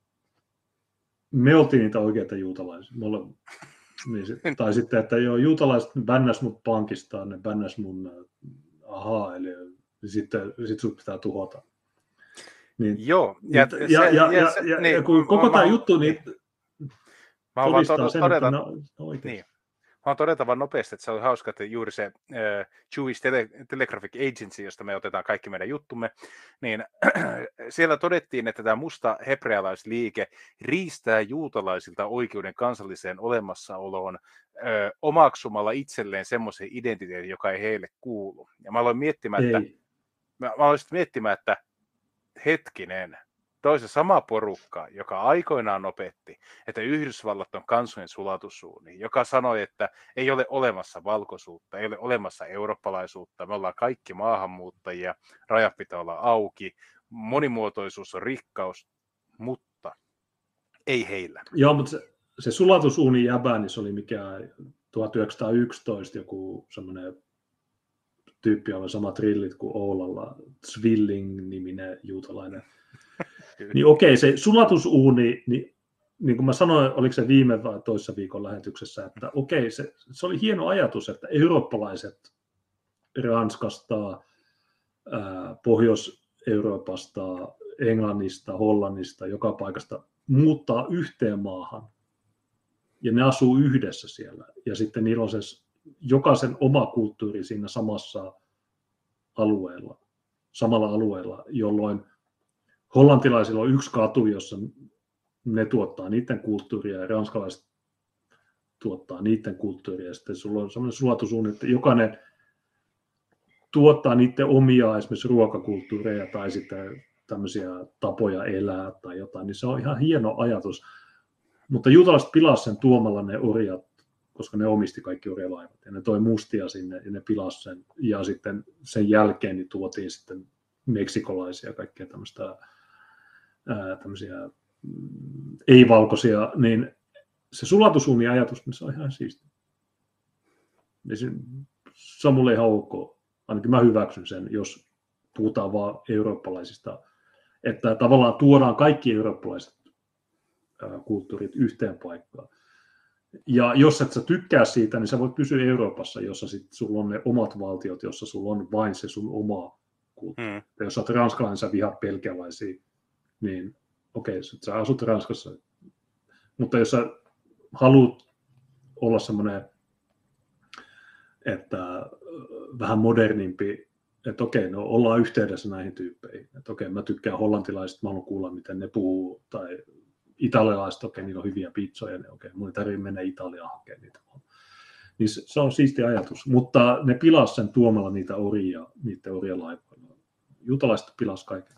S1: me oltiin niitä oikeita juutalaisia. Niin, tai sitten, että joo, juutalaiset bännäs mut pankistaan, ne bännäs mun eli sitten sut pitää tuhota. Niin,
S2: joo.
S1: Ja kun koko tämä juttu, niin todistaa sen, että ne on oikein.
S2: Niin. Mä oon todeta vaan nopeasti, että se oli hauska, että juuri se Jewish Telegraphic Agency, josta me otetaan kaikki meidän juttumme, niin siellä todettiin, että tämä musta hebrealaisliike riistää juutalaisilta oikeuden kansalliseen olemassaoloon omaksumalla itselleen semmoisen identiteetin, joka ei heille kuulu. Ja mä aloin miettimään, että hetkinen, toisen sama porukka, joka aikoinaan opetti, että Yhdysvallat on kansojen sulatussuuni, joka sanoi, että ei ole olemassa valkoisuutta, ei ole olemassa eurooppalaisuutta, me ollaan kaikki maahanmuuttajia, rajat pitää olla auki, monimuotoisuus on rikkaus, mutta ei heillä.
S1: Joo, mutta se sulatusuuni jäbä, niin se oli mikään 1911 joku semmoinen tyyppi, jolla oli samat rillit kuin Oulalla, Zwilling-niminen juutalainen. Niin okei, se sulatusuuni, niin kuin mä sanoin, oliko se viime vai toissa viikon lähetyksessä, että okei, se oli hieno ajatus, että eurooppalaiset Ranskasta, Pohjois-Euroopasta, Englannista, Hollannista, joka paikasta muuttaa yhteen maahan. Ja ne asuu yhdessä siellä. Ja sitten niillä on se jokaisen oma kulttuuri siinä samalla alueella, jolloin hollantilaisilla on yksi katu, jossa ne tuottaa niiden kulttuuria ja ranskalaiset tuottaa niiden kulttuuria. Ja sitten sulla on sellainen sulatusuuni, että jokainen tuottaa niiden omia esimerkiksi ruokakulttuureja tai sitten tämmöisiä tapoja elää tai jotain. Niin se on ihan hieno ajatus. Mutta juutalaiset pilasivat sen tuomalla ne orjat, koska ne omisti kaikki orjalaivat. Ja ne toi mustia sinne ja ne pilasivat sen. Ja sitten sen jälkeen niin tuotiin sitten meksikolaisia ja kaikkea tämmöisiä ei-valkoisia, niin se sulatusuuni-ajatus, niin se on ihan siistiä. Se on mulle ihan ok. Ainakin mä hyväksyn sen, jos puhutaan vaan eurooppalaisista, että tavallaan tuodaan kaikki eurooppalaiset kulttuurit yhteen paikkaan. Ja jos et sä tykkää siitä, niin sä voit pysyä Euroopassa, jossa sit sulla on ne omat valtiot, jossa sulla on vain se sun oma kulttuuri. Ja jos sä oot ranskalainen, sä vihaat belgialaisia, niin okei, sä asut Ranskassa. Mutta jos sä haluat olla semmoinen, että vähän modernimpi, että okei, no ollaan yhteydessä näihin tyyppeihin. Että okei, mä tykkään hollantilaisista, mä haluan kuulla, miten ne puhuu, tai italialaiset, okei, niillä on hyviä pizzoja, niin okei, mun ei tarvitse mennä Italiaan hakemaan niitä. Niin se on siisti ajatus, mutta ne pilas sen tuomalla niitä orjia, niiden orjalaivoilla. Juutalaiset pilas kaiken.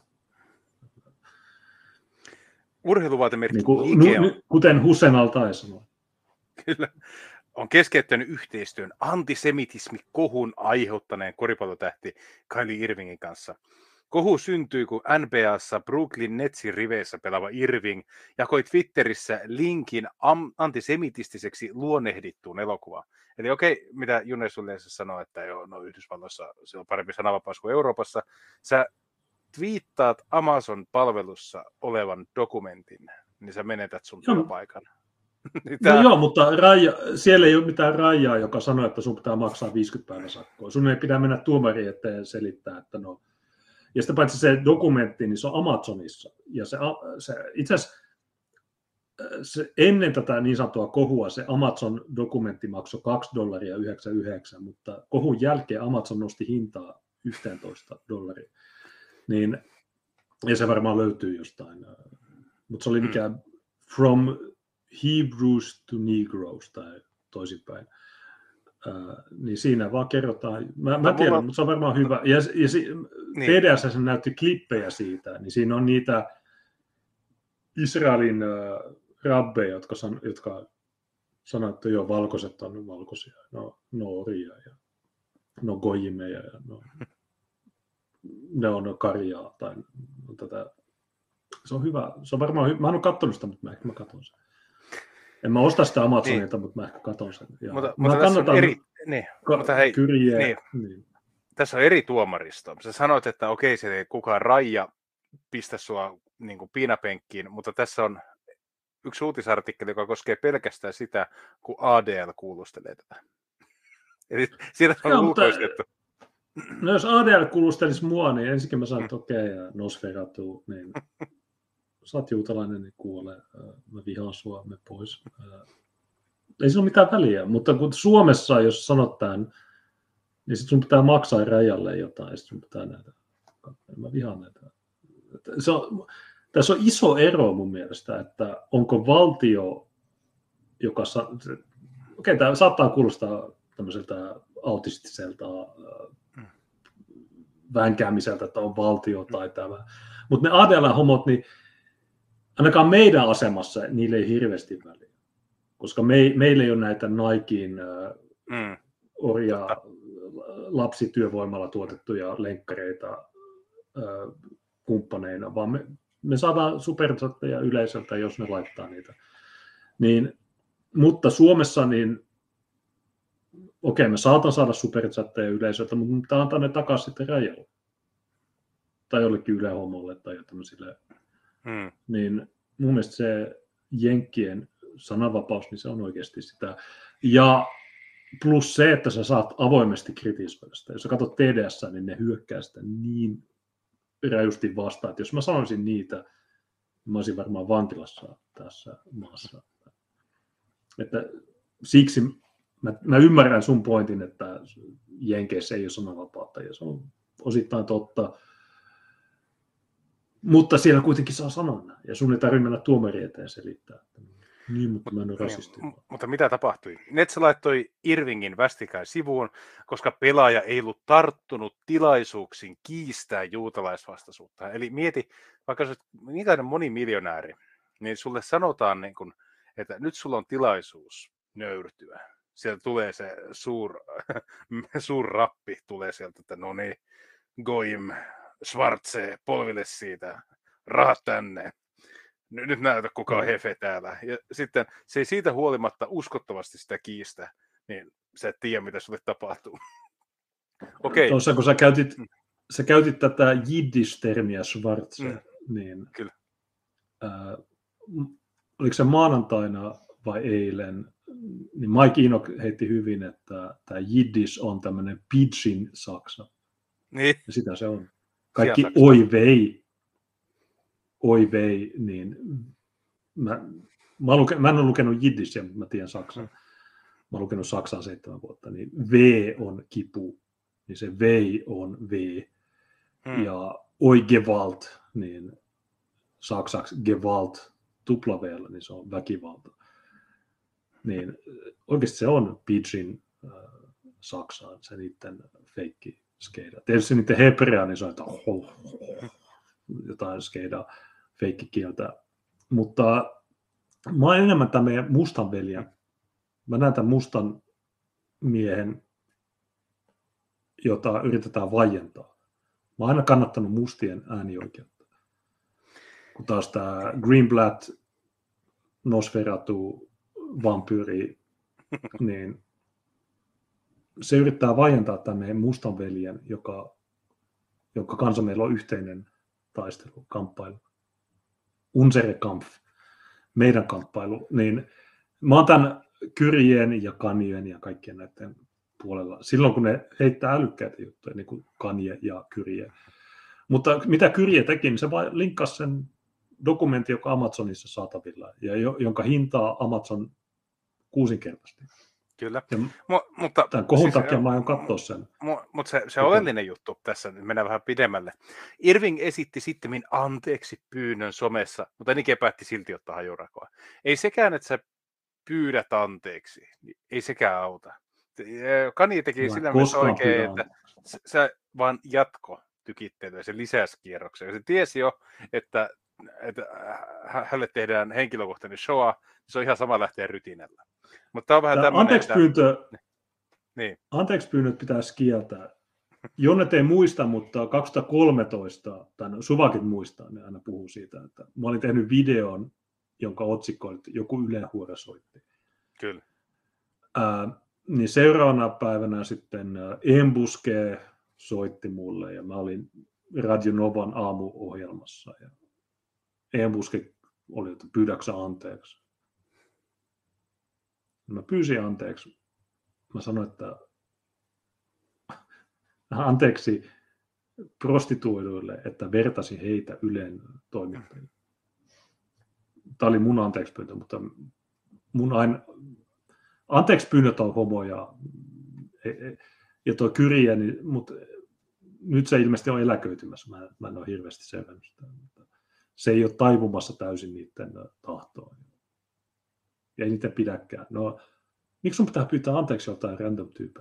S2: Urheiluvaatemerkki
S1: kuten Hussein Altai sanoi.
S2: Kyllä. On keskeyttänyt yhteistyön antisemitismikohun aiheuttaneen koripallotähti Kyrie Irvingin kanssa. Kohu syntyi, kun NBA:ssa Brooklyn Netsin riveissä pelaava Irving jakoi Twitterissä linkin antisemitistiseksi luonnehdittuun elokuvaan. Eli okei, mitä June sulle sanoo, että joo, no Yhdysvalloissa se on parempi sananvapaus kuin Euroopassa. Sä twiittaat Amazon-palvelussa olevan dokumentin, niin sä menetät sun työpaikan.
S1: No joo, mutta siellä ei ole mitään rajaa, joka sanoo, että sun pitää maksaa 50 päivän sakkoa. Sun ei pidä mennä tuomariin eteen selittää, että no. Ja sitten paitsi se dokumentti, niin se on Amazonissa. Ja se itse asiassa ennen tätä niin sanottua kohua se Amazon-dokumentti maksoi $2.99, mutta kohun jälkeen Amazon nosti hintaa $11. Niin, ja se varmaan löytyy jostain. Mutta se oli mikä From Hebrews to Negroes tai toisinpäin. Niin siinä vaan kerrotaan. Mä tiedän, mutta se on varmaan hyvä. Ja TDS näytti klippejä siitä, niin siinä on niitä Israelin rabbeja, jotka sanoo, että joo, valkoiset on valkoisia, no orjia ja no gojimeja ja ne on karjaa tai tätä. Se on hyvä. Se on varmaan hyvä. Mä en ole katsonut sitä, mutta mä katson sen. En mä osta sitä Amazonilta, mutta mä ehkä katson sen. Ja
S2: mutta tässä on eri...
S1: Niin.
S2: Tässä on eri tuomaristo. Sä sanoit, että okei, se ei kukaan raija pistä sua niin kuin piinapenkkiin, mutta tässä on yksi uutisartikkeli, joka koskee pelkästään sitä, kun ADL kuulustelee tätä. Eli siitä on ulkoistettu.
S1: No jos ADL kuulustelisi mua, niin ensinnäkin mä sanon, että okei, ja Nosferatu, niin sä oot juutalainen, niin kuole, mä vihaan sua, me pois. Ei siinä ole mitään väliä, mutta kun Suomessa, jos sanot tämän, niin sit sun pitää maksaa rajalle jotain, ja sit sun pitää näitä. Mä vihaan näitä. Tässä on iso ero mun mielestä, että onko valtio, joka... Okei, tämä saattaa kuulostaa tämmöiseltä autistiselta vänkäämiseltä, että on valtio tai tämä. Mutta ne ADL-homot, niin ainakaan meidän asemassa niille ei hirveästi väliä. Koska meillä ei ole näitä Nikein lapsityövoimalla tuotettuja lenkkareita kumppaneina, vaan me saadaan superchatteja yleisöltä, jos ne laittaa niitä. Niin, mutta Suomessa, niin okei, me saatan saada superchatteja yleisöltä, mutta pitää antaa ne takaisin sitten rajalle. Tai jollekin Yle Homolle tai tämmöisille. Niin mun mielestä se jenkkien sananvapaus, niin se on oikeasti sitä. Ja plus se, että sä saat avoimesti kritisoida sitä. Jos sä katsot TDS, niin ne hyökkää sitä niin rajusti vastaan, että jos mä sanoisin niitä, mä olisin varmaan vankilassa tässä maassa. Että siksi mä ymmärrän sun pointin, että Jenkeissä ei ole sananvapautta, ja se on osittain totta. Mutta siellä kuitenkin saa sanoa, ja sun ei tarvitse mennä tuomari eteen selittää. Niin, mutta mä en ole rasisti.
S2: Mutta mitä tapahtui? Nets laittoi Irvingin vastikään sivuun, koska pelaaja ei ollut tarttunut tilaisuuksiin kiistää juutalaisvastaisuutta. Eli mieti, vaikka sä olet minkälainen monimiljonääri, niin sulle sanotaan, niin kun, että nyt sulla on tilaisuus nöyrtyä. Sieltä tulee se suur rappi, tulee sieltä, että no niin, Goim, Schwarze, polville siitä, rahat tänne. Nyt näytä, kuka on hefe täällä. Ja sitten se ei siitä huolimatta uskottavasti sitä kiistä, niin sä et tiedä, mitä sulle tapahtuu. Okei.
S1: Tuossa kun sä käytit tätä jiddisch-termiä Schwarze, niin
S2: kyllä.
S1: Oliko se maanantaina vai eilen, niin Mike Enoch heitti hyvin, että tämä jiddisch on tämmöinen pidgin Saksa.
S2: Niin.
S1: Ja sitä se on. Kaikki oi vei, niin mä en ole lukenut jiddishia, mutta mä tiedän saksaa. Mä oon lukenut saksaa 7 vuotta, niin V on kipu, niin se vei on V. Ja oi Gewalt, niin saksaksi Gewalt tupla V:llä, niin se on väkivalta. Niin oikeasti se on pidgin Saksaan, se niiden feikki skeida. Tietysti niiden hebrea, niin se on jotain skeidaa feikkikieltä. Mutta mä oon enemmän tämän meidän mustan veljen. Mä näen tämän mustan miehen, jota yritetään vaientaa. Mä oon aina kannattanut mustien äänioikeutta. Kun taas tämä Greenblatt, Nosferatu, vampyyri, niin se yrittää vaientaa tämän meidän mustan veljen, jonka kanssa meillä on yhteinen taistelu, kamppailu. Unsere Kampf, meidän kamppailu. Niin mä oon tämän Kyrien ja Kanjen ja kaikkien näiden puolella. Silloin kun ne heittää älykkäitä juttuja, niin kuin Kanje ja Kyrje. Mutta mitä Kyrje teki, niin se vaan linkkasi sen dokumentti, joka Amazonissa saatavilla, ja jonka hintaa Amazon 6-kertaisesti.
S2: Kyllä.
S1: Mutta tämän kohun takia mä aion katsoa sen.
S2: Mutta se oleellinen juttu tässä, nyt mennään vähän pidemmälle. Irving esitti sittemmin anteeksi pyynnön somessa, mutta Nike päätti silti ottaa hajurakoa. Ei sekään, että sä pyydät anteeksi, niin ei sekään auta. Kanye teki sillä mielessä oikein, että se vaan jatko tykittelyä, se lisäsi kierroksen. Se tiesi jo, että hänelle tehdään henkilökohtainen show, se on ihan sama lähteä rytinällä. Mutta on vähän tämmöinen,
S1: anteeksi pyynnöt pitäisi kieltää. Jonnet ei muista, mutta 2013, tai Suvakit muistaa, ne aina puhuu siitä, että mä olin tehnyt videon, jonka otsikko oli, että joku Ylenhuora soitti.
S2: Kyllä.
S1: Niin seuraavana päivänä sitten Embuske soitti mulle, ja mä olin Radio Novan aamuohjelmassa, ja Embuske oli, että pyydäksä anteeksi. Mä pyysin anteeksi. Mä sanoin, että anteeksi prostituoiduille, että vertasi heitä Ylen toimittajille. Tämä oli mun anteeksipyyntö, mutta anteeksi pyynnöt on homoja ja tuo Kyrje, mutta nyt se ilmeisesti on eläköitymässä. Mä en ole hirveästi seurannut sitä. Se ei ole taipumassa täysin niiden tahtoon. Ja ei niitä pidäkään. No, miksi sun pitää pyytää anteeksi jotain random tyypää?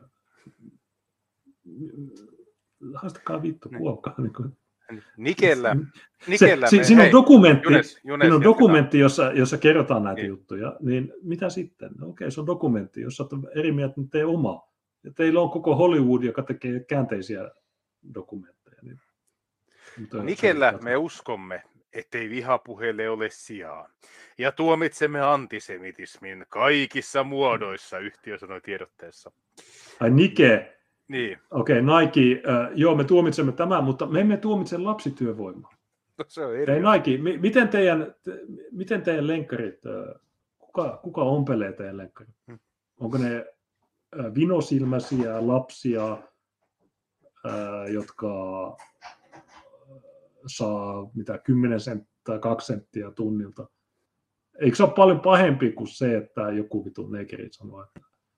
S1: Haastakaa vittu, kuolkaa.
S2: Nikellä
S1: siinä on dokumentti, jossa kerrotaan näitä juttuja. Niin mitä sitten? No, okei, se on dokumentti, jos olet eri mieltä, niin tee oma. Ja teillä on koko Hollywood, joka tekee käänteisiä dokumentteja.
S2: Nikellä me uskomme, ettei vihapuheelle ole sijaa. Ja tuomitsemme antisemitismin kaikissa muodoissa, yhtiö sanoi tiedotteessa.
S1: Ai Nike.
S2: Niin.
S1: Okei, Nike. Joo, me tuomitsemme tämän, mutta me emme tuomitse lapsityövoimaa.
S2: No, se on eri.
S1: Ei Nike, miten teidän lenkkarit, kuka ompelee teidän lenkkarit? Onko ne vinosilmäisiä lapsia, jotka saa 10 senttiä, 2 senttiä tunnilta. Eikö se ole paljon pahempi kuin se, että joku vitun negeri sanoo, että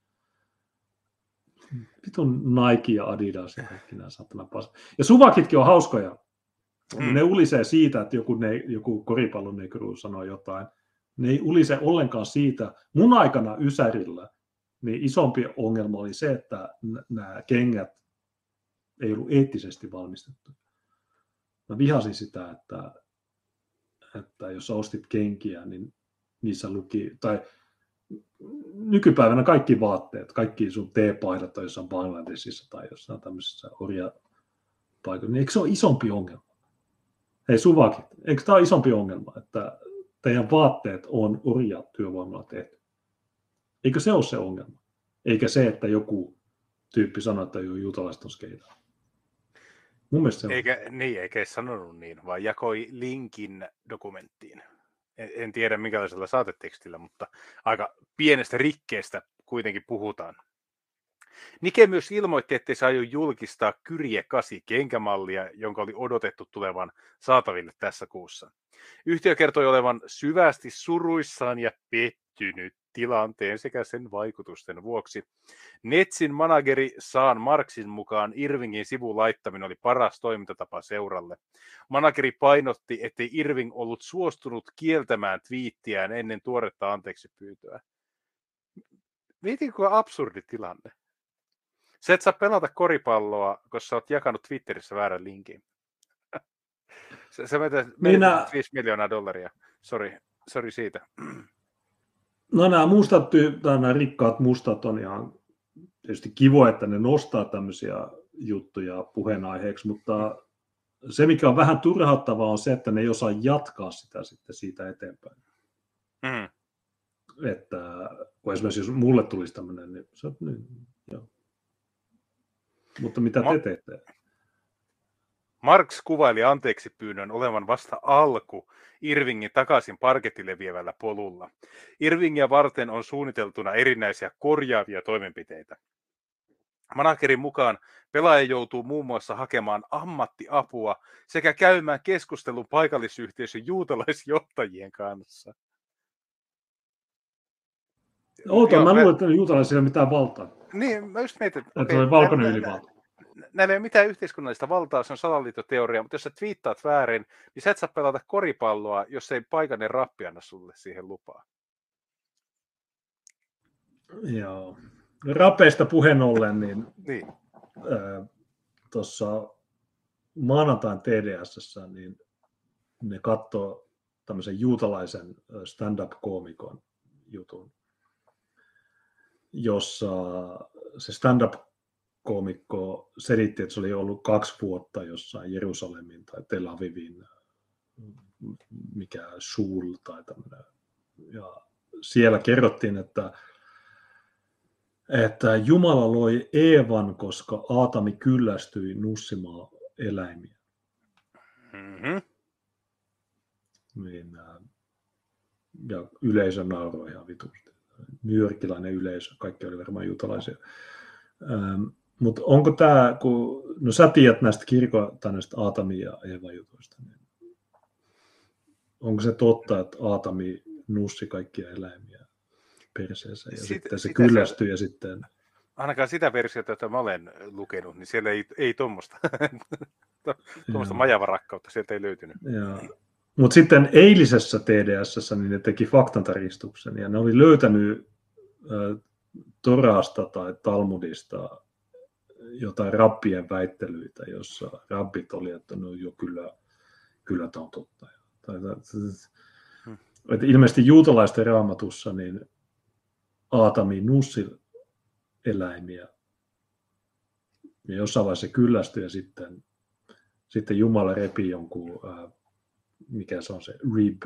S1: vitun Nike ja Adidas ja kaikki nämä satana pas. Ja Suvakitkin on hauskoja. Ne ulisee siitä, että joku koripallon negru sanoo jotain. Ne ei ulise ollenkaan siitä. Mun aikana Ysärillä niin isompi ongelma oli se, että nämä kengät ei ollut eettisesti valmistettu. Mä vihasin sitä, että jos ostit kenkiä, niin niissä luki, tai nykypäivänä kaikki vaatteet, kaikki sun teepaidat on jossain Bangladesissa tai jossain tämmöisissä orjapaikoissa, niin eikö se ole isompi ongelma? Hei Suvakit, eikö tämä ole isompi ongelma, että teidän vaatteet on orjatyövoimalla tehty? Eikö se ole se ongelma? Eikä se, että joku tyyppi sanoo, että juutalaiset on skeidaa. Mun mielestä se on.
S2: Eikä sanonut niin, vaan jakoi linkin dokumenttiin. En tiedä minkälaisella saatetekstillä, mutta aika pienestä rikkeestä kuitenkin puhutaan. Nike myös ilmoitti, ettei se aio julkistaa Kyrje 8 kenkämallia, jonka oli odotettu tulevan saataville tässä kuussa. Yhtiö kertoi olevan syvästi suruissaan ja pettynyt tilanteen sekä sen vaikutusten vuoksi. Netsin manageri Sean Marksin mukaan Irvingin sivun laittaminen oli paras toimintatapa seuralle. Manageri painotti, ettei Irving ollut suostunut kieltämään twiittiään ennen tuoretta anteeksipyyntöä. Mietin, kuinka absurdi tilanne. Se et saa pelata koripalloa, koska sä oot jakanut Twitterissä väärän linkin. Se menetit $5 miljoonaa. Sori siitä.
S1: No nämä nämä rikkaat mustat on ihan tietysti kiva, että ne nostaa tämmöisiä juttuja puheenaiheeksi, mutta se mikä on vähän turhauttavaa on se, että ne ei osaa jatkaa sitä sitten siitä eteenpäin. Että kun esimerkiksi jos mulle tulisi tämmöinen, niin se on niin, joo. Mutta mitä te teette?
S2: Marks kuvaili anteeksipyynnön olevan vasta alku Irvingin takaisin parketille vievällä polulla. Irvingiä varten on suunniteltuna erinäisiä korjaavia toimenpiteitä. Managerin mukaan pelaaja joutuu muun muassa hakemaan ammattiapua sekä käymään keskustelun paikallisyhteisön juutalaisjohtajien kanssa.
S1: Outoa, mä luulen, että juutalaisilla ei ole mitään valtaa.
S2: Niin, mä just mietin, että
S1: se oli valkoinen ylivalta.
S2: Näillä ei ole mitään yhteiskunnallista valtaa, se on salaliittoteoria, mutta jos sä twiittaat väärin, niin sä et saa pelata koripalloa, jos ei paikallinen rappi anna sulle siihen lupaa.
S1: Joo. Rapeista puheen ollen, niin,
S2: Niin.
S1: tuossa maanantain TDS:ssä niin ne katsoo tämmöisen juutalaisen stand-up-koomikon jutun, jossa se stand-up-koomikko selitti, että se oli ollut 2 vuotta jossain Jerusalemin tai Tel Avivin, mikä shul tai tämmöinen. Ja siellä kerrottiin, että Jumala loi Eevan, koska Aatami kyllästyi nussimaan eläimiä.
S2: Mm-hmm.
S1: Niin, ja yleisö nauroi ihan vitusti. Newyorkilainen yleisö, kaikki oli varmaan juutalaisia. Mutta onko tämä, no sä tiedät näistä näistä Aatami ja Eeva jutuista, niin onko se totta, että Aatami nussi kaikkia eläimiä perseeseen ja sitten se kyllästyi ja sitten...
S2: Ainakaan sitä versiota, jota mä olen lukenut, niin siellä ei tuommoista majava rakkautta sieltä ei löytynyt.
S1: Mutta sitten eilisessä TDS:ssä niin ne teki faktantaristuksen ja ne oli löytänyt Torasta tai Talmudista jotain rabbien väittelyitä, jossa rabbit oli, että no jo kyllä tämä on totta. Että ilmeisesti juutalaisten raamatussa niin Aatami nussi eläimiä ja jossain vaiheessa kyllästyi ja sitten Jumala repi jonkun, mikä se on se rib,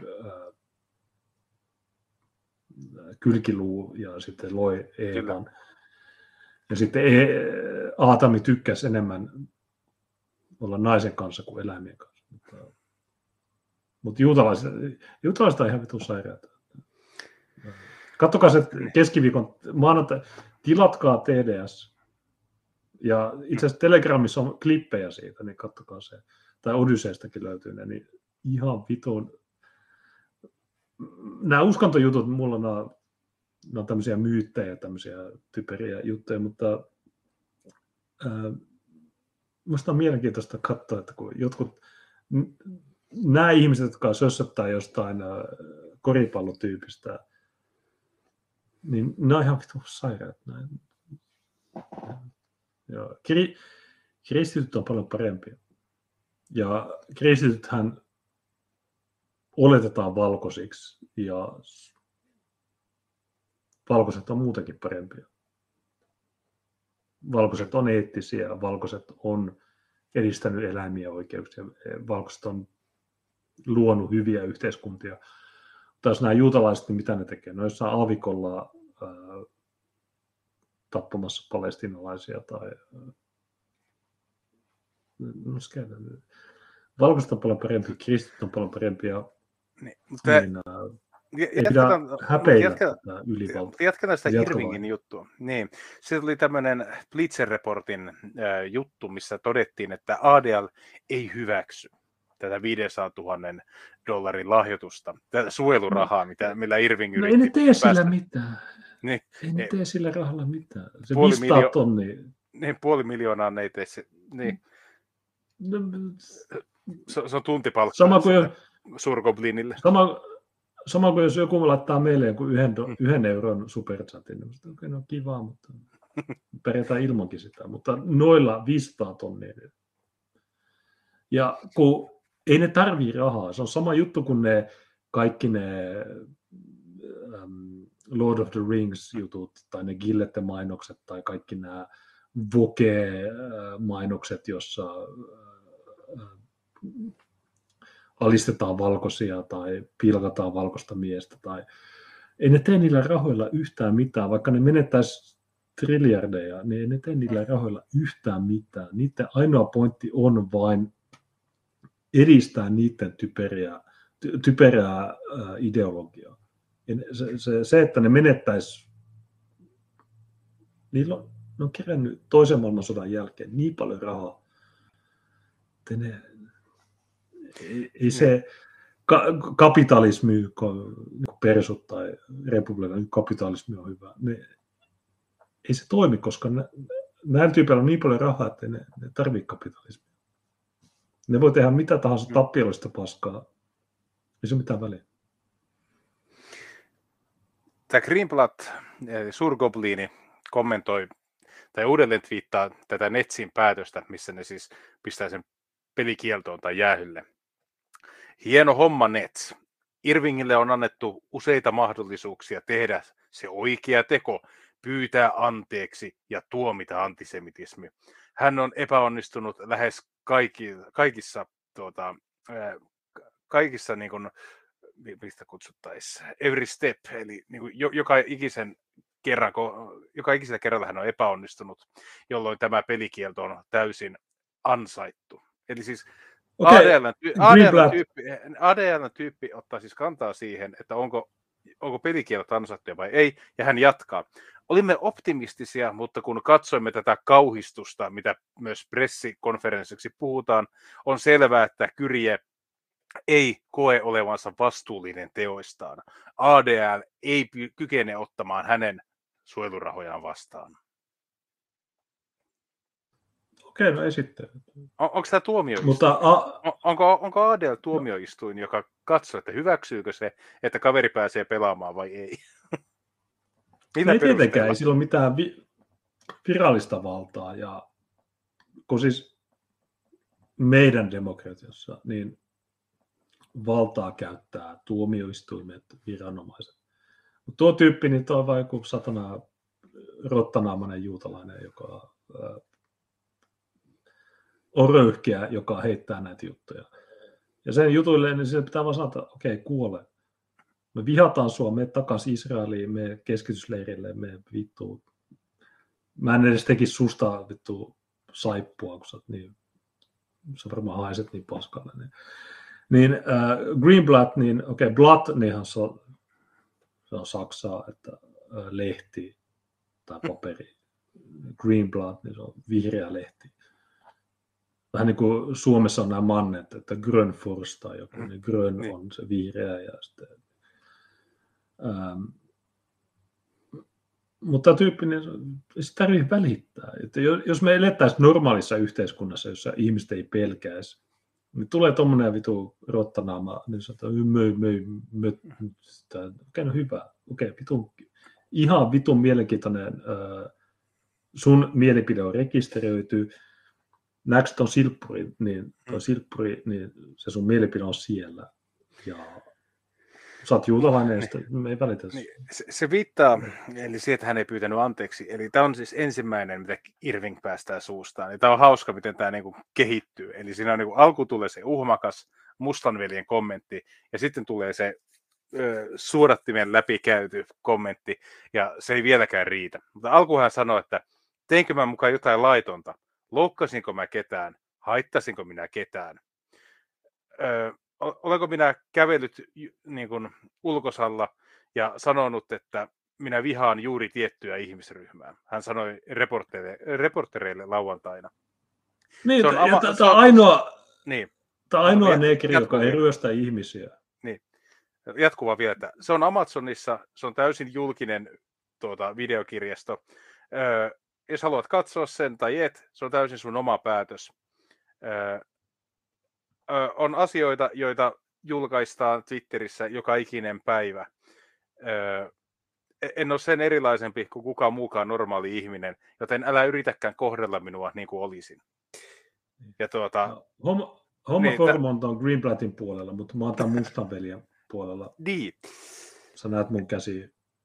S1: kylkiluu ja sitten loi Eevan. Ja sitten Aatami tykkäsi enemmän olla naisen kanssa kuin eläimien kanssa. Mutta juutalaiset on ihan vitun sairaita. Katsokaa se keskiviikon maanantai, tilatkaa TDS. Ja itse asiassa Telegramissa on klippejä siitä, niin katsokaa se. Tai Odysseestakin löytyy ne, niin ihan vitun. Nämä uskontojutut, mulla nämä on tämmöisiä myyttejä, tämmöisiä typeriä juttuja, mutta minusta on mielenkiintoista katsoa, että kun jotkut, nämä ihmiset, jotka sössöttää jostain koripallotyypistä, niin ne on ihan vitun sairaat. Ja kristityt on paljon parempia. Ja kristitythän oletetaan valkoisiksi ja valkoiset on muutenkin parempia. Valkoiset on eettisiä, valkoiset on edistänyt eläimiä oikeuksia, valkoiset on luonut hyviä yhteiskuntia. Taas nämä juutalaiset, niin mitä ne tekee? Ne on jossain aavikolla tappamassa palestiinalaisia tai valkoiset on paljon parempia, kristityt on paljon parempia.
S2: Niin, mutta
S1: ei pidä häpeillä tätä ylivaltaa.
S2: Jatketaan sitä Irvingin juttua. Niin. Se tuli tämmöinen Blitzer Reportin juttu, missä todettiin, että ADL ei hyväksy tätä $500,000 lahjoitusta, tätä suojelurahaa, millä Irving yritti.
S1: No ei ne tee sillä mitään.
S2: Niin.
S1: Ei ne tee sillä rahalla mitään. Se 500 tonnia.
S2: Niin, $500,000 ne ei tee se. Niin.
S1: No,
S2: se on tuntipalkka Surgoblinille.
S1: Sama kuin jos joku laittaa meille joku 1 euron superchatin, niin okei, no kivaa, mutta pärjätään ilmankin sitä. Mutta noilla 500 tonnia. Ja kun ei ne tarvii rahaa, se on sama juttu kuin kaikki ne Lord of the Rings jutut tai ne Gillette-mainokset tai kaikki nämä Vogue-mainokset, jossa alistetaan valkoisia tai pilkataan valkoista miestä. Tai ei ne tee niillä rahoilla yhtään mitään, vaikka ne menettäisi triljardeja, niin ei ne tee niillä rahoilla yhtään mitään. Niiden ainoa pointti on vain edistää niiden typerää ideologiaa. Se, että ne menettäisi, niillä ne on kerännyt toisen maailmansodan jälkeen niin paljon rahaa, että ei se kapitalismi, niin persut tai republikan kapitalismi on hyvä, ei se toimi, koska näillä tyypeillä on niin paljon rahaa, että ne tarvitse kapitalismia. Ne voi tehdä mitä tahansa tappiollista paskaa, ei se mitään väliä.
S2: Tämä Greenblatt, suurgobliini, kommentoi tai uudelleen twiittaa tätä Netsin päätöstä, missä ne siis pistää sen pelikieltoon tai jäähylle. Hieno homma Nets. Irvingille on annettu useita mahdollisuuksia tehdä se oikea teko, pyytää anteeksi ja tuomita antisemitismi. Hän on epäonnistunut lähes kaikissa niin kuin, mistä kutsuttaisiin, every step, eli niin kuin joka ikisellä kerralla hän on epäonnistunut, jolloin tämä pelikielto on täysin ansaittu. Eli siis ADL-tyyppi ottaa siis kantaa siihen, että onko pelikielto ansaittuja vai ei, ja hän jatkaa. Olimme optimistisia, mutta kun katsoimme tätä kauhistusta, mitä myös pressikonferenssiksi puhutaan, on selvää, että Kyrje ei koe olevansa vastuullinen teoistaan. ADL ei kykene ottamaan hänen suojelurahojaan vastaan.
S1: Okei, no esittely.
S2: Onko tämä tuomioistuin?
S1: Mutta
S2: onko ADL tuomioistuin, joka katsoo, että hyväksyykö se, että kaveri pääsee pelaamaan vai ei?
S1: Ei tietenkään, ei sillä ole mitään virallista valtaa. Ja kun siis meidän demokratiassa, niin valtaa käyttää tuomioistuimet, viranomaiset. Mutta tuo tyyppi, niin tuo on vain joku satana rottanaamainen juutalainen, joka on röyhkeä, joka heittää näitä juttuja. Ja sen jutuille, niin se pitää vaan sanoa, että okei, kuole. Me vihataan sua, me takaisin Israeliin, me keskitysleirille, me vittu. Mä en edes tekisi susta vittu saippua, kun sä niin, sä varmaan haiset niin paskalle. Niin Greenblatt, niin okei, Blatt, niinhan se on Saksaa, että lehti tai paperi. Greenblatt, niin se on vihreä lehti. Vähän niin kuin Suomessa on nämä mannet, että Grönfors tai joku, niin Grön on se vihreä ja sitten mutta tyyppi, niin sitä tarvitsee välittää. Että jos me elettäisiin normaalissa yhteiskunnassa, jossa ihmiset ei pelkäisi, niin tulee tuommoinen vitu rottanaama, niin sanotaan, okei, no hyvä, okei, ihan vitun mielenkiintoinen, sun mielipide on rekisteröity, näetkö ton silppuri, niin se sun mielipide on siellä, ja sä oot juutalainen ja sitten me ei välitä.
S2: Niin, se viittaa, eli siihen, että hän ei pyytänyt anteeksi. Eli tämä on siis ensimmäinen, mitä Irving päästää suustaan. Tämä on hauska, miten tämä niinku kehittyy. Eli siinä on niinku, alku tulee se uhmakas mustanveljen kommentti, ja sitten tulee se suodattimen läpikäyty kommentti, ja se ei vieläkään riitä. Mutta alkuun hän sanoi, että teinkö mä mukaan jotain laitonta? Loukkasinko mä ketään? Haittasinko minä ketään? Olenko minä kävellyt niin kuin ulkosalla ja sanonut, että minä vihaan juuri tiettyä ihmisryhmää? Hän sanoi reportereille lauantaina.
S1: Niin, tämä on ainoa negri, joka ei ryöstä ihmisiä.
S2: Niin. Jatkuva vielä, että se on Amazonissa, se on täysin julkinen videokirjasto. Jos haluat katsoa sen tai et, se on täysin sun oma päätös. On asioita, joita julkaistaan Twitterissä joka ikinen päivä. En ole sen erilaisempi kuin kukaan muukaan normaali ihminen, joten älä yritäkään kohdella minua niin kuin olisin. Ja
S1: Homoformonta on Greenblattin puolella, mutta mä oon tämän mustan veljen puolella.
S2: Niin.
S1: Sä näet mun käsiä.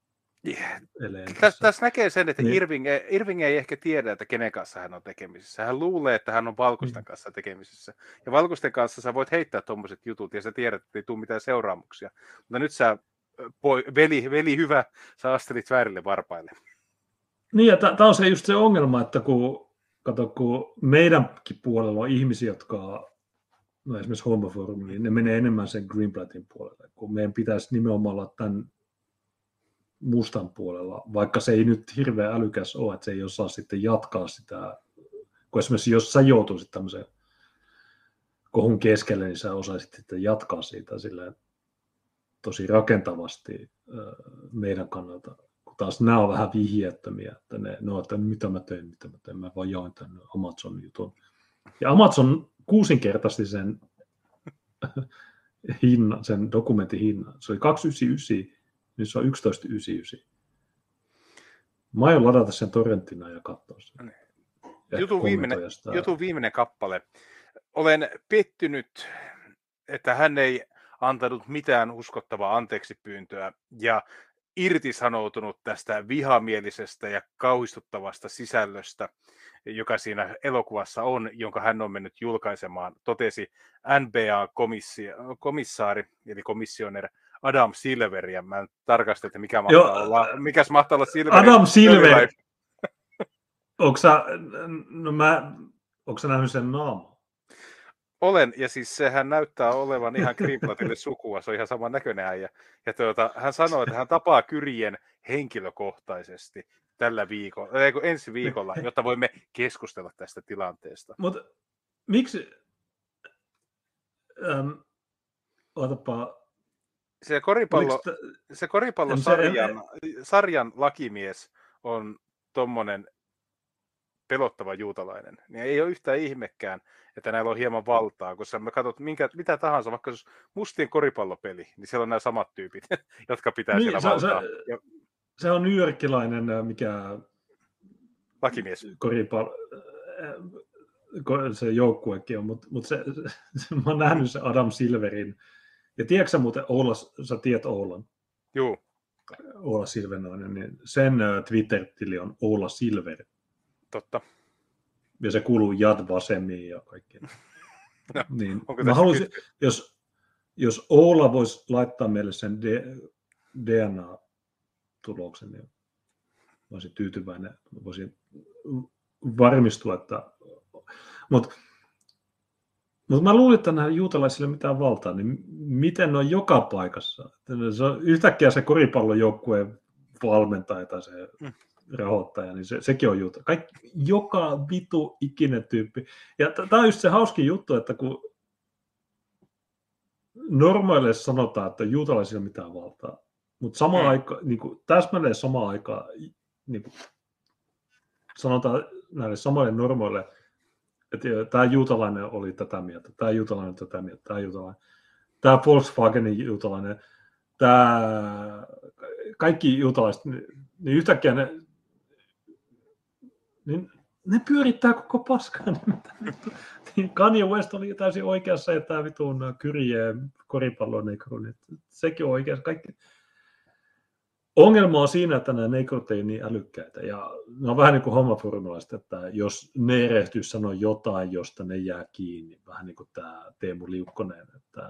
S2: Tässä näkee sen, että Irving ei ehkä tiedä, että kenen kanssa hän on tekemisissä. Hän luulee, että hän on valkoisten kanssa tekemisissä. Ja valkoisten kanssa sä voit heittää tuommoiset jutut ja sä tiedät, että ei tule mitään seuraamuksia. Mutta nyt sä, veli hyvä, sä astelit väärille varpaille.
S1: Niin ja tämä on just se ongelma, että kun meidänkin puolella on ihmisiä, jotka no esimerkiksi homofoorumi, niin ne menee enemmän sen Greenblattin puolelle, kun meidän pitäisi nimenomaan olla tämän mustan puolella, vaikka se ei nyt hirveän älykäs ole, että se ei osaa sitten jatkaa sitä, kun esimerkiksi jos sä joutuisit tämmöiseen kohun keskelle, niin sä osaisit sitten jatkaa siitä silleen tosi rakentavasti meidän kannalta, kun taas nämä on vähän vihjettömiä, että että mitä mä tein, mä vaan jaoin tämän Amazon-jutun. Ja Amazon kuusinkertaisesti sen hinnan, sen dokumentin hinnan. Se oli 299, nyt se on 11,99. Mä aion ladata sen torrenttina ja katsoa sen.
S2: Jutun viimeinen kappale. Olen pettynyt, että hän ei antanut mitään uskottavaa anteeksipyyntöä ja irtisanoutunut tästä vihamielisestä ja kauhistuttavasta sisällöstä, joka siinä elokuvassa on, jonka hän on mennyt julkaisemaan, totesi NBA-komissaari, eli komissioner Adam Silver, ja mä tarkastin, että mikäs mahtaa olla Silver.
S1: Adam Silver! Onko sä nähnyt sen naamaa?
S2: Olen, ja siis sehän näyttää olevan ihan Greenblattille sukua, se on ihan saman näköinen äijä. Ja hän sanoi, että hän tapaa Kyrien henkilökohtaisesti tällä viikolla, ensi viikolla, jotta voimme keskustella tästä tilanteesta.
S1: Mutta miksi,
S2: se koripallosarjan lakimies on tommonen pelottava juutalainen, niin ei ole yhtään ihmekään, että näillä on hieman valtaa, koska me katsot mitä tahansa, vaikka se mustien koripallopeli, niin siellä on nämä samat tyypit, jotka pitää siellä valtaa.
S1: Se on newyorkilainen, mikä
S2: lakimies.
S1: Se joukkuekin on, mutta mä oon nähnyt sen Adam Silverin. Ja tiedätkö sä muuten, sä tiedät Oulan?
S2: Joo.
S1: Oula Silvenoinen, niin sen Twitter-tili on Oula Silver.
S2: Totta.
S1: Ja se kuuluu Yad Vashemiin ja kaikkeen.
S2: No,
S1: niin, mä haluaisin, jos Oula voisi laittaa meille sen DNA-tuloksen, niin olisin tyytyväinen. Voisin varmistua, että... Mutta mä luulin, että nämä juutalaisille mitään valtaa, niin miten ne on joka paikassa? Se on yhtäkkiä se koripallojoukkueen valmentaja tai se rahoittaja, niin sekin on juutalainen. Joka vitu ikinen tyyppi. Ja tämä on just se hauskin juttu, että kun normaaleille sanotaan, että juutalaisilla mitään valtaa, mutta samaan aikaan, niin täsmälleen samaan aikaan, niin sanotaan näille samoille normoille, että tämä juutalainen oli tätä mieltä, tämä juutalainen tätä mieltä, tämä juutalainen, tämä Volkswagenin juutalainen, tämä kaikki juutalaiset, niin yhtäkkiä ne pyörittää koko paskaa. Niin Kanye West oli täysin oikeassa, ja tämä vitun Kyrien koripallonekru, niin sekin on oikeassa. Kaikki. Ongelma on siinä, että nämä nekrut ei niin älykkäitä, ja ne on vähän niin kuin hommaformulaiset, että jos ne erehtyisi sanoa jotain, josta ne jää kiinni, vähän niin kuin tämä Teemu Liukkonen, että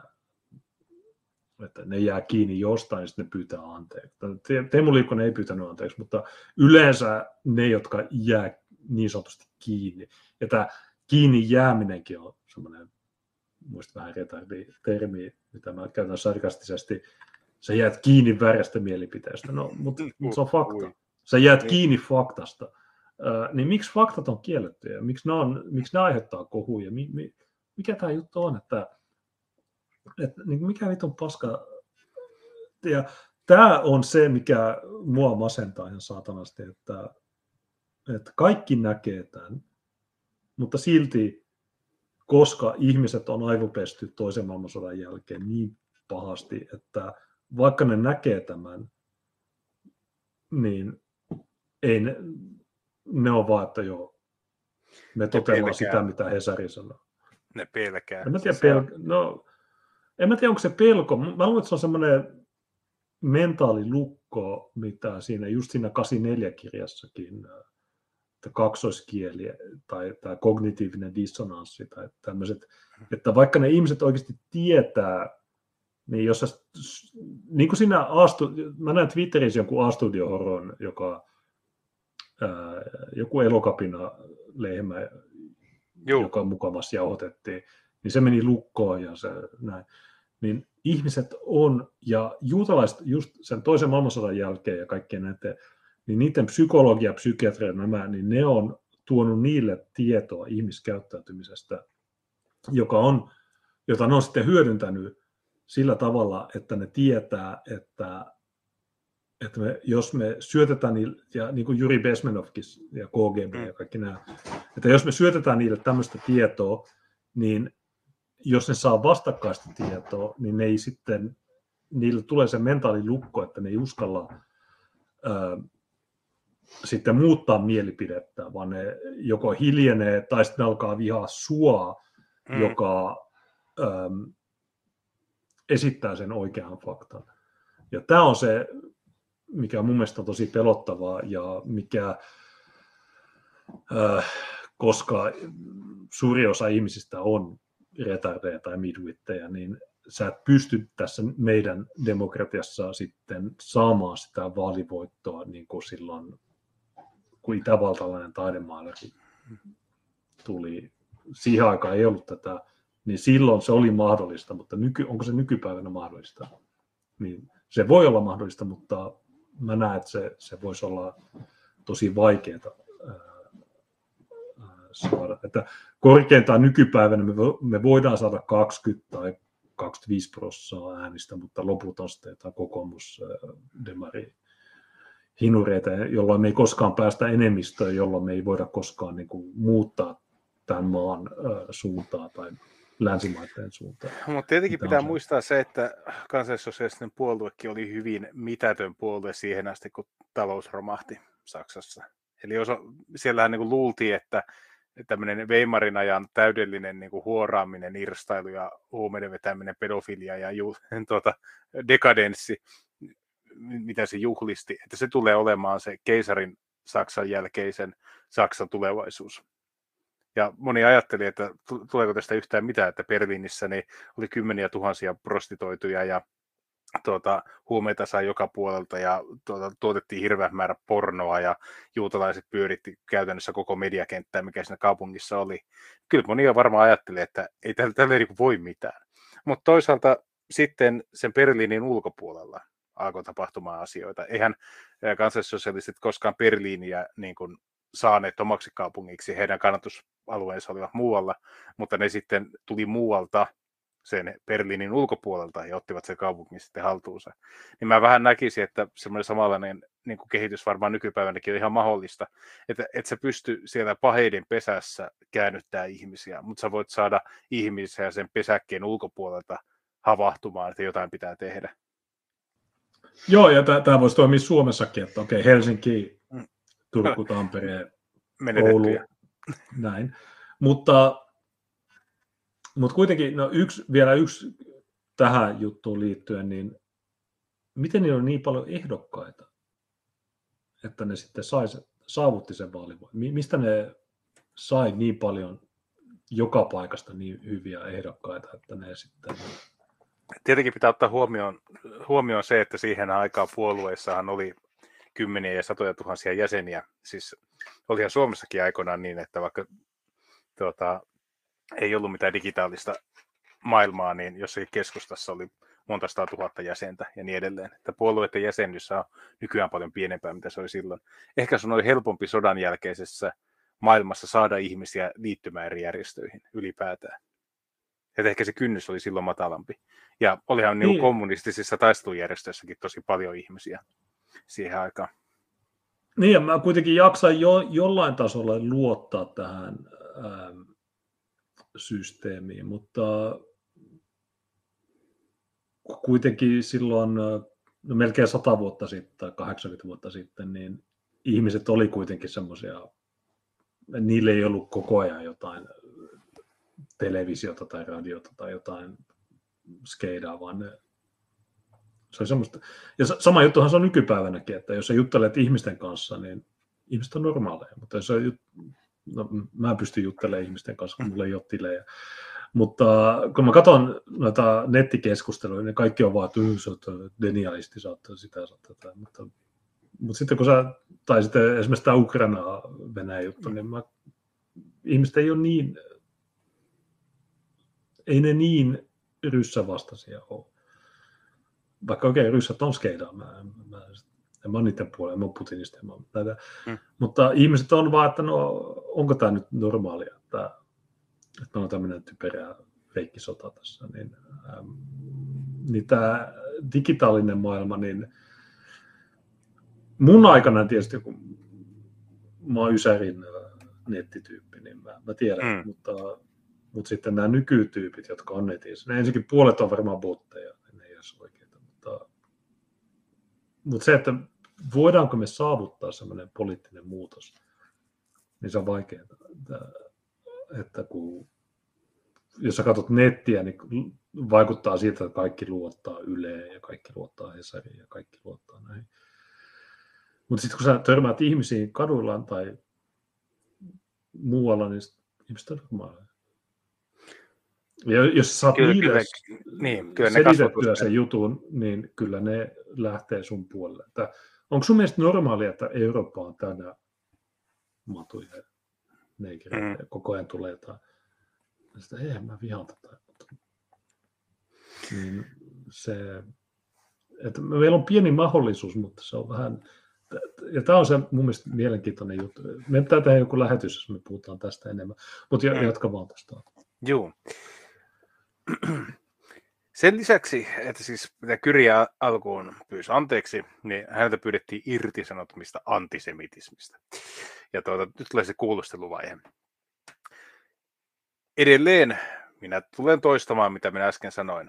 S1: ne jää kiinni jostain, ja sitten ne pyytää anteeksi. Teemu Liukkonen ei pyytänyt anteeksi, mutta yleensä ne, jotka jää niin sanotusti kiinni, ja tämä kiinni jääminenkin on semmoinen, muista vähän retardi-termi, mitä mä käytän sarkastisesti, sä jäät kiinni väärästä mielipiteestä, no, mutta se on fakta. Sä jäät kiinni faktasta. Niin miksi faktat on kiellettyjä? Miksi ne aiheuttaa kohuja? Mikä tämä juttu on? Että niin mikä vitun paska? Ja tämä on se, mikä mua masentaa ihan saatanasti, että kaikki näkee tämän, mutta silti, koska ihmiset on aivopesty toisen maailmansodan jälkeen niin pahasti, että vaikka ne näkee tämän, niin ei ne on vaan, että joo, me totellaan sitä, mitä Hesari sanoo.
S2: Ne pelkää.
S1: En mä tiedä, onko se pelko. Mä luulen, että se on semmoinen mentaalilukko, mitä just siinä 84-kirjassakin, että kaksoiskieli tai tämä kognitiivinen dissonanssi tai tämmöiset, että vaikka ne ihmiset oikeasti tietää, niin jos niin kuin siinä mä näen Twitterissä jonkun A-Studio-horon, joku elokapina-lehmä, joka mukavasti jauhotettiin, niin se meni lukkoon ja se näin. niin ihmiset on, ja juutalaiset just sen toisen maailmansodan jälkeen ja kaikkien näiden, niin niiden psykologia, psykiatria, nämä, niin ne on tuonut niille tietoa ihmiskäyttäytymisestä, jota ne on sitten hyödyntänyt sillä tavalla, että ne tietää, että jos me syötetään niille, ja niin kuin Juri Bezmenovkin ja KGB ja kaikki nämä, että jos me syötetään niille tämmöistä tietoa, niin jos ne saa vastakkaista tietoa, niin ne ei sitten, niille tulee se mentaalilukko, että ne ei uskalla sitten muuttaa mielipidettä, vaan ne joko hiljenee tai sitten alkaa vihaa sua, joka esittää sen oikean faktan. Ja tämä on se, mikä mun mielestä on tosi pelottavaa ja mikä, koska suuri osa ihmisistä on retardeja tai midwitteja, niin sä et pysty tässä meidän demokratiassa sitten saamaan sitä vaalivoittoa niin kuin silloin, kun itävaltalainen taidemaalari tuli. Siihen aikaan ei ollut tätä, niin silloin se oli mahdollista, mutta onko se nykypäivänä mahdollista? Niin se voi olla mahdollista, mutta mä näen, että se voisi olla tosi vaikeaa saada. Että korkeintaan nykypäivänä me voidaan saada 20 tai 25% äänistä, mutta loput on sitten kokoomus, demari, hinureita, jolloin me ei koskaan päästä enemmistöön, jolloin me ei voida koskaan niin kuin muuttaa tämän maan suuntaa tai länsimaiden suuntaan.
S2: Mutta tietenkin pitää muistaa se, että kansallissosialistinen puoluekin oli hyvin mitätön puolue siihen asti, kun talous romahti Saksassa. Eli siellähän niin kuin luultiin, että tämmöinen Weimarin ajan täydellinen niin kuin huoraaminen, irstailu ja huumeiden vetäminen, pedofilia ja dekadenssi, mitä se juhlisti, että se tulee olemaan se keisarin Saksan jälkeisen Saksan tulevaisuus. Ja moni ajatteli, että tuleeko tästä yhtään mitään, että Berliinissä niin oli kymmeniä tuhansia prostituoituja ja huumeita sai joka puolelta ja tuotettiin hirveän määrä pornoa ja juutalaiset pyöritti käytännössä koko mediakenttää, mikä siinä kaupungissa oli. Kyllä monia varmaan ajatteli, että ei tällä ei voi mitään. Mutta toisaalta sitten sen Berliinin ulkopuolella alkoi tapahtumaan asioita. Eihän kansallissosialistit koskaan Berliiniä niin kuin saaneet omaksi kaupungiksi, heidän kannatusalueensa olivat muualla, mutta ne sitten tuli muualta sen Berliinin ulkopuolelta ja ottivat sen kaupungin sitten haltuunsa. Niin mä vähän näkisin, että semmoinen samanlainen niin kuin kehitys varmaan nykypäivänäkin on ihan mahdollista, että et sä pysty siellä paheiden pesässä käännyttää ihmisiä, mutta sä voit saada ihmisiä sen pesäkkeen ulkopuolelta havahtumaan, että jotain pitää tehdä.
S1: Joo, ja tämä voisi toimia Suomessakin, että okei, Helsinki, Turku, Tampere, Oulu, näin. Mutta kuitenkin vielä yksi tähän juttuun liittyen, niin miten niillä on niin paljon ehdokkaita, että ne sitten saavutti sen vaalivoiman? Mistä ne sai niin paljon joka paikasta niin hyviä ehdokkaita, että ne sitten...
S2: Tietenkin pitää ottaa huomioon se, että siihen aikaan puolueissahan oli kymmeniä ja satoja tuhansia jäseniä. Siis olihan Suomessakin aikoinaan niin, että vaikka ei ollut mitään digitaalista maailmaa, niin jossakin keskustassa oli monta 100 000 jäsentä ja niin edelleen. Että puolueiden jäsenyys on nykyään paljon pienempää, mitä se oli silloin. Ehkä se oli helpompi sodan jälkeisessä maailmassa saada ihmisiä liittymään eri järjestöihin ylipäätään. Että ehkä se kynnys oli silloin matalampi. Ja olihan niin kommunistisissa taistelujärjestöissäkin tosi paljon ihmisiä siihen aikaan.
S1: Niin, ja mä kuitenkin jaksan jollain tasolla luottaa tähän systeemiin, mutta kuitenkin silloin melkein 100 vuotta sitten tai 80 vuotta sitten, niin ihmiset oli kuitenkin semmoisia, niille ei ollut koko ajan jotain televisiota tai radiota tai jotain skeidaa, vaan se oli semmoista. Ja sama juttuhan se on nykypäivänäkin, että jos sä juttelet ihmisten kanssa, niin ihmiset on normaaleja, mutta jos mä en pysty juttelemaan ihmisten kanssa, kun mulla ei ole tilejä. Mutta kun mä katson noita nettikeskusteluja, niin kaikki on vaan, että sä oot denialisti, sä oot sitä, sä oot tätä. Mutta sitten kun tai sitten esimerkiksi tämä Ukraina-Venäjä juttu, niin ihmiset ei ole niin, ei ne niin ryssävastaisia ole. Vaikka okei, ryssät on skeidaa, en mä ole niiden puolella, mä oon Putinista. Mutta ihmiset on vaan, että no, onko tämä nyt normaalia, että meillä on tämmöinen typerä feikkisota tässä. Niin tämä digitaalinen maailma, niin mun aikana tietysti, kun mä oon Ysärin nettityyppi, niin mä tiedän, mutta sitten nämä nykytyypit, jotka on netissä, ne ensinnäkin puolet on varmaan botteja, ne ei ole oikeita, mutta se, että voidaanko me saavuttaa sellainen poliittinen muutos, niin se on vaikeaa. Että jos sä katsot nettiä, niin vaikuttaa siltä, että kaikki luottaa Yleen ja kaikki luottaa Hesariin ja kaikki luottaa näihin. Mutta sitten kun sä törmäät ihmisiin kaduillaan tai muualla, niin ihmiset on normaalia. Ja jos saat niille selitettyä sen jutun, niin kyllä ne lähtee sun puolelle. Onko sun mielestä normaalia, että Eurooppa on täynnä matuja ja neikireitä ja koko ajan tulee jotain? Eihän mä vihaan tätä. Niin se, että meillä on pieni mahdollisuus, mutta se on vähän... Ja tämä on se mun mielestä mielenkiintoinen juttu. Me pitää tehdä joku lähetys, jos me puhutaan tästä enemmän. Mutta jatka vaan tästä.
S2: Joo. Sen lisäksi, että siis mitä Kyrjä alkuun pyysi anteeksi, niin häneltä pyydettiin irtisanoutumista antisemitismistä. Ja nyt tulee se kuulusteluvaihe. Edelleen minä tulen toistamaan, mitä minä äsken sanoin.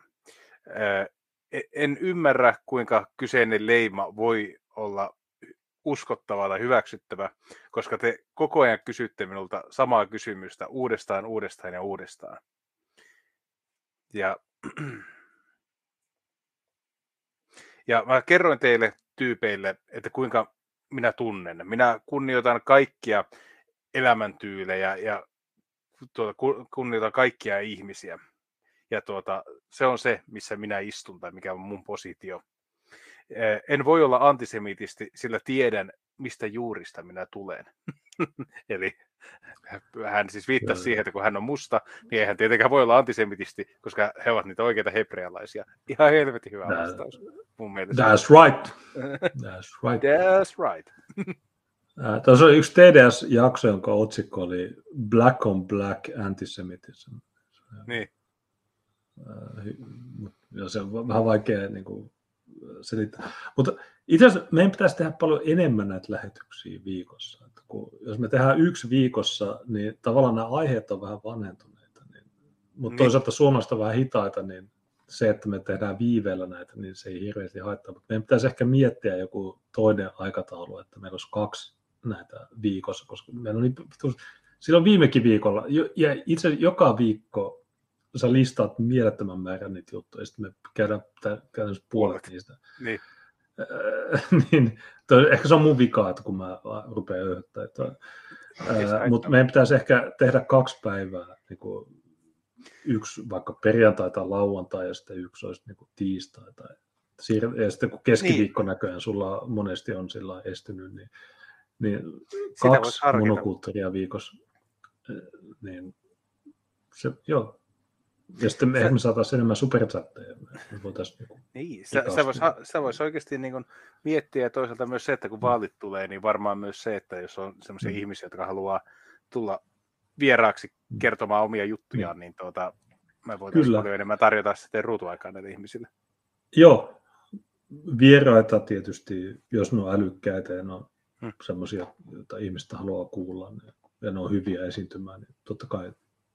S2: En ymmärrä, kuinka kyseinen leima voi olla uskottava tai hyväksyttävä, koska te koko ajan kysytte minulta samaa kysymystä uudestaan. Ja mä kerroin teille tyypeille, että kuinka minä tunnen. Minä kunnioitan kaikkia elämäntyylejä ja kunnioitan kaikkia ihmisiä. Ja se on se, missä minä istun tai mikä on mun positio. En voi olla antisemitisti, sillä tiedän, mistä juurista minä tulen. Eli hän siis viittasi siihen, että kun hän on musta, niin eihän tietenkään voi olla antisemitisti, koska he ovat niitä oikeita hebrealaisia. Ihan helvetin hyvä vastaus mun mielestä.
S1: That's right.
S2: That's right.
S1: Tuossa on yksi TDS-jakso, jonka otsikko oli Black on Black Antisemitism.
S2: Niin.
S1: Ja se on vähän vaikea niin kuin selittää. Mutta itse asiassa meidän pitäisi tehdä paljon enemmän näitä lähetyksiä viikossa. Että jos me tehdään yksi viikossa, niin tavallaan nämä aiheet on vähän vanhentuneita. Mutta toisaalta suomalaiset on vähän hitaita, niin se, että me tehdään viiveellä näitä, niin se ei hirveästi haittaa. Mutta meidän pitäisi ehkä miettiä joku toinen aikataulu, että meillä olisi 2 näitä viikossa, koska meillä on niin silloin viimekin viikolla, ja itse joka viikko sä listaat mielettömän määrän niitä juttuja, ja sitten me käydään puolet niistä.
S2: Niin.
S1: Niin, ehkä se on mun vika, että kun mä rupean öhöttämään. Mutta meidän pitäisi ehkä tehdä 2 päivää, niin kuin yksi vaikka perjantai tai lauantai, ja sitten yksi olisi niin kuin tiistai. Ja sitten kun keskiviikko näköjään sulla monesti on sillä estynyt, niin 2 monokulttuuria viikossa. Niin se, joo. Ja sitten ehkä me saataisiin enemmän superchatteja.
S2: Niin, sitä voisi oikeasti niin kuin miettiä, ja toisaalta myös se, että kun vaalit tulee, niin varmaan myös se, että jos on sellaisia ihmisiä, jotka haluaa tulla vieraaksi kertomaan omia juttujaan, niin me voitaisiin paljon enemmän tarjota sitten ruutuaikaa näille ihmisille.
S1: Joo, vieraita tietysti, jos ne on älykkäitä ja ne on sellaisia, joita ihmiset haluaa kuulla, ja ne on hyviä esiintymään, niin totta kai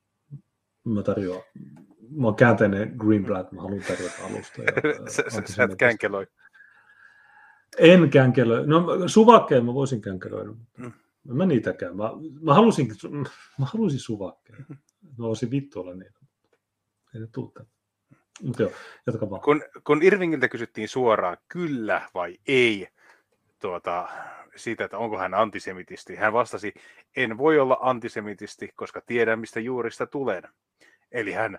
S1: mä oon käänteinen Greenblatt, mä haluan tarjota alusta.
S2: Sä et känkelöi.
S1: En känkelöi. No suvakkeen mä voisin känkelöidä, mutta mä niitäkään. Mä halusin suvakkeen. Mä voisin vittuilla niitä. Ei ne tuu tänne. Mutta joo, jatka vaan.
S2: Kun Irvingiltä kysyttiin suoraan kyllä vai ei siitä, että onko hän antisemitisti, hän vastasi, en voi olla antisemitisti, koska tiedän, mistä juurista tulen. Eli hän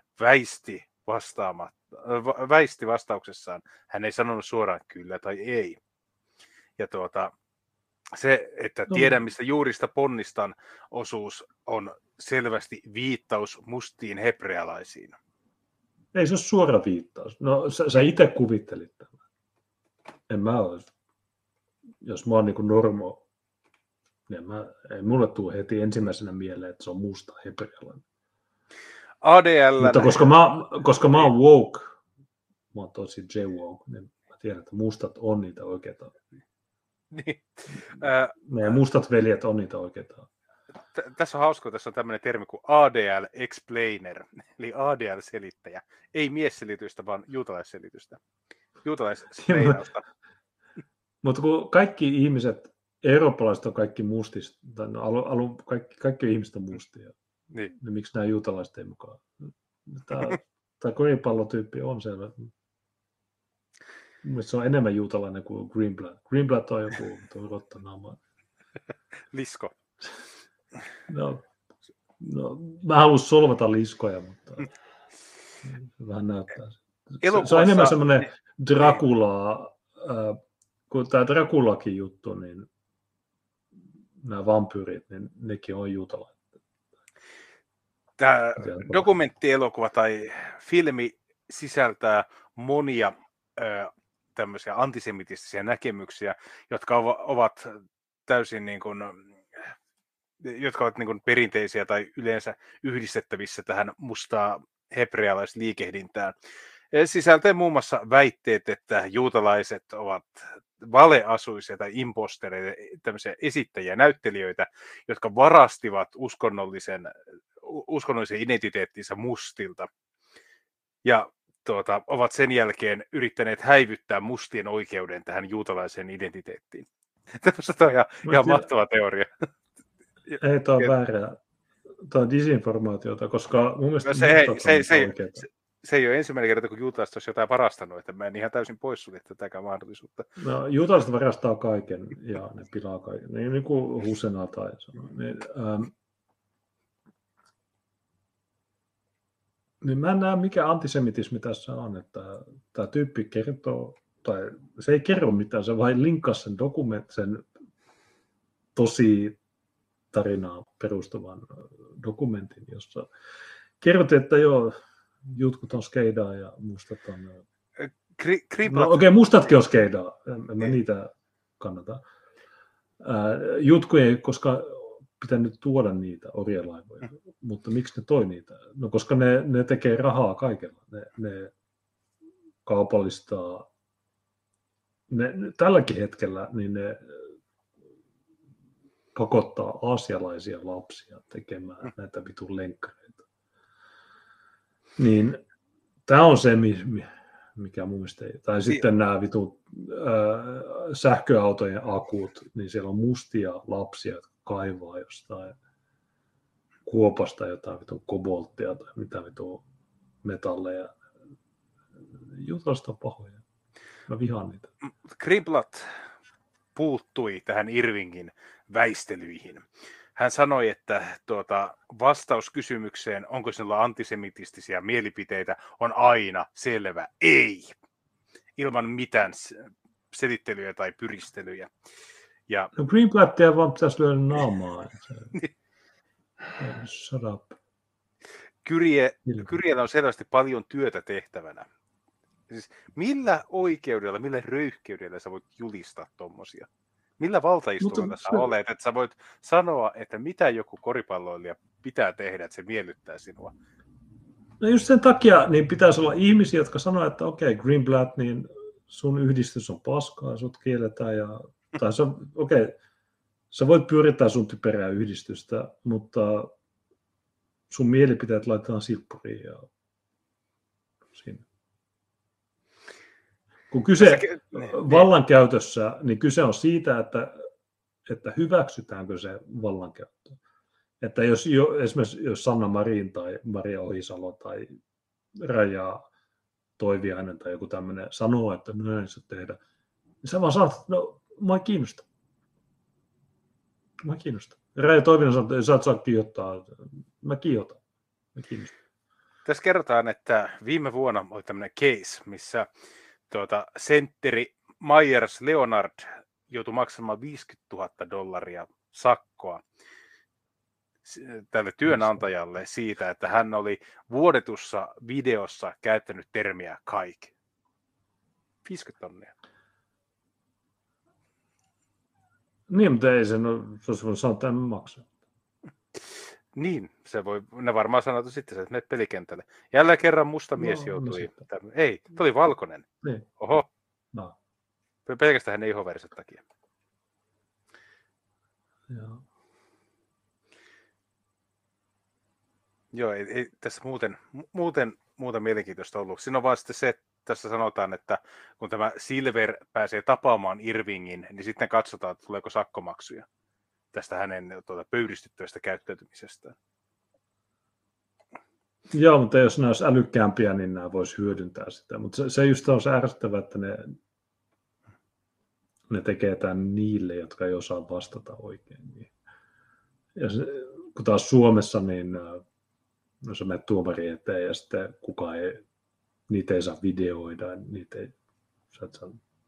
S2: väisti vastauksessaan. Hän ei sanonut suoraan kyllä tai ei. Ja se, että tiedän, mistä juurista ponnistan, osuus on selvästi viittaus mustiin hebrealaisiin.
S1: Ei se ole suora viittaus. No, sä itse kuvittelit tämän. En mä olisi. Jos mä oon niin kuin normo, niin ei mulle tule heti ensimmäisenä mieleen, että se on musta hebrealainen.
S2: ADL.
S1: Mutta koska mä oon woke, mä oon tosi J-woke, niin mä tiedän, että mustat on niitä oikeita.
S2: Niin.
S1: Meidän mustat veljet on niitä oikeita.
S2: Tässä on hauska, tässä on tämmöinen termi kuin ADL explainer, eli ADL-selittäjä. Ei miesselitystä, vaan juutalaisselitystä. Juutalaisselitystä.
S1: Mutta kun kaikki ihmiset, eurooppalaiset on kaikki mustista, kaikki ihmiset on mustia, niin miksi nämä juutalaiset ei mukaan? Tämä koripallotyyppi on selvä. Mielestäni se on enemmän juutalainen kuin Greenblatt. Greenblatt on joku rottanaama.
S2: Lisko.
S1: No, mä haluan solvata liskoja, mutta vähän näyttää. Se on enemmän semmoinen Dracula, kun tämä Draculakin juttu, niin nämä vampyyrit, niin nekin on juutalaisia.
S2: Tämä dokumenttielokuva tai filmi sisältää monia tämmöisiä antisemitistisiä näkemyksiä, jotka ovat täysin niin kuin, jotka ovat niin kuin perinteisiä tai yleensä yhdistettävissä tähän mustaa hebrealaisliikehdintään. Sisältää muun muassa väitteet, että juutalaiset ovat valeasuisia tai impostereita, tämmöisiä esittäjiä, näyttelijöitä, jotka varastivat uskonnollisen identiteettinsä mustilta. Ja ovat sen jälkeen yrittäneet häivyttää mustien oikeuden tähän juutalaiseen identiteettiin. Tämä on ihan mahtava teoria.
S1: Ei, tuo on väärää. Tuo on disinformaatiota, koska mun mielestä
S2: se ei ole ensimmäinen kerta, kun juutalaiset olisi jotain varastanut, että mä en ihan täysin poissulje tätäkään mahdollisuutta.
S1: No, juutalaiset varastaa kaiken ja ne pilaa kaiken. Niin kuin Husena tai sanoi. Niin mä en näe, mikä antisemitismi tässä on, että tämä tyyppi kertoo, tai se ei kerro mitään, se vain linkkasi sen tosi tarinaan perustuvan dokumentin, jossa kerrottiin, että joo, jutkut on skeidaa ja mustat on... Okei, mustatkin on skeidaa, en mä niitä kannata. Jutkuja ei koskaan pitänyt tuoda niitä orjalaivoja, mutta miksi ne toi niitä? No koska ne tekee rahaa kaikella, ne kaupallistaa, tälläkin hetkellä niin ne pakottaa aasialaisia lapsia tekemään näitä vitun lenkkareita. Niin tämä on se, mikä mun mielestä ei. Tai sitten nämä vitun sähköautojen akut, niin siellä on mustia lapsia, jotka kaivaa jostain kuopasta jotain vitun kobolttia tai mitä vitun metalleja. Jutalaiset on pahoja. Mä vihaan niitä.
S2: Greenblatt puuttui tähän Irvingin väistelyihin. Hän sanoi, että vastaus kysymykseen, onko sinulla antisemitistisiä mielipiteitä, on aina selvä ei. Ilman mitään selittelyjä tai pyristelyjä. Ja...
S1: No Greenblattia vaan pitäisi lyödä naamaa. Shut up.
S2: Kyriellä on selvästi paljon työtä tehtävänä. Siis millä oikeudella, millä röyhkeydellä sä voit julistaa tommosia? Millä valtaistumalla sä olet, että sä voit sanoa, että mitä joku koripalloilija pitää tehdä, että se miellyttää sinua?
S1: No just sen takia niin pitäisi olla ihmisiä, jotka sanoo, että okei, Greenblatt, niin sun yhdistys on paskaa, sut kielletään tai sä voit pyörittää sun typerää yhdistystä, mutta sun mielipiteet laitetaan silppuriin ja siinä. Kun kyse vallankäytössä, niin kyse on siitä, että hyväksytäänkö se vallankäyttö. Että esimerkiksi jos Sanna Marin tai Maria Ohisalo tai Raja Toiviainen tai joku tämmöinen sanoo, että näin se tehdä, niin sä vaan sanot, että no, mä en kiinnosta. Raja Toiviainen sanoo, että sä et saa kiihottaa. Mä kiihotan.
S2: Tässä kerrotaan, että viime vuonna oli tämmöinen case, missä sentteri Myers Leonard joutui maksamaan $50,000 sakkoa tälle työnantajalle siitä, että hän oli vuodetussa videossa käyttänyt termiä kaik. 50 000.
S1: Niin, mutta ei se olisi voinut sanoa, että en maksa.
S2: Niin, ne varmaan sanottu sitten, että menet pelikentälle. Jälleen kerran musta mies joutui. Ei, tämä oli valkoinen.
S1: Niin.
S2: Oho.
S1: No.
S2: Pelkästään hänen ihoväriset takia.
S1: Joo.
S2: Joo, ei tässä muuten mielenkiintoista ollut. Siinä on vaan sitten se, että tässä sanotaan, että kun tämä Silver pääsee tapaamaan Irvingin, niin sitten katsotaan, että tuleeko sakkomaksuja tästä hänen pöyristyttävästä käyttäytymisestään.
S1: Joo, mutta jos nämä olisi älykkäämpiä, niin nämä voisi hyödyntää sitä. Mutta se just on ärsyttävää, että ne tekee tämän niille, jotka ei osaa vastata oikein. Ja kun taas Suomessa, niin jos sä menet tuomari eteen ja sitten niitä ei saa videoida, niitä ei saa.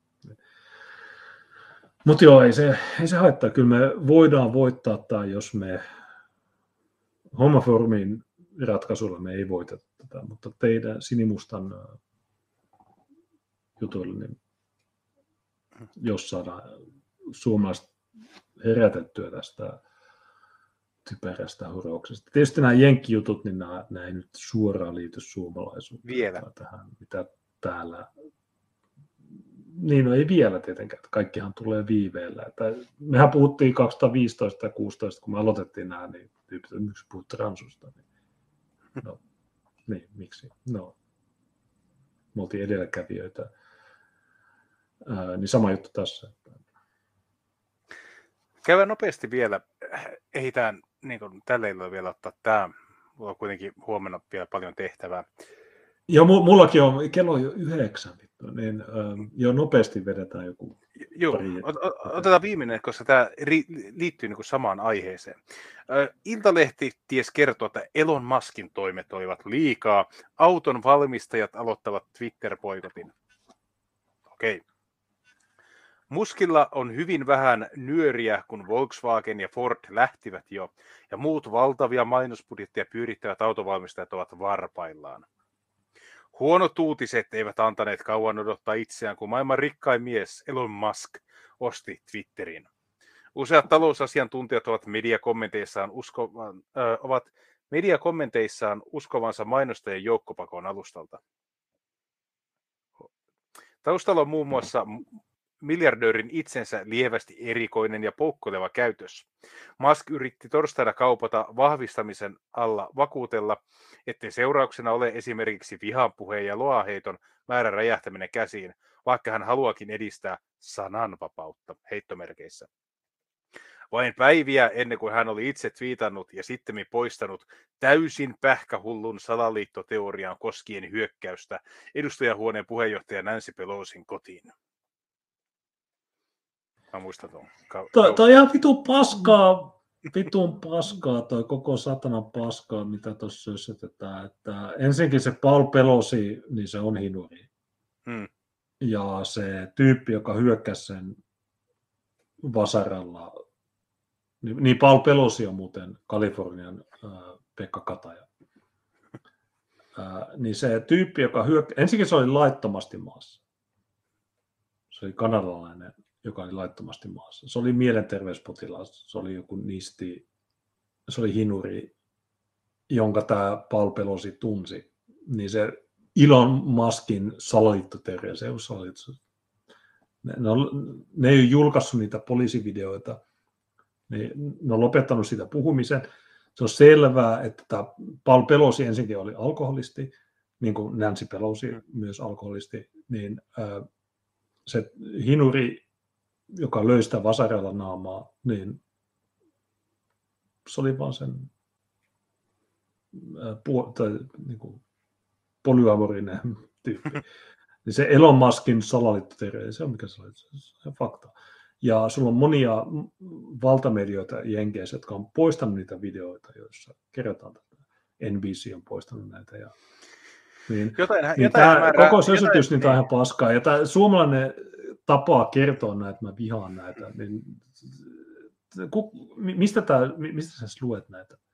S1: Mutta joo, ei se haittaa. Kyllä me voidaan voittaa tai jos me Hommafoorumin ratkaisulla me ei voiteta tätä, mutta teidän sinimustan jutuilla, niin jos saadaan suomalaiset herätettyä tästä typerästä hurauksesta. Tietysti nämä jenkkijutut, niin nämä ei nyt suoraan liity suomalaisuuteen.
S2: Vielä.
S1: Tähän, mitä täällä. Niin, no ei vielä tietenkään. Kaikkihan tulee viiveellä. Mehän puhuttiin 2015 ja 2016, kun me aloitettiin nämä, niin miksi puhut transusta? No, niin, miksi? No, me oltiin edelläkävijöitä. Niin sama juttu tässä.
S2: Käydään nopeasti vielä. Ehditään niin tällä illalla vielä ottaa tämä. Mulla on kuitenkin huomenna vielä paljon tehtävää.
S1: Joo, mullakin on, kello on jo 9, niin jo nopeasti vedetään joku.
S2: Joo, otetaan viimeinen, koska tämä liittyy niin kuin samaan aiheeseen. Iltalehti ties kertoa, että Elon Muskin toimet olivat liikaa. Auton valmistajat aloittavat Twitter-boikotin. Okei. Muskilla on hyvin vähän nyöriä, kun Volkswagen ja Ford lähtivät jo, ja muut valtavia mainosbudjetteja pyörittävät autovalmistajat ovat varpaillaan. Huonot uutiset eivät antaneet kauan odottaa itseään, kun maailman rikkain mies Elon Musk osti Twitterin. Useat talousasiantuntijat ovat mediakommenteissaan uskovansa mainostajien joukkopakoon alustalta. Taustalla on muun muassa miljardöörin itsensä lievästi erikoinen ja poukkoileva käytös. Musk yritti torstaina kaupata vahvistamisen alla vakuutella, ettei seurauksena ole esimerkiksi vihanpuheen ja loaheiton määrän räjähtäminen käsiin, vaikka hän haluakin edistää sananvapautta heittomerkeissä. Vain päiviä ennen kuin hän oli itse twiitannut ja sittemmin poistanut täysin pähkähullun salaliittoteorian koskien hyökkäystä edustajahuoneen puheenjohtaja Nancy Pelosin kotiin. Mä muistan tuon.
S1: Toi on ihan vitun paskaa toi koko satanan paskaa, mitä tuossa syötetään. Että ensinnäkin se Paul Pelosi, niin se on hinuri. Ja se tyyppi, joka hyökkäsi sen vasaralla, niin Paul Pelosi on muuten Kalifornian Pekka Kataja. Niin se tyyppi, joka hyökkäsi, ensinnäkin se oli laittomasti maassa. Se oli kanadalainen, joka oli laittomasti maassa. Se oli mielenterveyspotilas, se oli joku nisti, se oli hinuri, jonka tämä Paul Pelosi tunsi. Niin se Elon Muskin salaliittoteoria, se ei ole salaliitto. Ne ei ole julkaissut niitä poliisivideoita, ne on lopettanut sitä puhumisen. Se on selvää, että tämä Paul Pelosi ensinnäkin oli alkoholisti, niin kuin Nancy Pelosi myös alkoholisti, niin se hinuri, joka löi sitä vasaralla naamaa, niin se oli vaan sen polyamorinen tyyppi. Niin se Elon Muskin salaliittoteoria, se on mikä se on fakta. Ja sulla on monia valtamedioita Jenkeissä, jotka on poistanut niitä videoita, joissa kerrotaan tätä. NBC on poistanut näitä. Ja, koko se esitys niin on ihan paskaa. Ja tämä suomalainen tapa kertoa näitä, mä vihaan näitä. Niin, mistä sä luet näitä?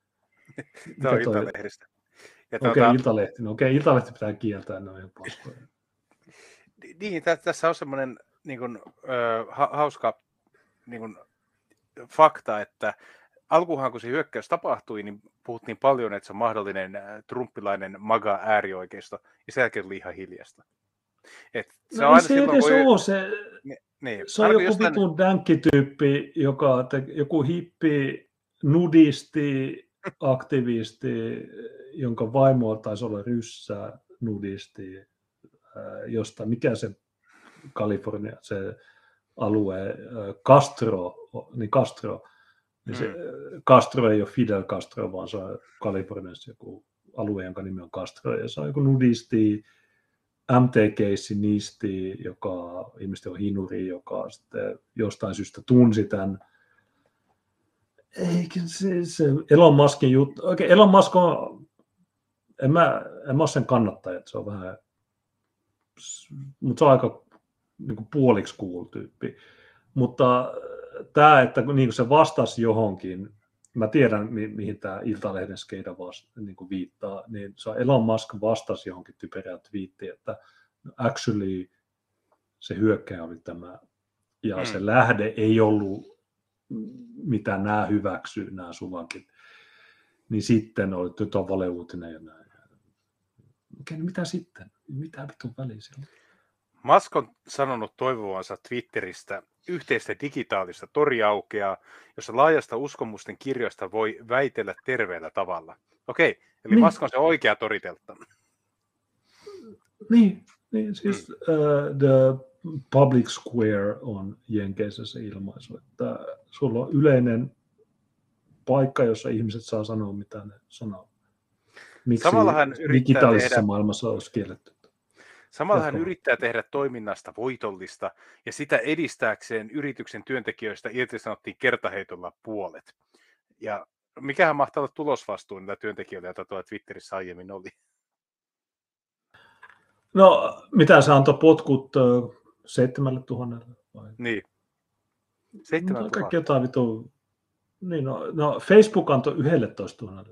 S2: Tämä on Iltalehdistä.
S1: Okei, Iltalehti. No, okei, Iltalehti pitää kieltää, ne on ihan paskoja.
S2: Niin, tässä on semmoinen niin kuin, hauska niin kuin, fakta, että alkuunhan kun se hyökkäys tapahtui, niin puhuttiin paljon, että se on mahdollinen trumpilainen MAGA-äärioikeisto, ja sen jälkeen oli ihan hiljasta.
S1: Se on aina silloin, se on joku vitun dänkkityyppi, joku hippi, nudisti, aktivisti, jonka vaimo taisi olla ryssä, nudisti, josta, mikä se Kalifornia, se alue, Castro, niin se Castro ei ole Fidel Castro, vaan se on Kaliforniassa joku alue, jonka nimi on Castro, ja se on joku nudisti, MTK-nisti, joka ilmeisesti on hinuri, joka sitten jostain syystä tunsi tämän. Eikä se Elon Muskin juttu. Oikein Elon Musk on, en mä ole sen kannattaja, että se on vähän, mutta se on aika niin kuin puoliksi cool tyyppi. Mutta tämä, että niin se vastasi johonkin, mä tiedän mihin tämä Iltalehden skeida niin viittaa, niin se Elon Musk vastasi johonkin typerään twiittiin, että actually se hyökkäjä oli tämä, ja se lähde ei ollut mitä nämä hyväksyy, nämä suvakit. Niin sitten oli tuo valeuutinen ja näin. Mitä sitten? Mitä vitun väliä siellä?
S2: Musk on sanonut toivovansa Twitteristä yhteistä digitaalista toriaukeaa, jossa laajasta uskomusten kirjoista voi väitellä terveellä tavalla. Okei, eli niin. Musk on se oikea toriteltta.
S1: Niin siis the public square on Jenkeissä se ilmaisu, että sulla on yleinen paikka, jossa ihmiset saa sanoa, mitä ne sanoo. Miksi digitaalisessa maailmassa olisi kielletty?
S2: Samalla hän yrittää tehdä toiminnasta voitollista, ja sitä edistääkseen yrityksen työntekijöistä irtisanottiin kertaheitolla puolet. Ja mikähän mahtaa olla tulosvastuu niillä työntekijöillä, joita tuolla Twitterissä aiemmin oli?
S1: No, mitä se antoi potkut 7,000?
S2: Niin. 7,000.
S1: Kaikki jotain vitu. Niin, no, Facebook antoi 11,000.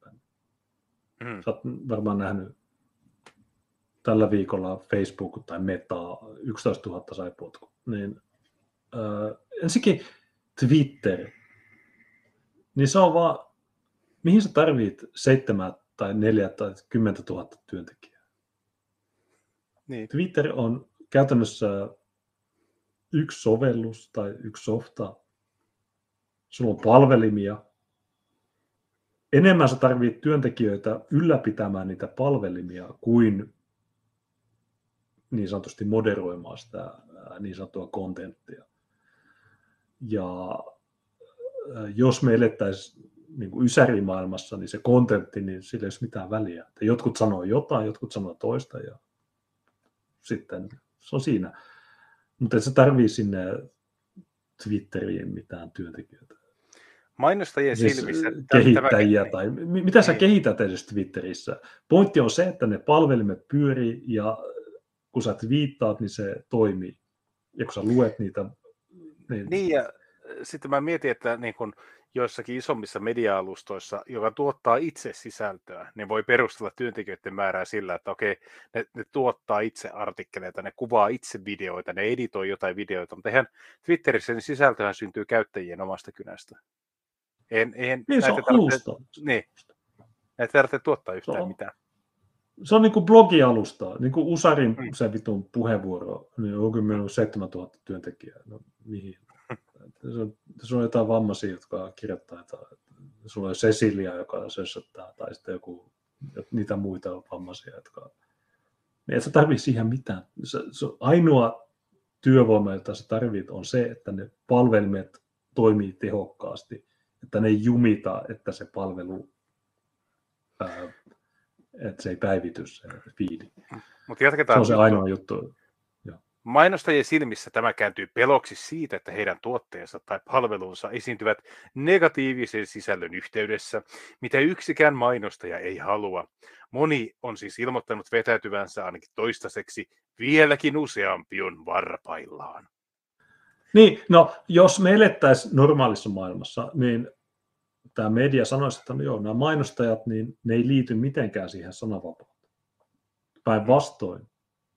S1: Sä oot varmaan nähnyt tällä viikolla Facebook tai Meta 11,000 sai potku. Niin, ensinnäkin Twitter. Niin se on vaan, mihin sä tarvit 7 tai 4 tai 10 000 työntekijää?
S2: Niin.
S1: Twitter on käytännössä yksi sovellus tai yksi softa. Sulla on palvelimia. Enemmän sä tarvitset työntekijöitä ylläpitämään niitä palvelimia kuin niin sanotusti moderoimaan sitä niin sanottua kontenttia. Ja jos me elettäisiin niin kuin ysärimaailmassa, niin se kontentti, niin sillä ei olisi mitään väliä. Jotkut sanoo jotain, jotkut sanoo toista ja sitten se on siinä. Mutta et sä tarvii sinne Twitteriin mitään työntekijöitä.
S2: Mainostajien silmissä.
S1: Kehittäjiä tai mitä sä kehität edes Twitterissä? Pointti on se, että ne palvelimet pyörii ja kun sä twiittaat, niin se toimii. Ja kun sä luet niitä.
S2: Niin ja sitten mä mietin, että niin kun joissakin isommissa media-alustoissa, joka tuottaa itse sisältöä, niin voi perustella työntekijöiden määrää sillä, että okei, ne tuottaa itse artikkeleita, ne kuvaa itse videoita, ne editoi jotain videoita, mutta eihän Twitterissä niin sisältöhän syntyy käyttäjien omasta kynästä.
S1: Niin, se on alusta.
S2: Niin, näitä tarvitsee tuottaa yhtään mitään.
S1: Se on niin kuin blogialusta, niin kuin Usarin se vitun puheenvuoro, niin on kyllä meillä 7000 työntekijää, no mihin? Se on jotain vammaisia, jotka kirjoittaa jotain. Sulla on Cecilia, joka sössöttää, tai sitten joku, niitä muita vammaisia, jotka. Et sä tarvitse siihen mitään. Se ainoa työvoima, jota sä tarvit, on se, että ne palvelimet toimii tehokkaasti, että ne ei jumita, että se palvelu, että se ei päivity se feedi. Se on se ainoa juttu.
S2: Mainostajien silmissä tämä kääntyy peloksi siitä, että heidän tuotteensa tai palvelunsa esiintyvät negatiivisen sisällön yhteydessä, mitä yksikään mainostaja ei halua. Moni on siis ilmoittanut vetäytyvänsä ainakin toistaiseksi, vieläkin useampi on varpaillaan.
S1: Niin, no jos me elettäisiin normaalissa maailmassa, niin tämä media sanoisi, että no joo, nämä mainostajat, niin ne ei liity mitenkään siihen sananvapauteen. Päinvastoin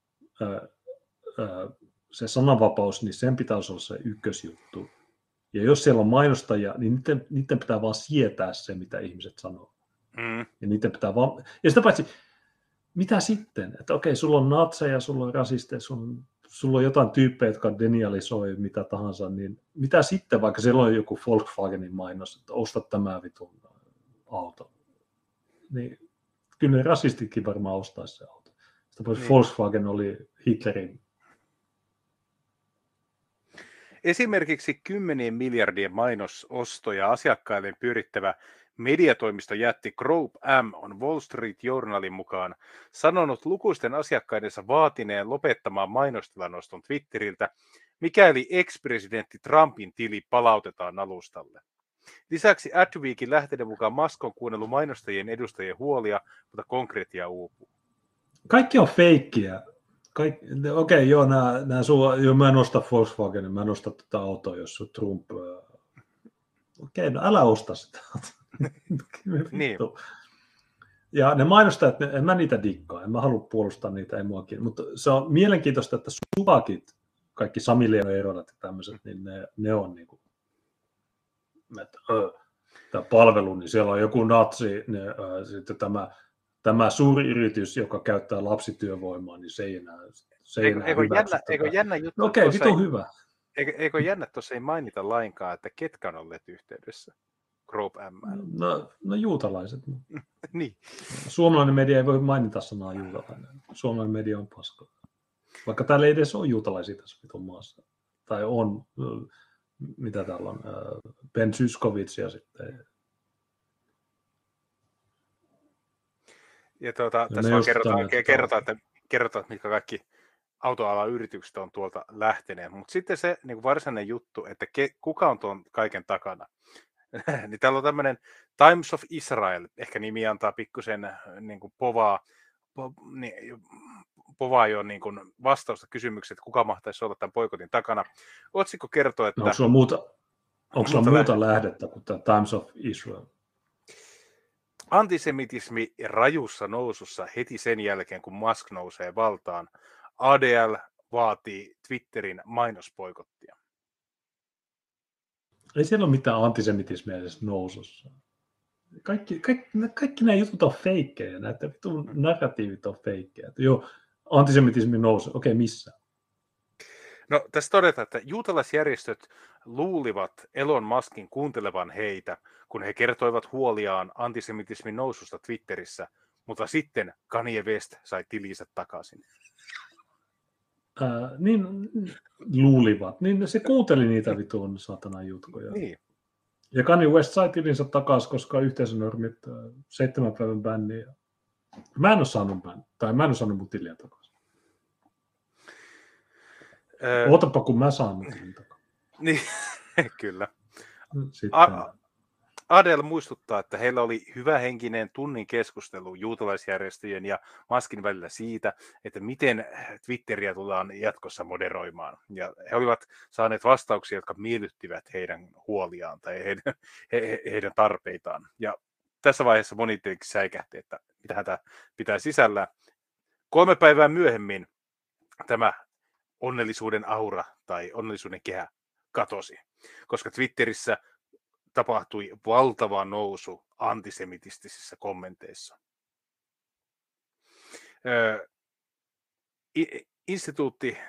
S1: se sananvapaus, niin sen pitäisi olla se ykkösjuttu. Ja jos siellä on mainostajia, niin niiden pitää vaan sietää se, mitä ihmiset sanoo. Ja niiden pitää vaan... Ja sitä paitsi, mitä sitten? Että okei, sulla on natseja, sulla on rasisteja, sulla on jotain tyyppejä, jotka denialisoi mitä tahansa, niin mitä sitten, vaikka siellä on joku Volkswagenin mainos, että osta tämä vitun auto. Niin kyllä ne rasistitkin varmaan ostaisi se auto. Sitä pois niin. Volkswagen oli Hitlerin.
S2: Esimerkiksi 10 miljardien mainosostoja asiakkaille pyörittävä mediatoimistojätti Group M on Wall Street Journalin mukaan sanonut lukuisten asiakkaidensa vaatineen lopettamaan mainostilan oston Twitteriltä, mikäli ex-presidentti Trumpin tili palautetaan alustalle. Lisäksi Adweekin lähteiden mukaan Musk on kuunnellut mainostajien edustajien huolia, mutta konkreettia uupuu.
S1: Kaikki on feikkiä. Okei, joo, mä en osta Volkswagenin, mä en osta tätä autoa, jos on Trump. Okei, no älä osta sitä.
S2: Niin.
S1: Ja ne mainostajat, en mä niitä dikkaa, en mä halua puolustaa niitä, ei muakin. Mutta se on mielenkiintoista, että supakit, kaikki Sami Lieno-erodat ja tämmöiset, niin ne on niin kuin, että tämä palvelu, niin siellä on joku natsi, sitten tämä suuri yritys, joka käyttää lapsityövoimaa, niin se ei enää
S2: Eikö jännä juttu?
S1: No okei, vitu hyvä.
S2: Eikö jännä, tuossa ei mainita lainkaan, että ketkä on olleet yhteydessä Group M?
S1: No juutalaiset.
S2: Niin.
S1: Suomalainen media ei voi mainita sanaa juutalainen. Suomalainen media on paska. Vaikka täällä ei edes ole juutalaisia tässä vitun maassa. Tai on, mitä täällä on, Ben Zyskowicz ja sitten...
S2: Ja tässä vaan kerrotaan, että mitkä kaikki autoalan yritykset on tuolta lähteneet. Mutta sitten se niin varsinainen juttu, että kuka on tuon kaiken takana. Niin täällä on tämmöinen Times of Israel, ehkä nimi antaa pikkusen niin povaa jo niin kuin vastausta kysymykseen, että kuka mahtaisi olla tämän boikotin takana. Otsikko kertoo, että...
S1: Onko sulla muuta lähdettä kuin tämä Times of Israel?
S2: Antisemitismi rajussa nousussa heti sen jälkeen, kun Musk nousee valtaan. ADL vaatii Twitterin mainospoikottia.
S1: Ei siellä ole mitään antisemitismiä edes nousussa. Kaikki nämä jutut on feikkejä, näitä vitun narratiivit on feikkejä. Joo, antisemitismi nousee. Okei, missä?
S2: No, tässä todetaan, että juutalaisjärjestöt luulivat Elon Muskin kuuntelevan heitä, kun he kertoivat huoliaan antisemitismin noususta Twitterissä, mutta sitten Kanye West sai tilinsä takaisin.
S1: Niin luulivat. Niin se kuunteli niitä vitun satana jutkoja.
S2: Niin.
S1: Ja Kanye West sai tilinsä takaisin, koska yhteisönormit 7 päivän bänniä. Mä en ole saanut mun tiliä takaisin. Ootapa, kun mä saan mun tilin takaisin.
S2: Niin, kyllä.
S1: Sitten...
S2: Adel muistuttaa, että heillä oli hyvähenkinen tunnin keskustelu juutalaisjärjestöjen ja Muskin välillä siitä, että miten Twitteriä tullaan jatkossa moderoimaan. Ja he olivat saaneet vastauksia, jotka miellyttivät heidän huoliaan tai heidän tarpeitaan. Ja tässä vaiheessa moni tietenkin säikähti, että mitähän tämä pitää sisällään. 3 päivää myöhemmin tämä onnellisuuden aura tai onnellisuuden kehä katosi, koska Twitterissä tapahtui valtava nousu antisemitistisissä kommenteissa. Instituutti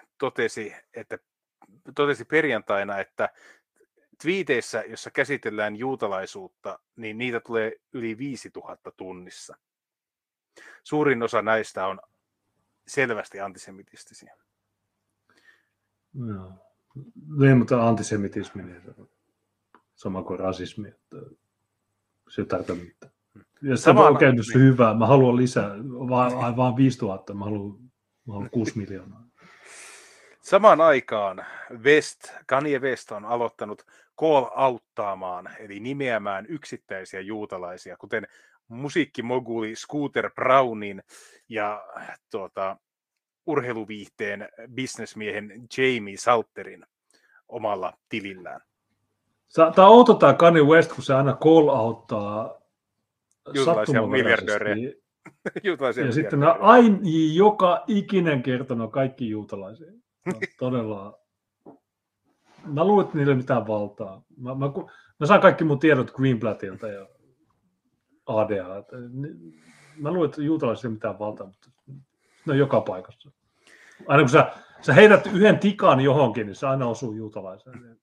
S2: totesi perjantaina, että twiiteissä, jossa käsitellään juutalaisuutta, niin niitä tulee yli 5000 tunnissa. Suurin osa näistä on selvästi antisemitistisiä.
S1: No. Niin, mutta antisemitismi, niin sama kuin rasismi, että se ei tarkoita mitään. Ja se on käynyt hyvä, mä haluan lisää, vaan 5000, mä haluan 6 miljoonaa.
S2: Samaan aikaan Kanye West on aloittanut call-outtaamaan, eli nimeämään yksittäisiä juutalaisia, kuten musiikkimoguli Scooter Brownin ja urheiluviihteen bisnesmiehen Jamie Salterin omalla tilillään.
S1: Tämä on outo tämä Kanye West, kun se aina call-outtaa
S2: Juutalaisia miljardöörejä.
S1: Ja sitten aina joka ikinen kerta on kaikki juutalaisia. Todella. Mä luulen, että niillä ei ole mitään valtaa. Mä saan kaikki mun tiedot Greenblatilta ja ADA. Mä luulen, että juutalaisilla ei ole mitään valtaa, mutta ne on joka paikassa. Aina kun sä heität yhden tikan johonkin, niin se aina osuu juutalaiseen.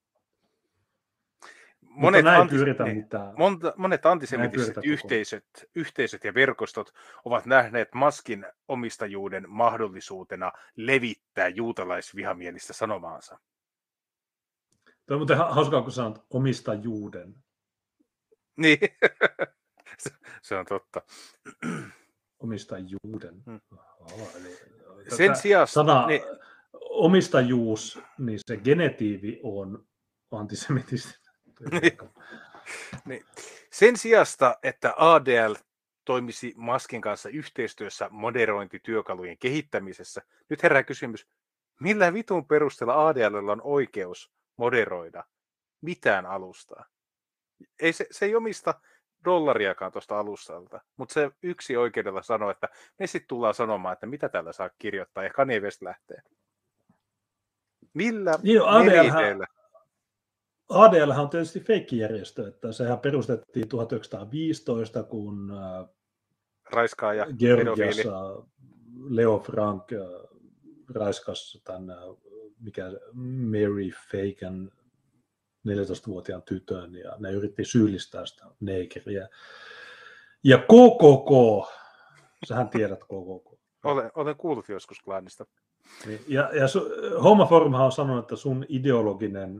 S2: Monet antisemitiset yhteisöt ja verkostot ovat nähneet maskin omistajuuden mahdollisuutena levittää juutalaisvihamielistä sanomaansa.
S1: Tuo on muuten hauskaa, kun sanot omistajuuden.
S2: Niin, se on totta.
S1: Omistajuuden.
S2: Sen sijaan
S1: sana omistajuus, niin se genetiivi on antisemitistä.
S2: Niin. Sen sijasta, että ADL toimisi maskin kanssa yhteistyössä moderointityökalujen kehittämisessä, nyt herää kysymys, millä vitun perusteella ADL on oikeus moderoida mitään alustaa? Se ei omista dollariakaan tuosta alustalta, mutta se yksi oikeudella sanoo, että me sitten tullaan sanomaan, että mitä täällä saa kirjoittaa, ja Kanye West lähtee. Millä meriteillä?
S1: ADL on tietysti feikkijärjestö, että sehän perustettiin 1915, kun
S2: raiskaaja,
S1: Georgiassa Leo Frank raiskasi tämän Mary Fagan 14-vuotiaan tytön, ja ne yritti syyllistää sitä neekeriä. Ja KKK, sähän tiedät KKK.
S2: Olen kuullut joskus klaanista.
S1: Ja Homoforumhan on sanonut, että sun ideologinen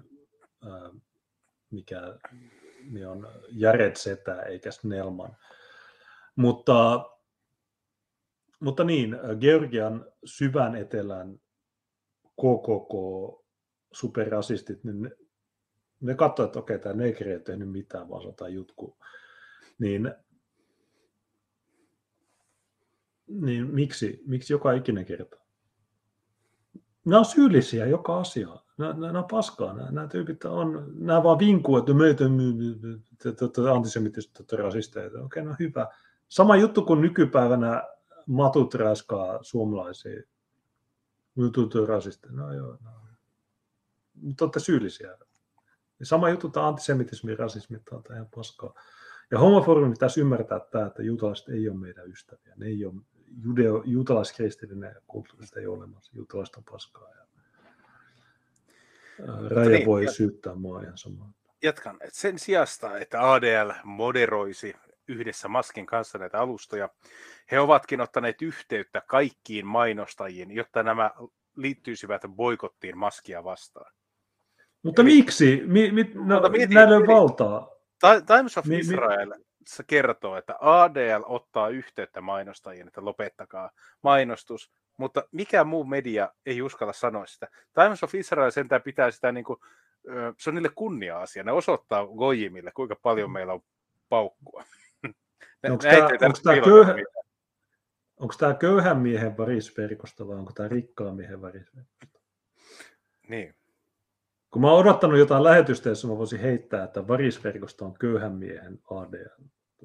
S1: mikä niin on Jared Setä eikä Snellman. Mutta niin, Georgian syvän etelän KKK superrasistit, niin ne katsoivat, että okei, tämä negri ei tehnyt mitään, vaan jotain jutkua. Niin miksi joka ikinen kerta? Nämä on syyllisiä joka asiaan. Nämä on paskaa. Nämä tyypit on, nämä vaan vinkuu, että meitä antisemitiset rasisteja. Okei, no hyvä. Sama juttu kuin nykypäivänä matut raiskaa suomalaisia. Jutut rasisteja. No joo. No. Mutta olette syyllisiä. Sama juttu tämä antisemitismi ja rasismi on ihan paskaa. Ja Homoforumin pitäisi ymmärtää tämä, että juutalaiset ei ole meidän ystäviä. Ne ei ole juutalaiskristillinen kulttuurista ei ole olemassa. Juutalaiset on paskaa. Raija voi syyttää mua ihan samaan.
S2: Jatkan. Sen sijasta, että ADL moderoisi yhdessä maskin kanssa näitä alustoja, he ovatkin ottaneet yhteyttä kaikkiin mainostajiin, jotta nämä liittyisivät boikottiin maskia vastaan.
S1: Mutta miksi? Näillä on valtaa.
S2: Times of Israel kertoo, että ADL ottaa yhteyttä mainostajiin, että lopettakaa mainostus, mutta mikä muu media ei uskalla sanoa sitä. Times of Israel sentään pitää sitä, niin kuin, se on niille kunnia-asia. Ne osoittaa Gojimille, kuinka paljon meillä on paukkua.
S1: Onko tämä köyhän miehen varisverkosto vai onko tämä rikkaan miehen varisverkosto?
S2: Niin.
S1: Kun mä oon odottanut jotain lähetystä, jossa mä voisin heittää, että varisverkosto on köyhän miehen ADL.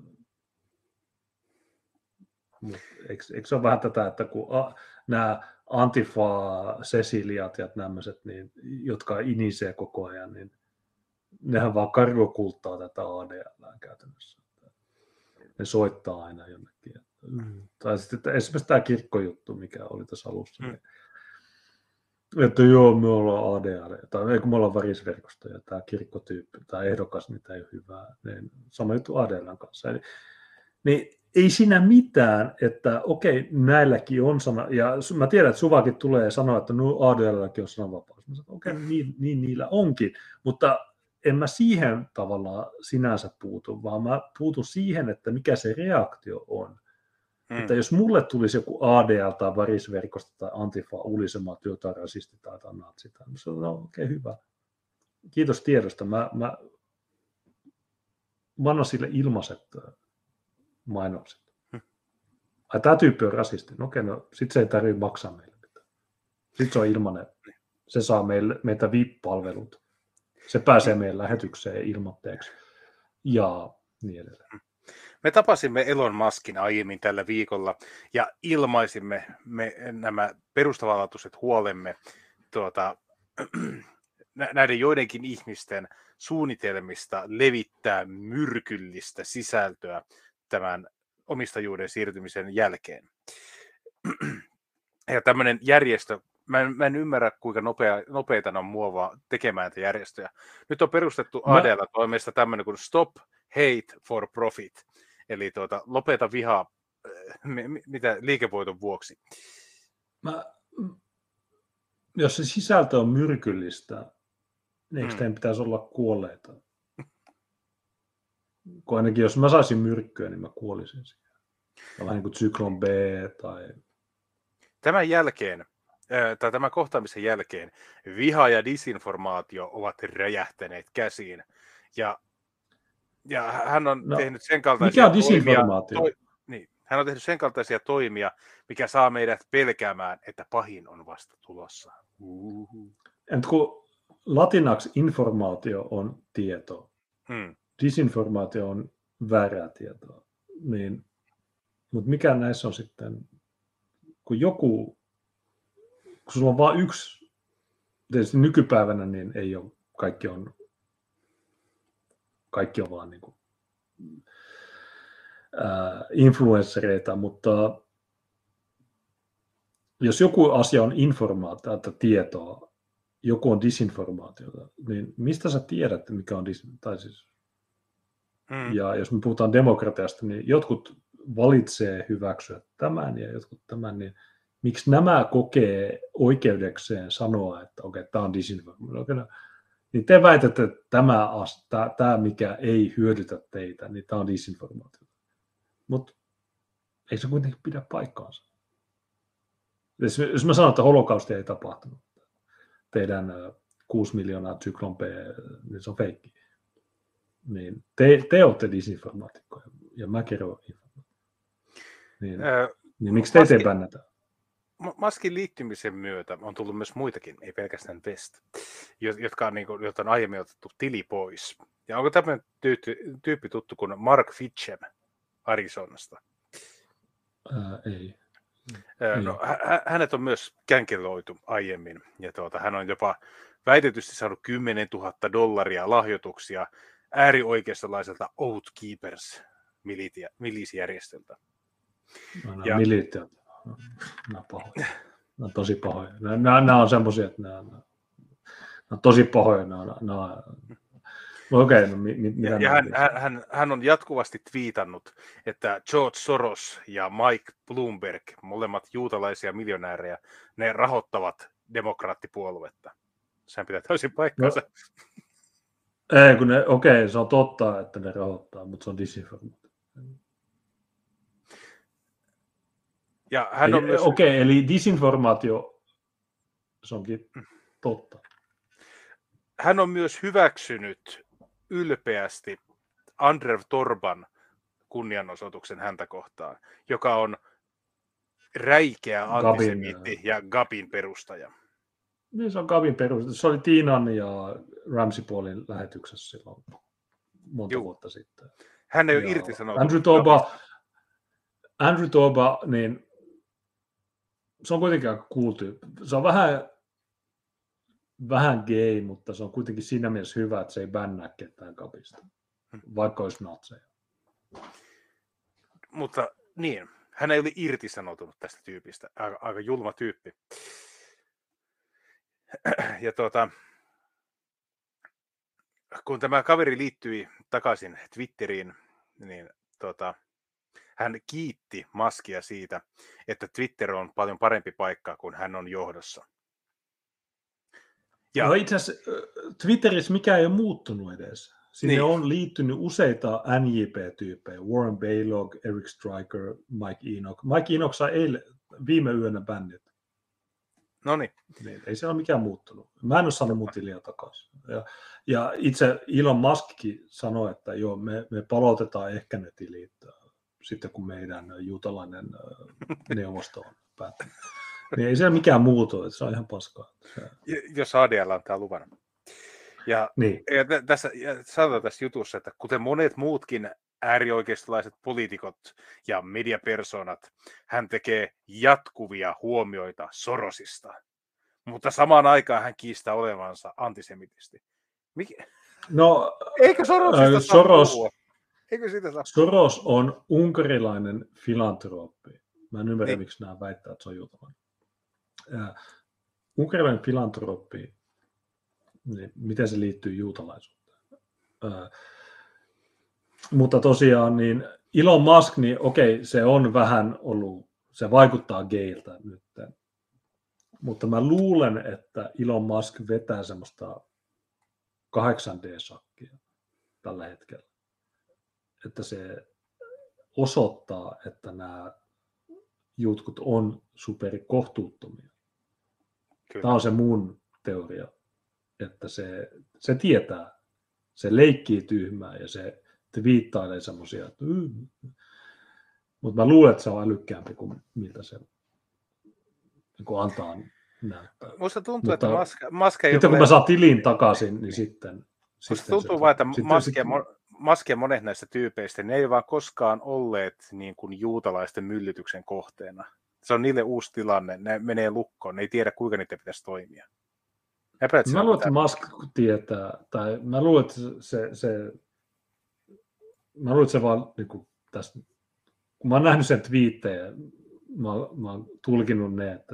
S1: Eikö se ole vähän tätä, että kun nämä Antifa-Ceciliat ja tämmöiset, niin, jotka inisee koko ajan, niin nehän vaan kargokulttaa tätä ADL käytännössä. Ne soittaa aina jonnekin. Tai sitten esimerkiksi tämä kirkkojuttu, mikä oli tässä alussa. Että joo, me ollaan ADL, tai ei kun me ollaan varisverkosto ja tämä kirkkotyyppi, tämä ehdokas, mitä ei ole hyvää. Niin sama juttu ADL:n kanssa. Niin ei siinä mitään, että okei, näilläkin on sana, ja mä tiedän, että Suvakin tulee sanoa, että no ADL:lläkin on sananvapaus. Mä sanon, okei, niin niillä onkin, mutta en mä siihen tavallaan sinänsä puutu, vaan mä puutun siihen, että mikä se reaktio on. Että jos mulle tulisi joku ADL tai varisverkosto tai Antifa ulisemaan jotain rasisti tai natsi, niin se on okei, hyvä. Kiitos tiedosta. Mä annan sille ilmaiset mainokset. Ai, tämä tyyppi on rasisti. No okei, no sit se ei tarvitse maksaa meille mitään. Sitten se on ilmainen. Se saa meiltä VIP-palvelut. Se pääsee meidän lähetykseen ilmoitteeksi ja niin edelleen.
S2: Me tapasimme Elon Muskin aiemmin tällä viikolla ja ilmaisimme nämä perustavanlaatuiset huolemme näiden joidenkin ihmisten suunnitelmista levittää myrkyllistä sisältöä tämän omistajuuden siirtymisen jälkeen. Ja tämmöinen järjestö, mä en ymmärrä, kuinka nopeita ne on muovaa tekemään näitä järjestöjä. Nyt on perustettu ADL-toimesta tämmöinen kuin Stop Hate for Profit, eli lopeta vihaa mitä liikevoiton vuoksi.
S1: Jos se sisältö on myrkyllistä, niin eikö teidän pitäisi olla kuolleita? Kun ainakin jos mä saisin myrkkyä, niin mä kuolisin siihen. Vähän niin kuin Zyklon B tai...
S2: Tämän kohtaamisen jälkeen viha ja disinformaatio ovat räjähtäneet käsiin. Ja hän on tehnyt sen kaltaisia
S1: mikä on disinformaatio?
S2: Hän on tehnyt sen kaltaisia toimia, mikä saa meidät pelkäämään, että pahin on vasta tulossa.
S1: Entä kun latinaksi informaatio on tieto, disinformaatio on väärää tietoa, niin, mutta mikä näissä on sitten, kun sulla on vain yksi, tietysti nykypäivänä niin ei ole, kaikki on vaan niin kuin, influenssereita, mutta jos joku asia on informaatiota, tietoa, joku on disinformaatiota, niin mistä sä tiedät, mikä on Ja jos me puhutaan demokratiasta, niin jotkut valitsee hyväksyä tämän ja jotkut tämän, niin miksi nämä kokee oikeudekseen sanoa, että okei, tämä on disinformaatio. Niin te väitätte, että tämä, mikä ei hyödytä teitä, niin tämä on disinformaatio. Mutta ei se kuitenkin pidä paikkaansa. Jos mä sanon, että holokausti ei tapahtunut, teidän 6 miljoonaa Zyklon B, niin se on feikki. Niin te olette disinformaatikkoja ja mä kerron informaatiota. Niin miksi teitä ei bännätä?
S2: Maskin liittymisen myötä on tullut myös muitakin, ei pelkästään West, jotka on aiemmin otettu tili pois. Ja onko tämmöinen tyyppi tuttu kuin Mark Fitchem Arizonasta?
S1: Ei.
S2: No, hänet on myös känkeloitu aiemmin, ja hän on jopa väitetysti saanut $10,000 lahjoituksia äärioikeistolaiselta Oath Keepers -milisjärjestöltä.
S1: Militiat. Nämä on tosi pahoja. Nämä on semmoisia, että nämä on tosi pahoja. Okei,
S2: hän on jatkuvasti twiitannut, että George Soros ja Mike Bloomberg, molemmat juutalaisia miljonäärejä, ne rahoittavat demokraattipuoluetta. Sehän pitää täysin paikkaansa.
S1: Okei, se on totta, että ne rahoittaa, mutta se on disinformaatio.
S2: Ja hän on myös...
S1: eli disinformaatio, se onkin totta.
S2: Hän on myös hyväksynyt ylpeästi Andrew Torban kunnianosoituksen häntä kohtaan, joka on räikeä antisemiitti ja Gabin perustaja.
S1: Niin, se on Gabin perustaja. Se oli Tiinan ja Ramsey-puolin lähetyksessä silloin monta vuotta sitten.
S2: Hän ei ole irtisanoutunut.
S1: Andrew Torba, niin se on kuitenkin aika cool tyyppi. Se on vähän gay, mutta se on kuitenkin siinä mielessä hyvä, että se ei bännää ketään Gabista, vaikka olisi natseja.
S2: Mutta niin, hän ei ole irtisanoutunut tästä tyypistä. Aika julma tyyppi. Ja kun tämä kaveri liittyi takaisin Twitteriin, niin hän kiitti Muskia siitä, että Twitter on paljon parempi paikka, kun hän on johdossa.
S1: Ja no itse asiassa Twitterissä mikä ei ole muuttunut edes. Sinne on liittynyt useita NJP-tyyppejä. Warren Baylog, Eric Striker, Mike Enoch. Mike Enoch sai viime yönä bändit.
S2: Noniin.
S1: Ei se ole mikään muuttunut. Mä en ole saanut mun tiliä takaisin. Ja itse Elon Muskkin sanoi, että joo, me palautetaan ehkä ne tilit sitten kun meidän juutalainen neuvosto on päättänyt. Niin ei se mikään muutu, että se on ihan paskaa.
S2: Jos ADL antaa luvan.
S1: Niin.
S2: Sanotaan tässä jutussa, että kuten monet muutkin äärioikeistolaiset poliitikot ja mediapersonat, hän tekee jatkuvia huomioita Sorosista. Mutta samaan aikaan hän kiistää olevansa antisemitisti.
S1: No,
S2: Eikö Sorosista saa puhua? Eikö siitä saa
S1: Soros on unkarilainen filantrooppi. Mä en ymmärrä,
S2: Niin.
S1: miksi nämä väittää, että se on juutalainen. Unkarilainen filantrooppi, niin miten se liittyy juutalaisuuteen? Mutta tosiaan, niin Elon Musk, niin okei, se on vähän ollut, se vaikuttaa geiltä nyt. Mutta mä luulen, että Elon Musk vetää semmoista 8D-sakkia tällä hetkellä. Että se osoittaa, että nämä jutkut on superikohtuuttomia.
S2: Kyllä.
S1: Tämä on se mun teoria, että se tietää, se leikkii tyhmää ja se viittailee semmoisia, että mutta mä luulen, että se on älykkäämpi kuin miltä se niin antaa näyttää.
S2: Musta tuntuu,
S1: Mutta
S2: että Musk ei
S1: sitten kun
S2: ole...
S1: mä saan tilin takaisin, niin sitten...
S2: Musta tuntuu vaan, että Musk ja monet näistä tyypeistä, ne ei vaan koskaan olleet niin kuin juutalaisten myllytyksen kohteena. Se on niille uusi tilanne, ne menee lukkoon, ne ei tiedä kuinka niitä pitäisi toimia.
S1: Mä luulen, että Musk tietää, tai mä luulen, että se vaan niin kuin tästä, kun mä oon nähnyt sen twiittejä, mä oon tulkinut ne, että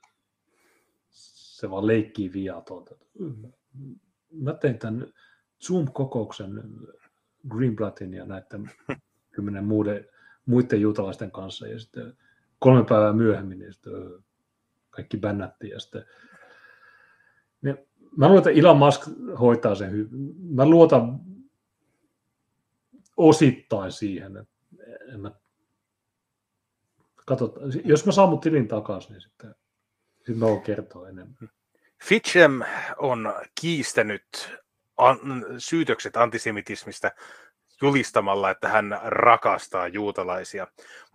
S1: se vaan leikkii viatonta. Mä tein tämän Zoom-kokouksen Greenblattin ja näiden 10 muiden juutalaisten kanssa, ja sitten 3 päivää myöhemmin niin sitten kaikki bännättiin, ja sitten niin mä luulen, että Elon Musk hoitaa sen hyvin. Mä luotan osittain siihen, että katsotaan. Jos mä saan mun tilin takaisin, niin sitten mä voin kertoa enemmän.
S2: Fitchem on kiistänyt syytökset antisemitismistä julistamalla, että hän rakastaa juutalaisia.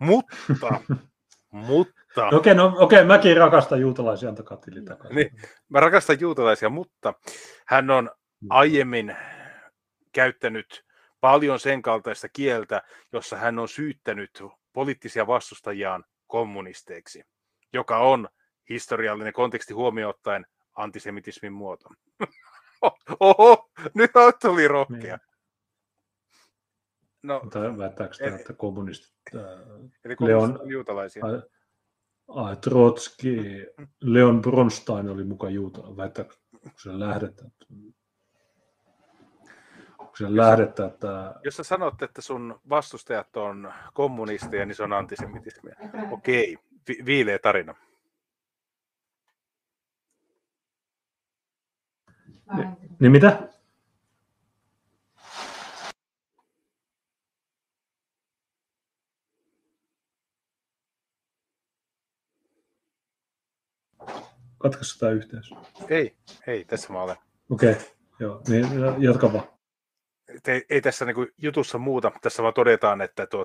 S2: Mutta
S1: Okei, mäkin rakastan juutalaisia, antakaa tilin takaisin.
S2: Niin, mä rakastan juutalaisia, mutta hän on aiemmin käyttänyt paljon sen kaltaista kieltä, jossa hän on syyttänyt poliittisia vastustajiaan kommunisteiksi, joka on historiallinen konteksti huomioon ottaen antisemitismin muoto. Oho, nyt tuli rohkea. No,
S1: väittääkö tämä, että kommunistit...
S2: eli kommunistit on juutalaisia.
S1: Trotski, Leon Bronstein oli mukaan juutalainen. Väittääkö, kun se lähdettä, että...
S2: Jos sä sanot, että sun vastustajat on kommunisteja, niin se on antisemitismiä. Okei, viileä tarina.
S1: Niin mitä? Katkaisi tämä yhteys?
S2: Ei, tässä mä olen.
S1: Okei, joo, niin jatka vaan.
S2: Ei tässä niin kuin jutussa muuta, tässä vaan todetaan,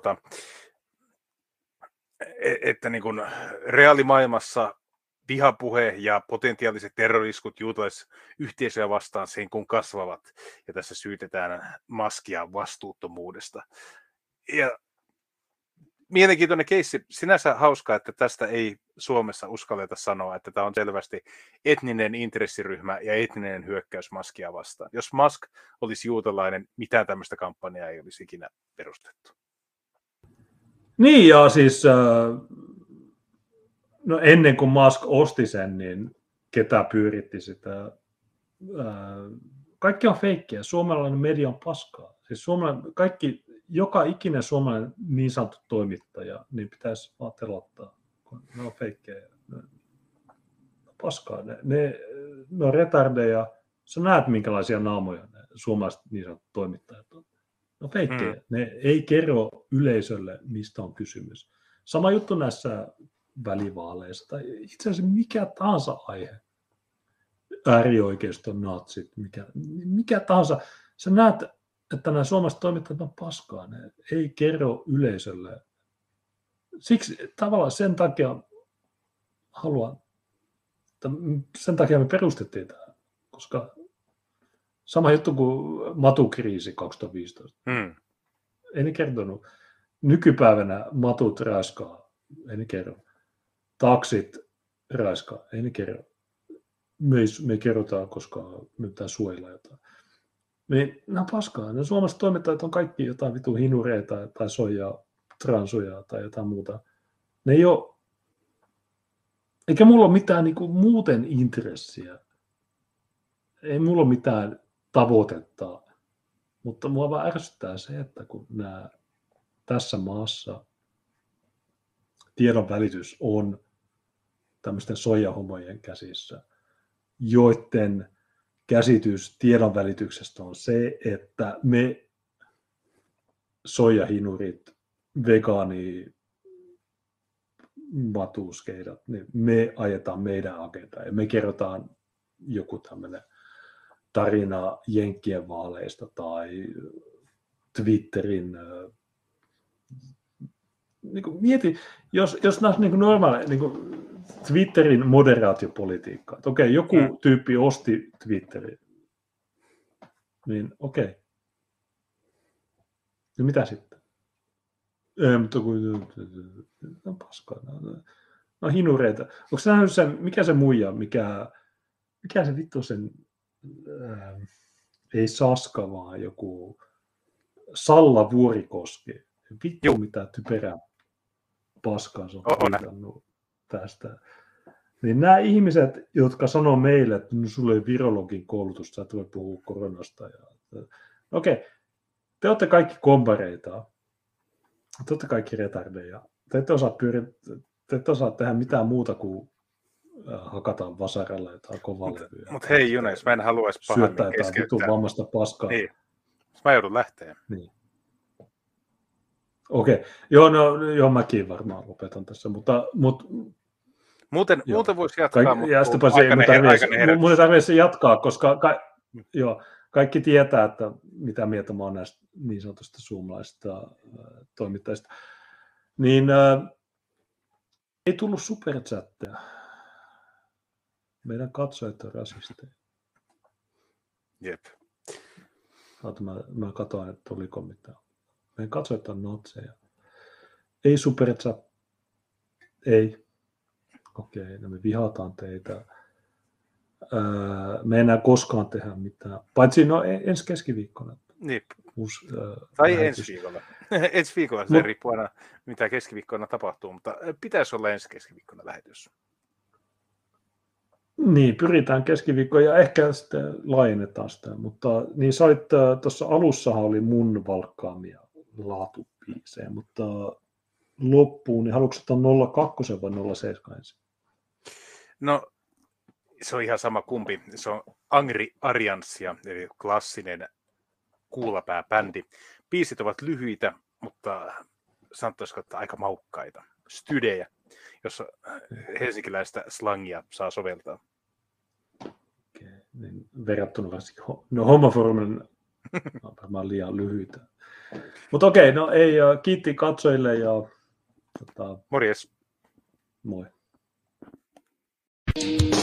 S2: että niin kuin reaalimaailmassa vihapuhe ja potentiaaliset terroriskut juutalaisyhteisöjä vastaan sen kun kasvavat, ja tässä syytetään Muskia vastuuttomuudesta. Ja mielenkiintoinen keissi, sinänsä hauskaa, että tästä ei Suomessa uskalleta sanoa, että tämä on selvästi etninen intressiryhmä ja etninen hyökkäys Muskia vastaan. Jos Musk olisi juutalainen, mitään tämmöistä kampanjaa ei olisi ikinä perustettu.
S1: Niin, ja siis no ennen kuin Musk osti sen, niin ketä pyöritti sitä? Kaikki on feikkiä. Suomalainen media on paskaa. Siis joka ikinen suomalainen niin sanottu toimittaja, niin pitäisi vaan telottaa. Ne on feikkejä. Ne on paskaa. Ne on retardeja. Sä näet, minkälaisia naamoja ne suomalaiset niin sanotut toimittajat on. Ne on feikkejä. Ne ei kerro yleisölle, mistä on kysymys. Sama juttu näissä välivaaleissa. Tai itse asiassa mikä tahansa aihe. Äärioikeiston natsit. Mikä tahansa. Sä näet, että nämä suomalaiset toimittajat on paskaa. Ne ei kerro yleisölle. Siksi tavallaan sen takia sen takia me perustettiin tämä, koska Sama juttu kuin matukriisi 2015. Ei ne kertonut. Nykypäivänä matut raiskaa. Ei ne kerro. Taksit raiskaa. Ei ne kerro. Me kerrotaan, koska me pitää suojella jotain. Niin, nämä paskaa. Ne suomalaiset toimittajat on kaikki jotain vitu hinureita tai soijaa, transuja tai jotain muuta. Ne ei ole. Eikä mulla ole mitään niin kuin muuten intressiä. Ei mulla ole mitään tavoitetta. Mutta mua vaan ärsyttää se, että kun tässä maassa tiedonvälitys on tämmöisten soijahomojen käsissä, joiden käsitys tiedonvälityksestä on se, että me soijahinurit, vegaani, matuskeidat, niin me ajetaan meidän agendaa ja me kerrotaan joku tämmöinen tarina Jenkkien vaaleista tai Twitterin. Niin kuin mieti, jos näistä niin normaali niin Twitterin moderaatiopolitiikkaa, että okei, joku tyyppi osti Twitterin, niin okei. Ja mitä sitten? Ei, mutta no paskaa. No hinureita. Onko sä nähnyt sen, mikä se muija, mikä se vittu sen, ei Saska, vaan joku Salla Vuorikoski. Vittu mitä typerää paskaa se on puhuttanut tästä. Niin nämä ihmiset, jotka sanoo meille, että sulla ei virologin koulutusta, sä et voi puhua koronasta. Okei, te olette kaikki kompareita. Te olette kaikki retardeja. Te ette osaa tehdä mitään muuta kuin hakataan vasaralla jotain kovalevyä.
S2: Mutta hei Junes, mä en haluaisi pahemmin
S1: keskeyttää. Syöttää jotain vitun vammasta paskaa.
S2: Niin. Mä joudun lähteen.
S1: Niin. Okei. Joo, mäkin varmaan lopetan tässä, mutta
S2: muuten voisi jatkaa, mutta
S1: ja mun ei tarvitse jatkaa, koska kaikki tietää, että mitä mieltä mä oon näistä niin sanotusta suomalaisista toimittajista. Niin ei tullut superchatteja. Meidän katsojat on rasisteja.
S2: Jep.
S1: Mä katsoin, että tuliko mitään. Meidän katsojat on natseja. Ei superchat. Ei. Okei, no me vihataan teitä. Me ei enää koskaan tehdä mitään. Paitsi ensi keskiviikkona.
S2: Niin. Tai
S1: lähetys.
S2: ensi viikolla. Ensi viikolla se riippuu aina, mitä keskiviikkona tapahtuu, mutta pitäisi olla ensi keskiviikkona lähetys.
S1: Niin, pyritään keskiviikkoon ja ehkä sitten laajennetaan sitä, mutta niin sä olit, tuossa alussahan oli mun valkkaamia laatupiisejä, mutta loppuun, niin haluatko ottaa 02 vai 07 ensin?
S2: No, se on ihan sama kumpi. Se on Angry Arianssia, eli klassinen kuulapääbändi. Biisit ovat lyhyitä, mutta sanottaisiko, että aika maukkaita. Stydejä, jossa helsinkiläistä slangia saa soveltaa.
S1: Okei, niin verrattuna varsinkin Homoforumin on varmaan liian lyhyitä. Mutta okei, no ei, kiitti katsojille ja
S2: morjes.
S1: Moi.